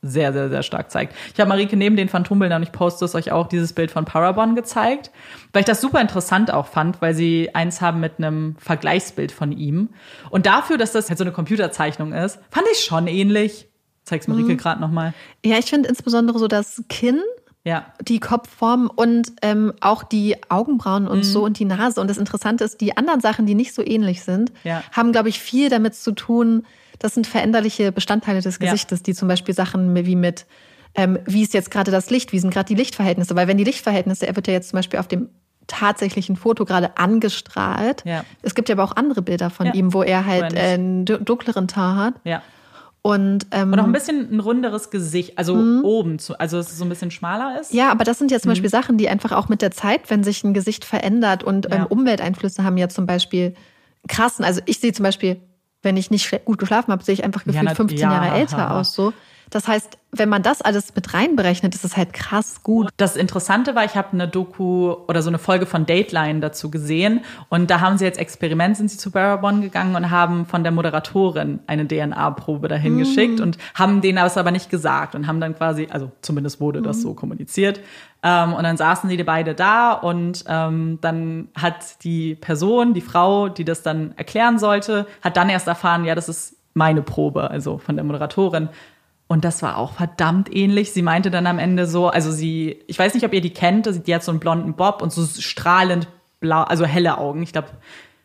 sehr, sehr, sehr stark zeigt. Ich habe Marieke neben den Phantombildern, und ich poste es euch auch, dieses Bild von Parabon gezeigt, weil ich das super interessant auch fand, weil sie eins haben mit einem Vergleichsbild von ihm. Und dafür, dass das halt so eine Computerzeichnung ist, fand ich schon ähnlich. Zeig's Marieke mhm. gerade nochmal. Ja, ich finde insbesondere so das Kinn, ja. die Kopfform und ähm, auch die Augenbrauen und mhm. so und die Nase. Und das Interessante ist, die anderen Sachen, die nicht so ähnlich sind, ja. haben, glaube ich, viel damit zu tun. Das sind veränderliche Bestandteile des Gesichtes, ja. die zum Beispiel Sachen wie mit, ähm, wie ist jetzt gerade das Licht, wie sind gerade die Lichtverhältnisse. Weil wenn die Lichtverhältnisse, er wird ja jetzt zum Beispiel auf dem tatsächlichen Foto gerade angestrahlt. Ja. Es gibt ja aber auch andere Bilder von ja. ihm, wo er halt äh, einen dunkleren Teint hat. Ja. Und, ähm, und auch ein bisschen ein runderes Gesicht, also mhm. oben, zu, also dass es so ein bisschen schmaler ist. Ja, aber das sind ja zum mhm. Beispiel Sachen, die einfach auch mit der Zeit, wenn sich ein Gesicht verändert und ja. ähm, Umwelteinflüsse haben ja zum Beispiel krassen, also ich sehe zum Beispiel, wenn ich nicht gut geschlafen habe, sehe ich einfach gefühlt ja, fünfzehn ja, Jahre älter aha. aus. So. Das heißt, wenn man das alles mit reinberechnet, ist es halt krass gut. Das Interessante war, ich habe eine Doku oder so eine Folge von Dateline dazu gesehen. Und da haben sie als Experiment, sind sie zu Parabon gegangen und haben von der Moderatorin eine D N A-Probe dahin mm. geschickt und haben denen das aber nicht gesagt und haben dann quasi, also zumindest wurde das mm. so kommuniziert. Ähm, und dann saßen sie beide da und ähm, dann hat die Person, die Frau, die das dann erklären sollte, hat dann erst erfahren, ja, das ist meine Probe, also von der Moderatorin. Und das war auch verdammt ähnlich. Sie meinte dann am Ende so, also sie, ich weiß nicht, ob ihr die kennt, die hat so einen blonden Bob und so strahlend blau, also helle Augen. Ich glaube,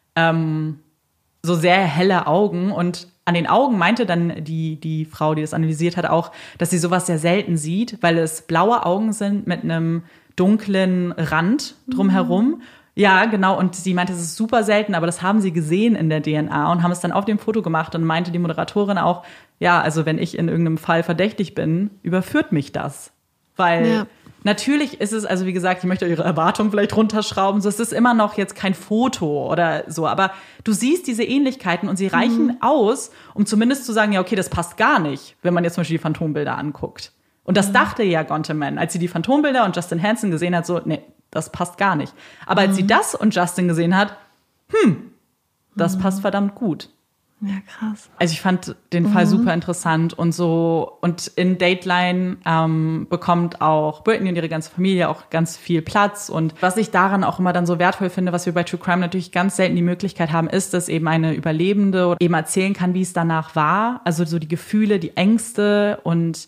ähm, so sehr helle Augen. Und an den Augen meinte dann die, die Frau, die das analysiert hat, auch, dass sie sowas sehr selten sieht, weil es blaue Augen sind mit einem dunklen Rand drumherum. Mhm. Ja, genau. Und sie meinte, es ist super selten, aber das haben sie gesehen in der D N A und haben es dann auf dem Foto gemacht und meinte die Moderatorin auch, ja, also wenn ich in irgendeinem Fall verdächtig bin, überführt mich das. Weil ja. natürlich ist es, also wie gesagt, ich möchte eure Erwartungen vielleicht runterschrauben, so es ist immer noch jetzt kein Foto oder so, aber du siehst diese Ähnlichkeiten und sie reichen mhm. aus, um zumindest zu sagen, ja, okay, das passt gar nicht, wenn man jetzt zum Beispiel die Phantombilder anguckt. Und das mhm. dachte ja Gonteman, als sie die Phantombilder und Justin Hanson gesehen hat, so, nee, das passt gar nicht. Aber mhm. als sie das und Justin gesehen hat, hm, das mhm. passt verdammt gut. Ja, krass. Also ich fand den Fall mhm. super interessant und so. Und in Dateline ähm, bekommt auch Britney und ihre ganze Familie auch ganz viel Platz. Und was ich daran auch immer dann so wertvoll finde, was wir bei True Crime natürlich ganz selten die Möglichkeit haben, ist, dass eben eine Überlebende eben erzählen kann, wie es danach war. Also so die Gefühle, die Ängste und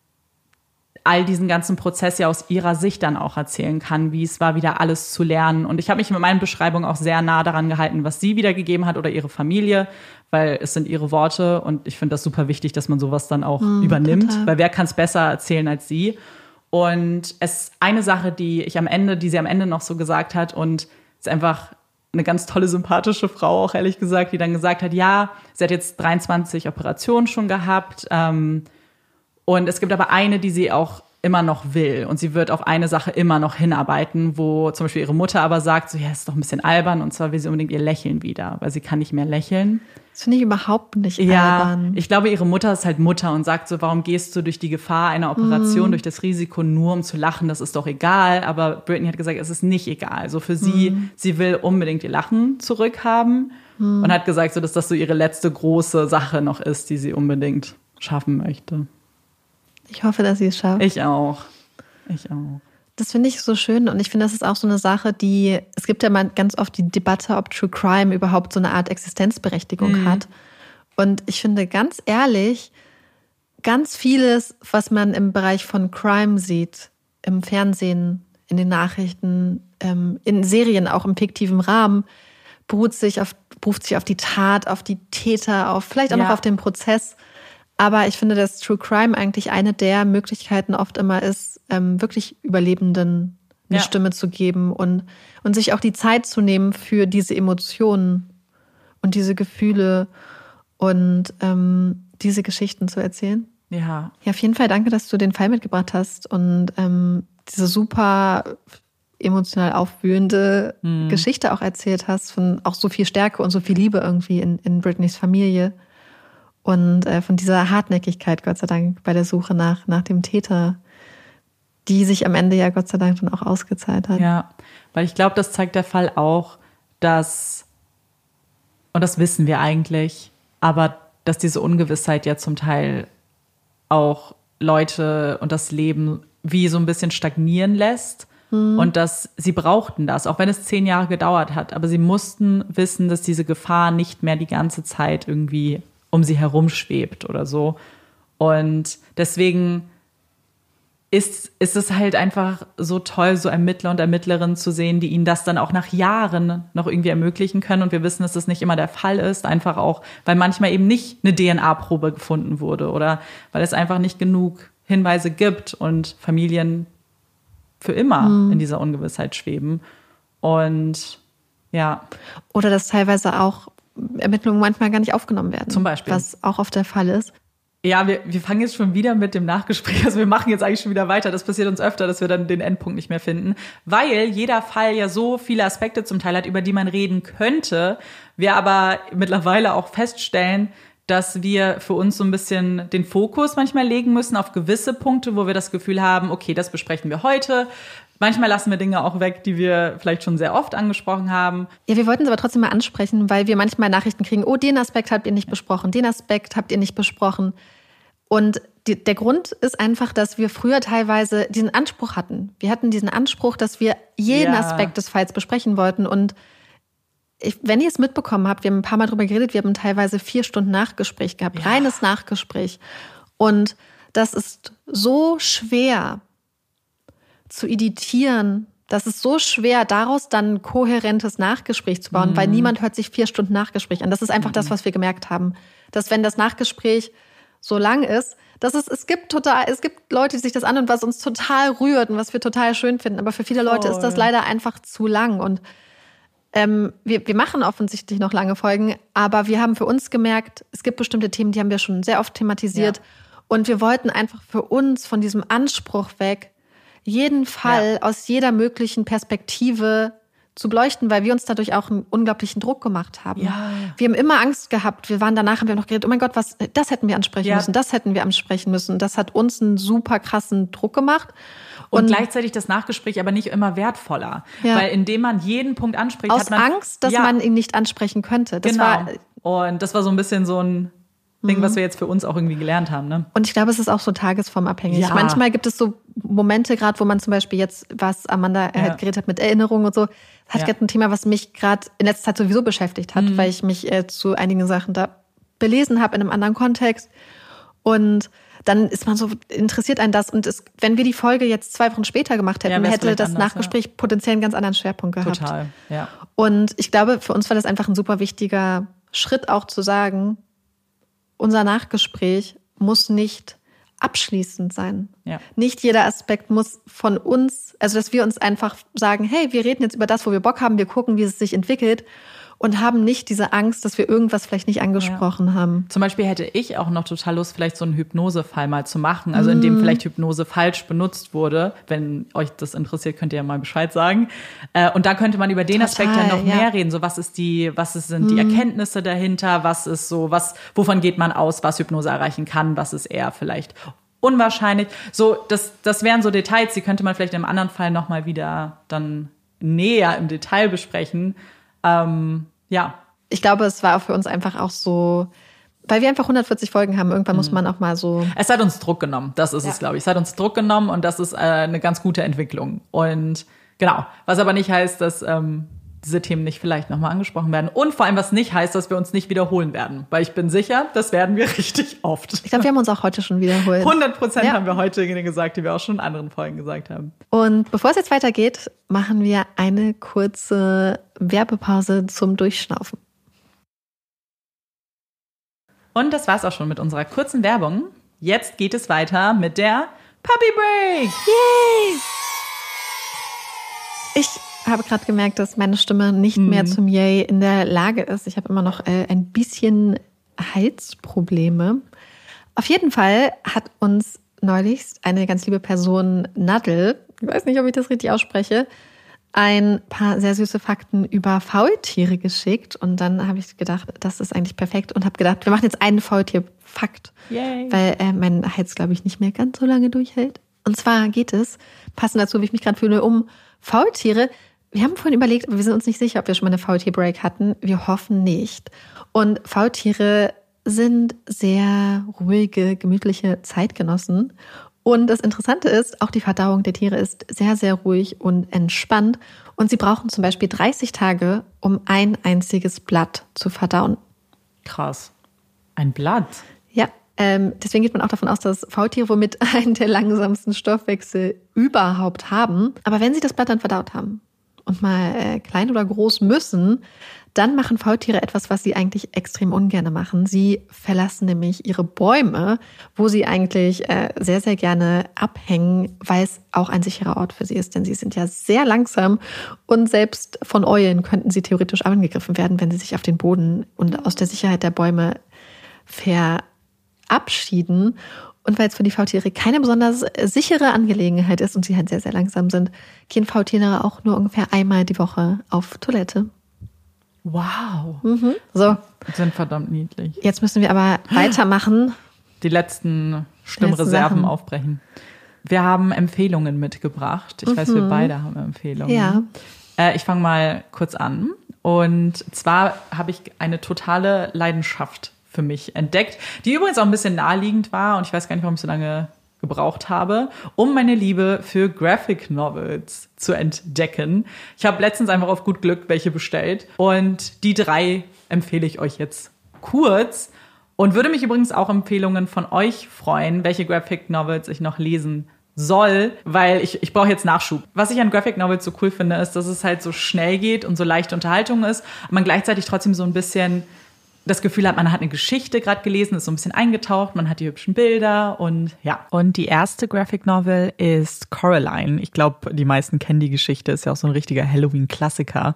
all diesen ganzen Prozess ja aus ihrer Sicht dann auch erzählen kann, wie es war, wieder alles zu lernen. Und ich habe mich mit meinen Beschreibungen auch sehr nah daran gehalten, was sie wiedergegeben hat oder ihre Familie, weil es sind ihre Worte und ich finde das super wichtig, dass man sowas dann auch mm, übernimmt, total. Weil wer kann es besser erzählen als sie? Und es ist eine Sache, die ich am Ende, die sie am Ende noch so gesagt hat und es ist einfach eine ganz tolle, sympathische Frau auch, ehrlich gesagt, die dann gesagt hat, ja, sie hat jetzt dreiundzwanzig Operationen schon gehabt, ähm, und es gibt aber eine, die sie auch immer noch will. Und sie wird auf eine Sache immer noch hinarbeiten, wo zum Beispiel ihre Mutter aber sagt, so, ja, ist doch ein bisschen albern. Und zwar will sie unbedingt ihr Lächeln wieder, weil sie kann nicht mehr lächeln. Das finde ich überhaupt nicht ja, albern. Ich glaube, ihre Mutter ist halt Mutter und sagt so, warum gehst du durch die Gefahr einer Operation, mm. durch das Risiko nur um zu lachen? Das ist doch egal. Aber Britney hat gesagt, es ist nicht egal. So für sie, mm. sie will unbedingt ihr Lachen zurückhaben. Mm. Und hat gesagt, so, dass das so ihre letzte große Sache noch ist, die sie unbedingt schaffen möchte. Ich hoffe, dass sie es schafft. Ich auch. Ich auch. Das finde ich so schön und ich finde, das ist auch so eine Sache, die, es gibt ja mal ganz oft die Debatte, ob True Crime überhaupt so eine Art Existenzberechtigung mhm. hat. Und ich finde ganz ehrlich, ganz vieles, was man im Bereich von Crime sieht, im Fernsehen, in den Nachrichten, in Serien, auch im fiktiven Rahmen, beruht sich auf, beruft sich auf die Tat, auf die Täter, auf vielleicht auch ja. noch auf den Prozess. Aber ich finde, dass True Crime eigentlich eine der Möglichkeiten oft immer ist, ähm, wirklich Überlebenden eine ja. Stimme zu geben und, und sich auch die Zeit zu nehmen für diese Emotionen und diese Gefühle und ähm, diese Geschichten zu erzählen. Ja. Ja, auf jeden Fall danke, dass du den Fall mitgebracht hast und ähm, diese super emotional aufwühlende mhm. Geschichte auch erzählt hast, von auch so viel Stärke und so viel Liebe irgendwie in, in Britneys Familie. Und äh, von dieser Hartnäckigkeit, Gott sei Dank, bei der Suche nach, nach dem Täter, die sich am Ende ja Gott sei Dank dann auch ausgezahlt hat. Ja, weil ich glaube, das zeigt der Fall auch, dass, und das wissen wir eigentlich, aber dass diese Ungewissheit ja zum Teil auch Leute und das Leben wie so ein bisschen stagnieren lässt. Mhm. Und dass sie brauchten das, auch wenn es zehn Jahre gedauert hat. Aber sie mussten wissen, dass diese Gefahr nicht mehr die ganze Zeit irgendwie um sie herum schwebt oder so. Und deswegen ist, ist es halt einfach so toll, so Ermittler und Ermittlerinnen zu sehen, die ihnen das dann auch nach Jahren noch irgendwie ermöglichen können. Und wir wissen, dass das nicht immer der Fall ist, einfach auch, weil manchmal eben nicht eine D N A-Probe gefunden wurde oder weil es einfach nicht genug Hinweise gibt und Familien für immer mhm. in dieser Ungewissheit schweben. Und ja. Oder dass teilweise auch Ermittlungen manchmal gar nicht aufgenommen werden. Zum Beispiel. Was auch oft der Fall ist. Ja, wir, wir fangen jetzt schon wieder mit dem Nachgespräch. Also wir machen jetzt eigentlich schon wieder weiter. Das passiert uns öfter, dass wir dann den Endpunkt nicht mehr finden. Weil jeder Fall ja so viele Aspekte zum Teil hat, über die man reden könnte. Wir aber mittlerweile auch feststellen, dass wir für uns so ein bisschen den Fokus manchmal legen müssen auf gewisse Punkte, wo wir das Gefühl haben, okay, das besprechen wir heute. Manchmal lassen wir Dinge auch weg, die wir vielleicht schon sehr oft angesprochen haben. Ja, wir wollten es aber trotzdem mal ansprechen, weil wir manchmal Nachrichten kriegen, oh, den Aspekt habt ihr nicht besprochen, den Aspekt habt ihr nicht besprochen. Und die, der Grund ist einfach, dass wir früher teilweise diesen Anspruch hatten. Wir hatten diesen Anspruch, dass wir jeden ja. Aspekt des Falls besprechen wollten. Und ich, wenn ihr es mitbekommen habt, wir haben ein paar Mal drüber geredet, wir haben teilweise vier Stunden Nachgespräch gehabt, ja. reines Nachgespräch. Und das ist so schwer zu editieren. Das ist so schwer, daraus dann ein kohärentes Nachgespräch zu bauen, mhm. weil niemand hört sich vier Stunden Nachgespräch an. Das ist einfach mhm. das, was wir gemerkt haben. Dass wenn das Nachgespräch so lang ist, dass es, es gibt total, es gibt Leute, die sich das anhören, was uns total rührt und was wir total schön finden. Aber für viele Leute oh, ist das ja. leider einfach zu lang. Und ähm, wir, wir machen offensichtlich noch lange Folgen, aber wir haben für uns gemerkt, es gibt bestimmte Themen, die haben wir schon sehr oft thematisiert. Ja. Und wir wollten einfach für uns von diesem Anspruch weg, jeden Fall ja. aus jeder möglichen Perspektive zu beleuchten, weil wir uns dadurch auch einen unglaublichen Druck gemacht haben. Ja. Wir haben immer Angst gehabt. Wir waren danach, haben wir noch geredet, oh mein Gott, was, das hätten wir ansprechen ja. müssen, das hätten wir ansprechen müssen. Das hat uns einen super krassen Druck gemacht. Und, und gleichzeitig das Nachgespräch aber nicht immer wertvoller. Ja. Weil indem man jeden Punkt anspricht, aus hat man Angst, dass ja. man ihn nicht ansprechen könnte. Das genau. war, und das war so ein bisschen so ein Ding, was wir jetzt für uns auch irgendwie gelernt haben. Ne? Und ich glaube, es ist auch so tagesformabhängig. Ja. Manchmal gibt es so Momente, gerade wo man zum Beispiel jetzt, was Amanda ja. halt geredet hat mit Erinnerungen und so, das hat ja. gerade ein Thema, was mich gerade in letzter Zeit sowieso beschäftigt hat, mhm. weil ich mich äh, zu einigen Sachen da belesen habe in einem anderen Kontext. Und dann ist man so, interessiert einen das. Und es, wenn wir die Folge jetzt zwei Wochen später gemacht hätten, ja, hätte das anders, Nachgespräch ja. potenziell einen ganz anderen Schwerpunkt gehabt. Total, ja. Und ich glaube, für uns war das einfach ein super wichtiger Schritt auch zu sagen, unser Nachgespräch muss nicht abschließend sein. Ja. Nicht jeder Aspekt muss von uns, also dass wir uns einfach sagen, hey, wir reden jetzt über das, wo wir Bock haben, wir gucken, wie es sich entwickelt und haben nicht diese Angst, dass wir irgendwas vielleicht nicht angesprochen ja. haben. Zum Beispiel hätte ich auch noch total Lust, vielleicht so einen Hypnosefall mal zu machen, also in dem vielleicht Hypnose falsch benutzt wurde. Wenn euch das interessiert, könnt ihr ja mal Bescheid sagen. Und da könnte man über den total, Aspekt dann noch ja. mehr reden. So, was ist die, was ist, sind die Erkenntnisse dahinter? Was ist so, was, wovon geht man aus, was Hypnose erreichen kann? Was ist eher vielleicht unwahrscheinlich? So, das, das wären so Details, die könnte man vielleicht in einem anderen Fall noch mal wieder dann näher im Detail besprechen. Ähm, Ja. Ich glaube, es war auch für uns einfach auch so, weil wir einfach hundertvierzig Folgen haben, irgendwann mhm. muss man auch mal so... Es hat uns Druck genommen, das ist ja. es, glaube ich. Es hat uns Druck genommen und das ist äh, eine ganz gute Entwicklung. Und genau, was aber nicht heißt, dass ähm, diese Themen nicht vielleicht nochmal angesprochen werden. Und vor allem, was nicht heißt, dass wir uns nicht wiederholen werden. Weil ich bin sicher, das werden wir richtig oft. Ich glaube, wir haben uns auch heute schon wiederholt. hundert Prozent ja. haben wir heute Dinge gesagt, die wir auch schon in anderen Folgen gesagt haben. Und bevor es jetzt weitergeht, machen wir eine kurze Werbepause zum Durchschnaufen. Und das war's auch schon mit unserer kurzen Werbung. Jetzt geht es weiter mit der Puppy Break. Yay! Ich habe gerade gemerkt, dass meine Stimme nicht mhm. mehr zum Yay in der Lage ist. Ich habe immer noch äh, ein bisschen Halsprobleme. Auf jeden Fall hat uns neulich eine ganz liebe Person, Nadel, ich weiß nicht, ob ich das richtig ausspreche, ein paar sehr süße Fakten über Faultiere geschickt. Und dann habe ich gedacht, das ist eigentlich perfekt. Und habe gedacht, wir machen jetzt einen Faultier-Fakt. Yay. Weil äh, mein Hals, glaube ich, nicht mehr ganz so lange durchhält. Und zwar geht es, passend dazu, wie ich mich gerade fühle, um Faultiere. Wir haben vorhin überlegt, aber wir sind uns nicht sicher, ob wir schon mal eine Faultier-Break hatten. Wir hoffen nicht. Und Faultiere sind sehr ruhige, gemütliche Zeitgenossen. Und das Interessante ist, auch die Verdauung der Tiere ist sehr, sehr ruhig und entspannt. Und sie brauchen zum Beispiel dreißig Tage, um ein einziges Blatt zu verdauen. Krass. Ein Blatt? Ja, ähm, deswegen geht man auch davon aus, dass Faultiere womit einen der langsamsten Stoffwechsel überhaupt haben. Aber wenn sie das Blatt dann verdaut haben und mal äh, klein oder groß müssen, dann machen Faultiere etwas, was sie eigentlich extrem ungern machen. Sie verlassen nämlich ihre Bäume, wo sie eigentlich äh, sehr, sehr gerne abhängen, weil es auch ein sicherer Ort für sie ist. Denn sie sind ja sehr langsam und selbst von Eulen könnten sie theoretisch angegriffen werden, wenn sie sich auf den Boden und aus der Sicherheit der Bäume verabschieden. Und weil es für die Faultiere keine besonders sichere Angelegenheit ist und sie halt sehr, sehr langsam sind, gehen Faultiere auch nur ungefähr einmal die Woche auf Toilette. Wow. Mhm. So. Die sind verdammt niedlich. Jetzt müssen wir aber weitermachen. Die letzten Stimmreserven aufbrechen. Wir haben Empfehlungen mitgebracht. Ich mhm. weiß, wir beide haben Empfehlungen. Ja. Äh, ich fange mal kurz an. Und zwar habe ich eine totale Leidenschaft für mich entdeckt, die übrigens auch ein bisschen naheliegend war. Und ich weiß gar nicht, warum ich so lange gebraucht habe, um meine Liebe für Graphic Novels zu entdecken. Ich habe letztens einfach auf gut Glück welche bestellt und die drei empfehle ich euch jetzt kurz und würde mich übrigens auch Empfehlungen von euch freuen, welche Graphic Novels ich noch lesen soll, weil ich, ich brauche jetzt Nachschub. Was ich an Graphic Novels so cool finde, ist, dass es halt so schnell geht und so leichte Unterhaltung ist, aber man gleichzeitig trotzdem so ein bisschen das Gefühl hat, man hat eine Geschichte gerade gelesen, ist so ein bisschen eingetaucht, man hat die hübschen Bilder und ja. Und die erste Graphic Novel ist Coraline. Ich glaube, die meisten kennen die Geschichte, ist ja auch so ein richtiger Halloween-Klassiker.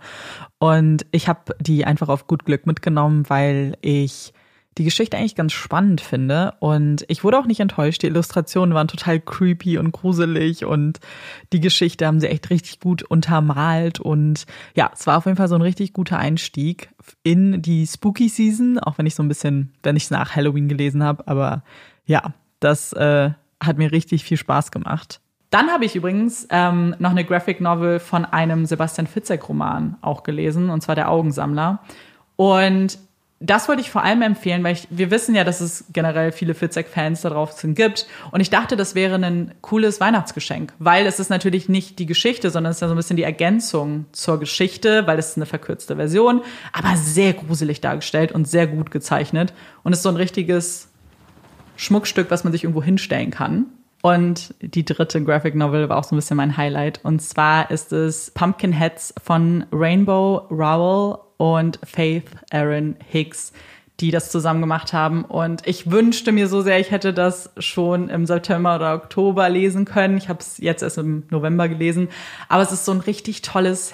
Und ich habe die einfach auf gut Glück mitgenommen, weil ich die Geschichte eigentlich ganz spannend finde. Und ich wurde auch nicht enttäuscht. Die Illustrationen waren total creepy und gruselig und die Geschichte haben sie echt richtig gut untermalt. Und ja, es war auf jeden Fall so ein richtig guter Einstieg in die Spooky Season, auch wenn ich so ein bisschen, wenn ich es nach Halloween gelesen habe. Aber ja, das äh, hat mir richtig viel Spaß gemacht. Dann habe ich übrigens ähm, noch eine Graphic Novel von einem Sebastian Fitzek-Roman auch gelesen, und zwar Der Augensammler. Und das wollte ich vor allem empfehlen, weil ich, wir wissen ja, dass es generell viele Fitzek-Fans da draußen gibt. Und ich dachte, das wäre ein cooles Weihnachtsgeschenk, weil es ist natürlich nicht die Geschichte, sondern es ist ja so ein bisschen die Ergänzung zur Geschichte, weil es ist eine verkürzte Version, aber sehr gruselig dargestellt und sehr gut gezeichnet. Und es ist so ein richtiges Schmuckstück, was man sich irgendwo hinstellen kann. Und die dritte Graphic Novel war auch so ein bisschen mein Highlight. Und zwar ist es Pumpkinheads von Rainbow Rowell und Faith Erin Hicks, die das zusammen gemacht haben. Und ich wünschte mir so sehr, ich hätte das schon im September oder Oktober lesen können. Ich habe es jetzt erst im November gelesen. Aber es ist so ein richtig tolles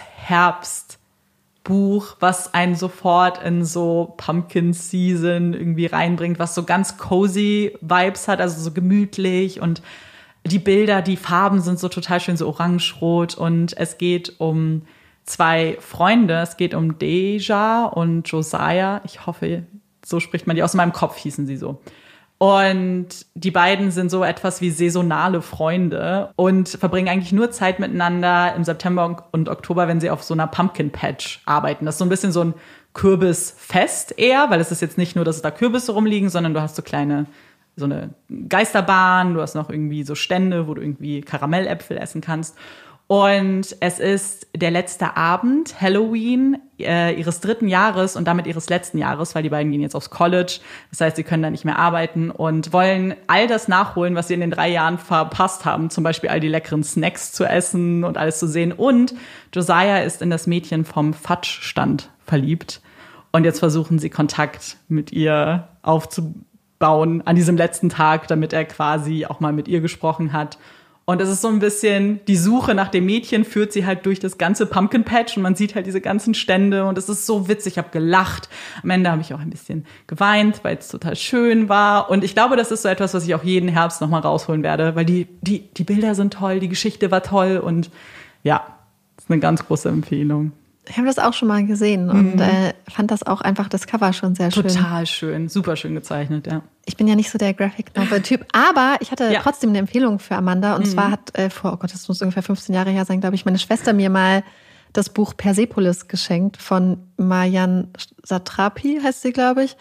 Herbstbuch, was einen sofort in so Pumpkin-Season irgendwie reinbringt, was so ganz cozy Vibes hat, also so gemütlich. Und die Bilder, die Farben sind so total schön, so orange-rot. Und es geht um zwei Freunde. Es geht um Deja und Josiah. Ich hoffe, so spricht man die. Aus meinem Kopf hießen sie so. Und die beiden sind so etwas wie saisonale Freunde und verbringen eigentlich nur Zeit miteinander im September und Oktober, wenn sie auf so einer Pumpkin Patch arbeiten. Das ist so ein bisschen so ein Kürbisfest eher, weil es ist jetzt nicht nur, dass da Kürbisse rumliegen, sondern du hast so kleine, so eine Geisterbahn, du hast noch irgendwie so Stände, wo du irgendwie Karamelläpfel essen kannst. Und es ist der letzte Abend, Halloween, äh, ihres dritten Jahres und damit ihres letzten Jahres, weil die beiden gehen jetzt aufs College. Das heißt, sie können da nicht mehr arbeiten und wollen all das nachholen, was sie in den drei Jahren verpasst haben. Zum Beispiel all die leckeren Snacks zu essen und alles zu sehen. Und Josiah ist in das Mädchen vom Fatsch-Stand verliebt. Und jetzt versuchen sie Kontakt mit ihr aufzubauen an diesem letzten Tag, damit er quasi auch mal mit ihr gesprochen hat. Und es ist so ein bisschen, die Suche nach dem Mädchen führt sie halt durch das ganze Pumpkin Patch und man sieht halt diese ganzen Stände und es ist so witzig, ich habe gelacht. Am Ende habe ich auch ein bisschen geweint, weil es total schön war. Und ich glaube, das ist so etwas, was ich auch jeden Herbst nochmal rausholen werde, weil die, die, die Bilder sind toll, die Geschichte war toll und ja, das ist eine ganz große Empfehlung. Ich habe das auch schon mal gesehen und mhm. äh, fand das auch einfach das Cover schon sehr schön. Total schön, super schön gezeichnet, ja. Ich bin ja nicht so der Graphic Novel-Typ, aber ich hatte ja. trotzdem eine Empfehlung für Amanda. Und mhm. zwar hat äh, vor, oh Gott, das muss ungefähr fünfzehn Jahre her sein, glaube ich, meine Schwester mir mal das Buch Persepolis geschenkt von Marjan Satrapi, heißt sie, glaube ich.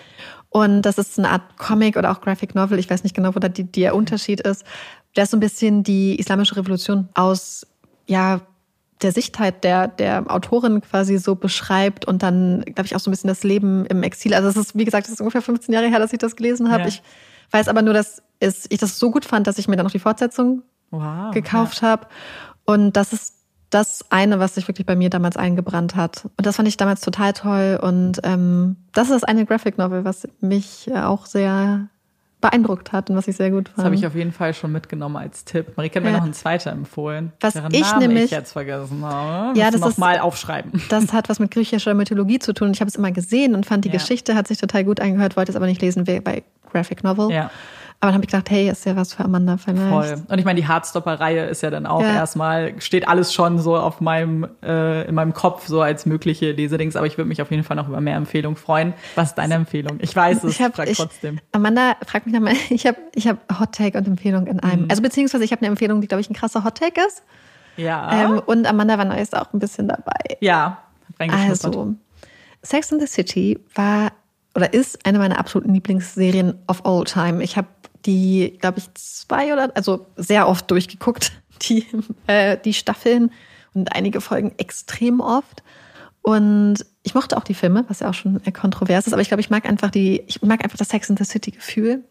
Und das ist eine Art Comic oder auch Graphic Novel. Ich weiß nicht genau, wo da die, der Unterschied ist. Der ist so ein bisschen die islamische Revolution aus, ja, der Sichtheit der, der Autorin quasi so beschreibt und dann, glaube ich, auch so ein bisschen das Leben im Exil. Also es ist, wie gesagt, es ist ungefähr fünfzehn Jahre her, dass ich das gelesen habe. Ja. Ich weiß aber nur, dass es, ich das so gut fand, dass ich mir dann noch die Fortsetzung wow, gekauft ja. habe. Und das ist das eine, was sich wirklich bei mir damals eingebrannt hat. Und das fand ich damals total toll. Und ähm, das ist das eine Graphic Novel, was mich auch sehr beeindruckt hat und was ich sehr gut fand. Das habe ich auf jeden Fall schon mitgenommen als Tipp. Marika hat mir ja. noch einen zweiten empfohlen. Was deren ich Namen nämlich ich jetzt vergessen habe. Ja, Musst das noch ist mal aufschreiben. Das hat was mit griechischer Mythologie zu tun. Ich habe es immer gesehen und fand die ja. Geschichte hat sich total gut angehört, wollte es aber nicht lesen bei Graphic Novel. Ja. Aber dann habe ich gedacht, hey, ist ja was für Amanda vielleicht. Voll. Und ich meine, die Hardstopper-Reihe ist ja dann auch ja. erstmal, steht alles schon so auf meinem, äh, in meinem Kopf so als mögliche Lesedings. Aber ich würde mich auf jeden Fall noch über mehr Empfehlungen freuen. Was ist deine Empfehlung? Ich weiß es, ich hab, frag ich, trotzdem. Amanda, frag mich nochmal. Ich habe ich hab Hot Take und Empfehlung in einem. Mhm. Also beziehungsweise ich habe eine Empfehlung, die, glaube ich, ein krasser Hot Take ist. Ja. Ähm, und Amanda war Neues auch ein bisschen dabei. Ja, also, Sex and the City war oder ist eine meiner absoluten Lieblingsserien of all time. Ich habe die, glaube ich, zwei oder, also sehr oft durchgeguckt, die, äh, die Staffeln und einige Folgen extrem oft. Und ich mochte auch die Filme, was ja auch schon kontrovers ist, aber ich glaube, ich mag einfach die, ich mag einfach das Sex and the City Gefühl.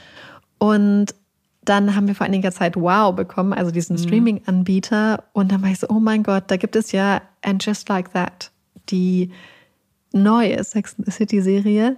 Und dann haben wir vor einiger Zeit Wow bekommen, also diesen mhm. Streaming-Anbieter. Und dann war ich so, oh mein Gott, da gibt es ja And Just Like That, die neue Sex and the City Serie.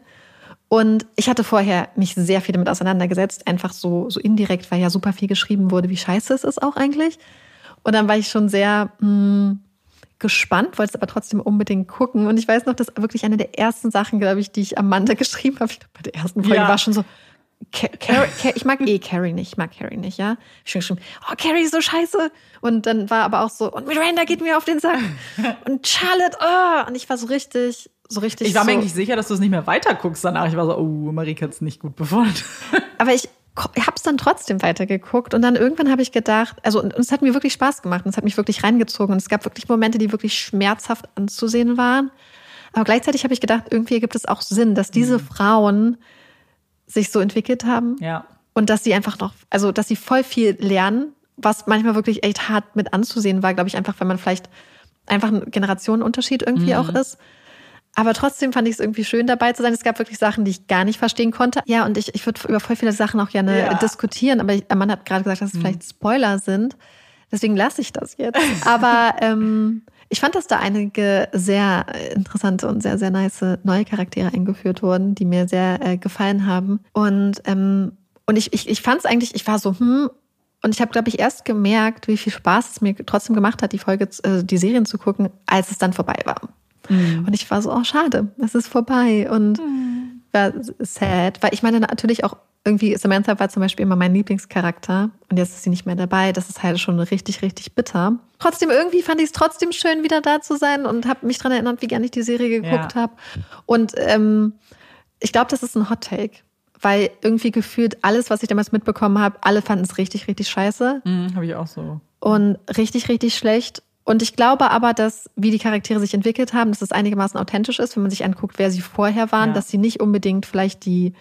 Und ich hatte vorher mich sehr viel damit auseinandergesetzt, einfach so, so indirekt, weil ja super viel geschrieben wurde, wie scheiße es ist auch eigentlich. Und dann war ich schon sehr mh, gespannt, wollte es aber trotzdem unbedingt gucken. Und ich weiß noch, dass wirklich eine der ersten Sachen, glaube ich, die ich Amanda geschrieben habe, ich glaube, bei der ersten Folge ja. war schon so, Car- Car- Car- ich mag eh Carrie nicht, ich mag Carrie nicht, ja. Ich habe geschrieben, oh, Carrie ist so scheiße. Und dann war aber auch so, und Miranda geht mir auf den Sack. Und Charlotte, oh. Und ich war so richtig... So richtig ich war mir so, eigentlich sicher, dass du es nicht mehr weiter guckst danach. Ich war so, oh, Marika hat es nicht gut befunden. Aber ich habe es dann trotzdem weitergeguckt und dann irgendwann habe ich gedacht, also und es hat mir wirklich Spaß gemacht und es hat mich wirklich reingezogen und es gab wirklich Momente, die wirklich schmerzhaft anzusehen waren. Aber gleichzeitig habe ich gedacht, irgendwie gibt es auch Sinn, dass diese mhm. Frauen sich so entwickelt haben ja. und dass sie einfach noch, also dass sie voll viel lernen, was manchmal wirklich echt hart mit anzusehen war, glaube ich, einfach, wenn man vielleicht einfach ein Generationenunterschied irgendwie mhm. auch ist. Aber trotzdem fand ich es irgendwie schön, dabei zu sein. Es gab wirklich Sachen, die ich gar nicht verstehen konnte. Ja, und ich, ich würde über voll viele Sachen auch gerne ja. diskutieren. Aber ich, Amanda hat gerade gesagt, dass es mhm. vielleicht Spoiler sind. Deswegen lasse ich das jetzt. Aber ähm, ich fand, dass da einige sehr interessante und sehr, sehr nice neue Charaktere eingeführt wurden, die mir sehr äh, gefallen haben. Und, ähm, und ich, ich, ich fand es eigentlich, ich war so, hm. Und ich habe, glaube ich, erst gemerkt, wie viel Spaß es mir trotzdem gemacht hat, die Folge, äh, die Serien zu gucken, als es dann vorbei war. Mhm. Und ich war so, oh schade, es ist vorbei und mhm. war sad, weil ich meine natürlich auch irgendwie, Samantha war zum Beispiel immer mein Lieblingscharakter und jetzt ist sie nicht mehr dabei, das ist halt schon richtig, richtig bitter. Trotzdem, irgendwie fand ich es trotzdem schön, wieder da zu sein und habe mich daran erinnert, wie gerne ich die Serie geguckt ja. habe und ähm, ich glaube, das ist ein Hot Take, weil irgendwie gefühlt alles, was ich damals mitbekommen habe, alle fanden es richtig, richtig scheiße. Mhm, habe ich auch so. Und richtig, richtig schlecht. Und ich glaube aber, dass, wie die Charaktere sich entwickelt haben, dass es einigermaßen authentisch ist, wenn man sich anguckt, wer sie vorher waren, ja. dass sie nicht unbedingt vielleicht die,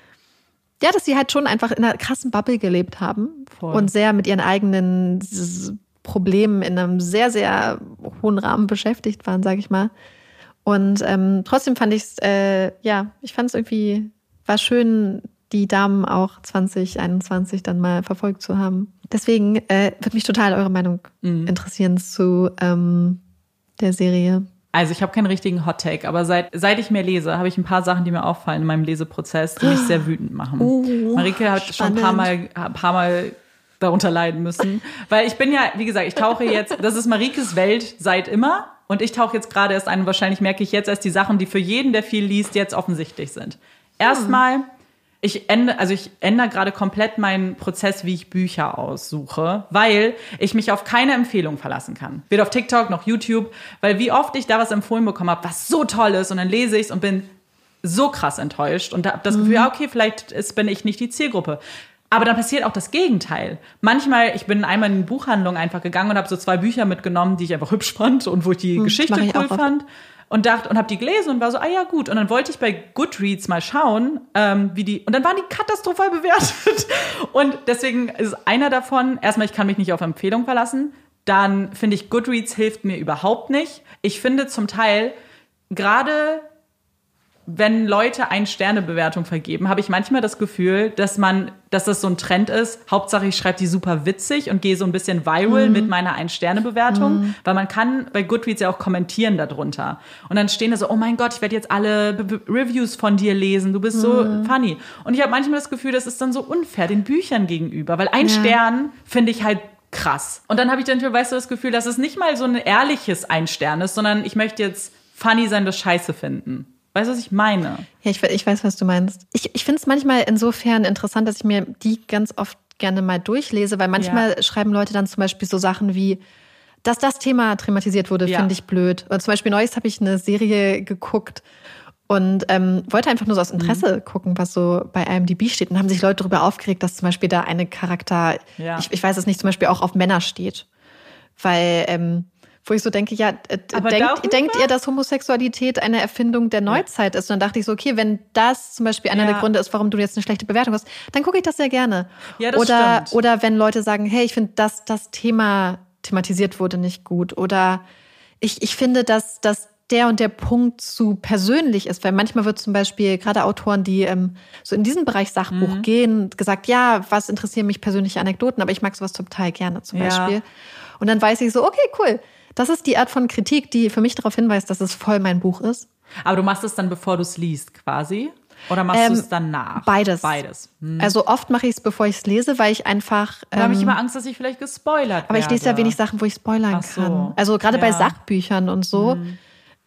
ja, dass sie halt schon einfach in einer krassen Bubble gelebt haben Voll. Und sehr mit ihren eigenen Problemen in einem sehr, sehr hohen Rahmen beschäftigt waren, sage ich mal. Und ähm, trotzdem fand ich es, äh, ja, ich fand es irgendwie, war schön, die Damen auch zwanzig einundzwanzig dann mal verfolgt zu haben. Deswegen äh, würde mich total eure Meinung mhm. interessieren zu ähm, der Serie. Also ich habe keinen richtigen Hot-Take, aber seit, seit ich mehr lese, habe ich ein paar Sachen, die mir auffallen in meinem Leseprozess, die mich sehr wütend machen. Uh, Marike hat spannend. schon ein paar Mal, ein paar Mal darunter leiden müssen. Weil ich bin ja, wie gesagt, ich tauche jetzt, das ist Marikes Welt seit immer und ich tauche jetzt gerade erst ein und wahrscheinlich merke ich jetzt erst die Sachen, die für jeden, der viel liest, jetzt offensichtlich sind. Erstmal... Ich ändere, also ich ändere gerade komplett meinen Prozess, wie ich Bücher aussuche, weil ich mich auf keine Empfehlung verlassen kann. Weder auf TikTok noch YouTube, weil wie oft ich da was empfohlen bekommen habe, was so toll ist und dann lese ich es und bin so krass enttäuscht und habe das Gefühl, ja, okay, vielleicht ist, bin ich nicht die Zielgruppe. Aber dann passiert auch das Gegenteil. Manchmal, ich bin einmal in eine Buchhandlung einfach gegangen und habe so zwei Bücher mitgenommen, die ich einfach hübsch fand und wo ich die hm, Geschichte cool fand. und dachte und habe die gelesen und war so, ah ja gut. Und dann wollte ich bei Goodreads mal schauen, ähm, wie die, und dann waren die katastrophal bewertet. Und deswegen ist einer davon, erstmal, ich kann mich nicht auf Empfehlung verlassen. Dann finde ich, Goodreads hilft mir überhaupt nicht. Ich finde zum Teil, gerade wenn Leute Ein-Sterne-Bewertung vergeben, habe ich manchmal das Gefühl, dass man, dass das so ein Trend ist. Hauptsache, ich schreibe die super witzig und gehe so ein bisschen viral mm. mit meiner Ein-Sterne-Bewertung. Mm. Weil man kann bei Goodreads ja auch kommentieren darunter. Und dann stehen da so, oh mein Gott, ich werde jetzt alle B- B- Reviews von dir lesen. Du bist mm. so funny. Und ich habe manchmal das Gefühl, das ist dann so unfair den Büchern gegenüber. Weil ein ja. Stern finde ich halt krass. Und dann habe ich dann, weißt du, das Gefühl, dass es nicht mal so ein ehrliches Ein-Stern ist, sondern ich möchte jetzt funny sein, das Scheiße finden. Weißt du, was ich meine? Ja, ich, ich weiß, was du meinst. Ich, ich finde es manchmal insofern interessant, dass ich mir die ganz oft gerne mal durchlese, weil manchmal ja. schreiben Leute dann zum Beispiel so Sachen wie, dass das Thema thematisiert wurde, ja. finde ich blöd. Oder zum Beispiel neulich habe ich eine Serie geguckt und ähm, wollte einfach nur so aus Interesse mhm. gucken, was so bei I M D B steht. Und haben sich Leute darüber aufgeregt, dass zum Beispiel da eine Charakter, ja. ich, ich weiß es nicht, zum Beispiel auch auf Männer steht. Weil... Ähm, wo ich so denke, ja, äh, denkt, denkt ihr, dass Homosexualität eine Erfindung der Neuzeit ja. ist? Und dann dachte ich so, okay, wenn das zum Beispiel einer ja. der Gründe ist, warum du jetzt eine schlechte Bewertung hast, dann gucke ich das sehr gerne. Ja, das oder, stimmt. Oder wenn Leute sagen, hey, ich finde, dass das Thema thematisiert wurde nicht gut. Oder ich, ich finde, dass, dass der und der Punkt zu persönlich ist. Weil manchmal wird zum Beispiel gerade Autoren, die ähm, so in diesen Bereich Sachbuch mhm. gehen, gesagt, ja, was interessieren mich persönliche Anekdoten, aber ich mag sowas total gerne zum ja. Beispiel. Und dann weiß ich so, okay, cool. Das ist die Art von Kritik, die für mich darauf hinweist, dass es voll mein Buch ist. Aber du machst es dann, bevor du es liest, quasi? Oder machst ähm, du es danach? Beides. Beides. Hm. Also oft mache ich es, bevor ich es lese, weil ich einfach... Da ähm, habe ich immer Angst, dass ich vielleicht gespoilert werde. Aber ich lese ja wenig Sachen, wo ich spoilern Ach so. kann. Also gerade ja. bei Sachbüchern und so hm.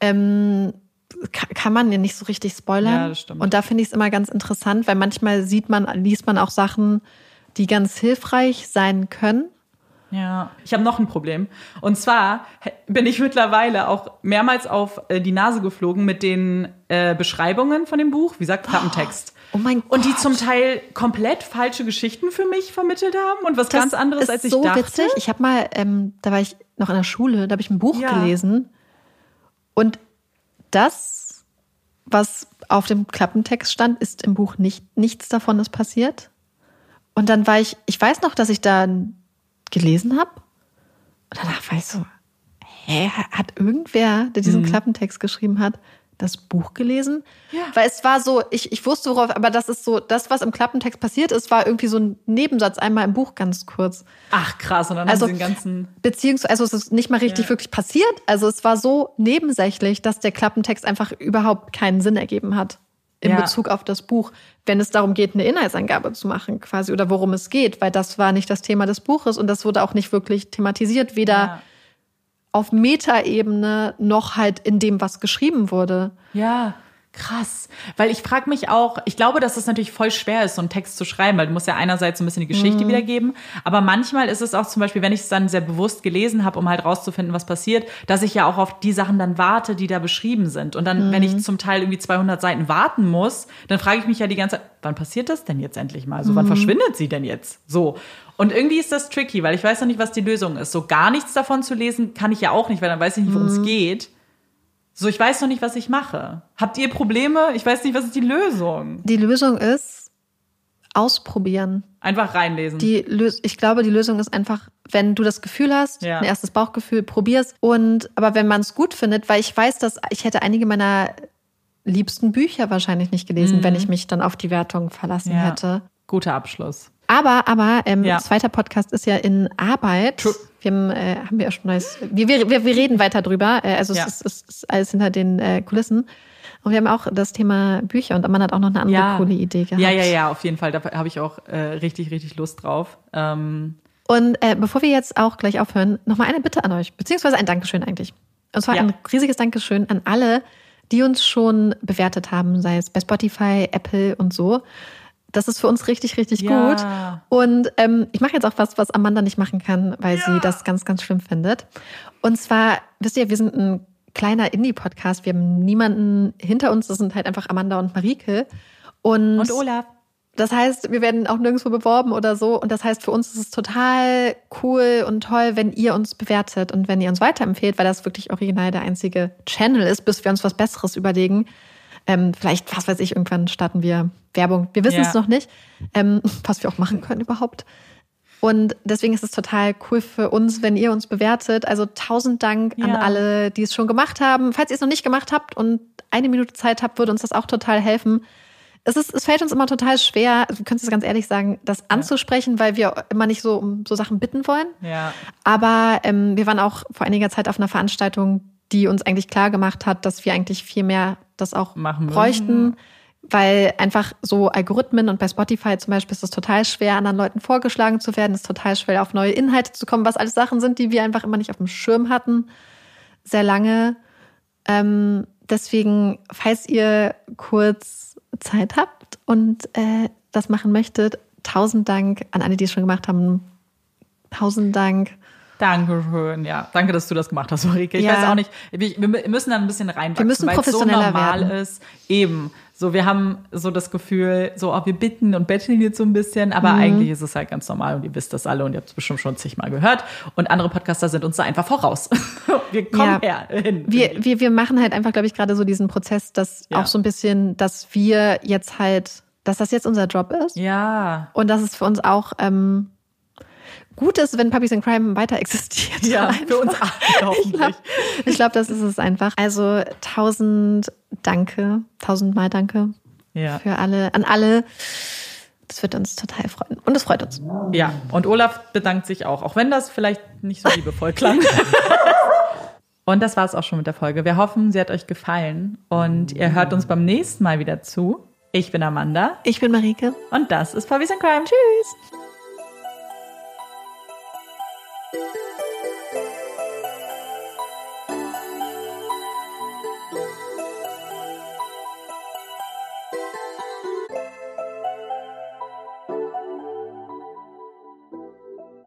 ähm, kann man ja nicht so richtig spoilern. Ja, das stimmt. Und da finde ich es immer ganz interessant, weil manchmal sieht man, liest man auch Sachen, die ganz hilfreich sein können. Ja, ich habe noch ein Problem. Und zwar bin ich mittlerweile auch mehrmals auf die Nase geflogen mit den äh, Beschreibungen von dem Buch, wie gesagt, Klappentext. Oh mein Gott. Und die zum Teil komplett falsche Geschichten für mich vermittelt haben und was das ganz anderes, als ich so dachte. Witzig. Ich habe mal, ähm, da war ich noch in der Schule, da habe ich ein Buch ja. gelesen. Und das, was auf dem Klappentext stand, ist im Buch nicht, nichts davon ist passiert. Und dann war ich, ich weiß noch, dass ich da gelesen habe. Und danach war ich so, hä, hat irgendwer, der diesen mhm. Klappentext geschrieben hat, das Buch gelesen? Ja. Weil es war so, ich, ich wusste worauf, aber das ist so, das, was im Klappentext passiert ist, war irgendwie so ein Nebensatz einmal im Buch ganz kurz. Ach krass, und dann also, haben sie den ganzen... Beziehungsweise, also es ist nicht mal richtig ja. wirklich passiert. Also es war so nebensächlich, dass der Klappentext einfach überhaupt keinen Sinn ergeben hat. In ja. Bezug auf das Buch, wenn es darum geht, eine Inhaltsangabe zu machen quasi oder worum es geht, weil das war nicht das Thema des Buches und das wurde auch nicht wirklich thematisiert, weder ja. auf Metaebene noch halt in dem, was geschrieben wurde. Ja, krass. Weil ich frage mich auch, ich glaube, dass es natürlich voll schwer ist, so einen Text zu schreiben, weil du musst ja einerseits so ein bisschen die Geschichte mhm. wiedergeben, aber manchmal ist es auch zum Beispiel, wenn ich es dann sehr bewusst gelesen habe, um halt rauszufinden, was passiert, dass ich ja auch auf die Sachen dann warte, die da beschrieben sind. Und dann, mhm. wenn ich zum Teil irgendwie zweihundert Seiten warten muss, dann frage ich mich ja die ganze Zeit, wann passiert das denn jetzt endlich mal? So, mhm. wann verschwindet sie denn jetzt? So. Und irgendwie ist das tricky, weil ich weiß noch nicht, was die Lösung ist. So gar nichts davon zu lesen kann ich ja auch nicht, weil dann weiß ich nicht, worum es mhm. geht. So, ich weiß noch nicht, was ich mache. Habt ihr Probleme? Ich weiß nicht, was ist die Lösung? Die Lösung ist ausprobieren. Einfach reinlesen. Die Lös- ich glaube, die Lösung ist einfach, wenn du das Gefühl hast, ja. ein erstes Bauchgefühl, probier's. Und aber wenn man es gut findet, weil ich weiß, dass ich hätte einige meiner liebsten Bücher wahrscheinlich nicht gelesen, mhm. wenn ich mich dann auf die Wertung verlassen ja. hätte. Guter Abschluss. Aber, aber, ähm, ja. zweiter Podcast ist ja in Arbeit. True. Wir haben, äh, haben wir ja schon neues. Wir, wir, wir reden weiter drüber. Äh, also ja. es, ist, es ist alles hinter den äh, Kulissen. Und wir haben auch das Thema Bücher und man hat auch noch eine andere ja. coole Idee gehabt. Ja, ja, ja, auf jeden Fall. Da habe ich auch äh, richtig, richtig Lust drauf. Ähm. Und äh, bevor wir jetzt auch gleich aufhören, nochmal eine Bitte an euch, beziehungsweise ein Dankeschön eigentlich. Und zwar ja. ein riesiges Dankeschön an alle, die uns schon bewertet haben, sei es bei Spotify, Apple und so. Das ist für uns richtig, richtig ja. gut. Und ähm, ich mache jetzt auch was, was Amanda nicht machen kann, weil ja. sie das ganz, ganz schlimm findet. Und zwar, wisst ihr, wir sind ein kleiner Indie-Podcast. Wir haben niemanden hinter uns. Das sind halt einfach Amanda und Marike. Und, und Olaf. Das heißt, wir werden auch nirgendwo beworben oder so. Und das heißt, für uns ist es total cool und toll, wenn ihr uns bewertet und wenn ihr uns weiterempfehlt, weil das wirklich original der einzige Channel ist, bis wir uns was Besseres überlegen. Ähm, vielleicht, was weiß ich, irgendwann starten wir Werbung. Wir wissen es ja. noch nicht, ähm, was wir auch machen können überhaupt. Und deswegen ist es total cool für uns, wenn ihr uns bewertet. Also tausend Dank ja. an alle, die es schon gemacht haben. Falls ihr es noch nicht gemacht habt und eine Minute Zeit habt, würde uns das auch total helfen. Es, ist, es fällt uns immer total schwer, also, wir können es ganz ehrlich sagen, das anzusprechen, weil wir immer nicht so um so Sachen bitten wollen. Ja. Aber ähm, wir waren auch vor einiger Zeit auf einer Veranstaltung, die uns eigentlich klar gemacht hat, dass wir eigentlich viel mehr das auch machen bräuchten. Müssen. Weil einfach so Algorithmen und bei Spotify zum Beispiel ist es total schwer, anderen Leuten vorgeschlagen zu werden. Es ist total schwer, auf neue Inhalte zu kommen, was alles Sachen sind, die wir einfach immer nicht auf dem Schirm hatten. Sehr lange. Ähm, deswegen, falls ihr kurz Zeit habt und äh, das machen möchtet, tausend Dank an alle, die es schon gemacht haben. Tausend Dank. Dankeschön, ja. Danke, dass du das gemacht hast, Ulrike. Ich ja. weiß auch nicht, wir müssen da ein bisschen reinwachsen, wir müssen weil es so professioneller normal werden. ist. Eben. So, wir haben so das Gefühl, so, oh, wir bitten und betteln jetzt so ein bisschen, aber mhm. eigentlich ist es halt ganz normal und ihr wisst das alle und ihr habt es bestimmt schon zigmal gehört. Und andere Podcaster sind uns da einfach voraus. Wir kommen ja. her hin. Wir, wir, wir machen halt einfach, glaube ich, gerade so diesen Prozess, dass Ja. auch so ein bisschen, dass wir jetzt halt, dass das jetzt unser Job ist. Ja. Und dass es für uns auch ähm, gut ist, wenn Puppies in Crime weiter existiert. Ja, einfach. für uns alle hoffentlich. Ich glaube, ich glaub, das ist es einfach. Also tausend Danke, tausendmal Danke Ja. für alle, an alle. Das wird uns total freuen. Und es freut uns. Ja, und Olaf bedankt sich auch, auch wenn das vielleicht nicht so liebevoll klang. Und das war es auch schon mit der Folge. Wir hoffen, sie hat euch gefallen und ihr hört uns beim nächsten Mal wieder zu. Ich bin Amanda. Ich bin Marike. Und das ist Puppies in Crime. Tschüss.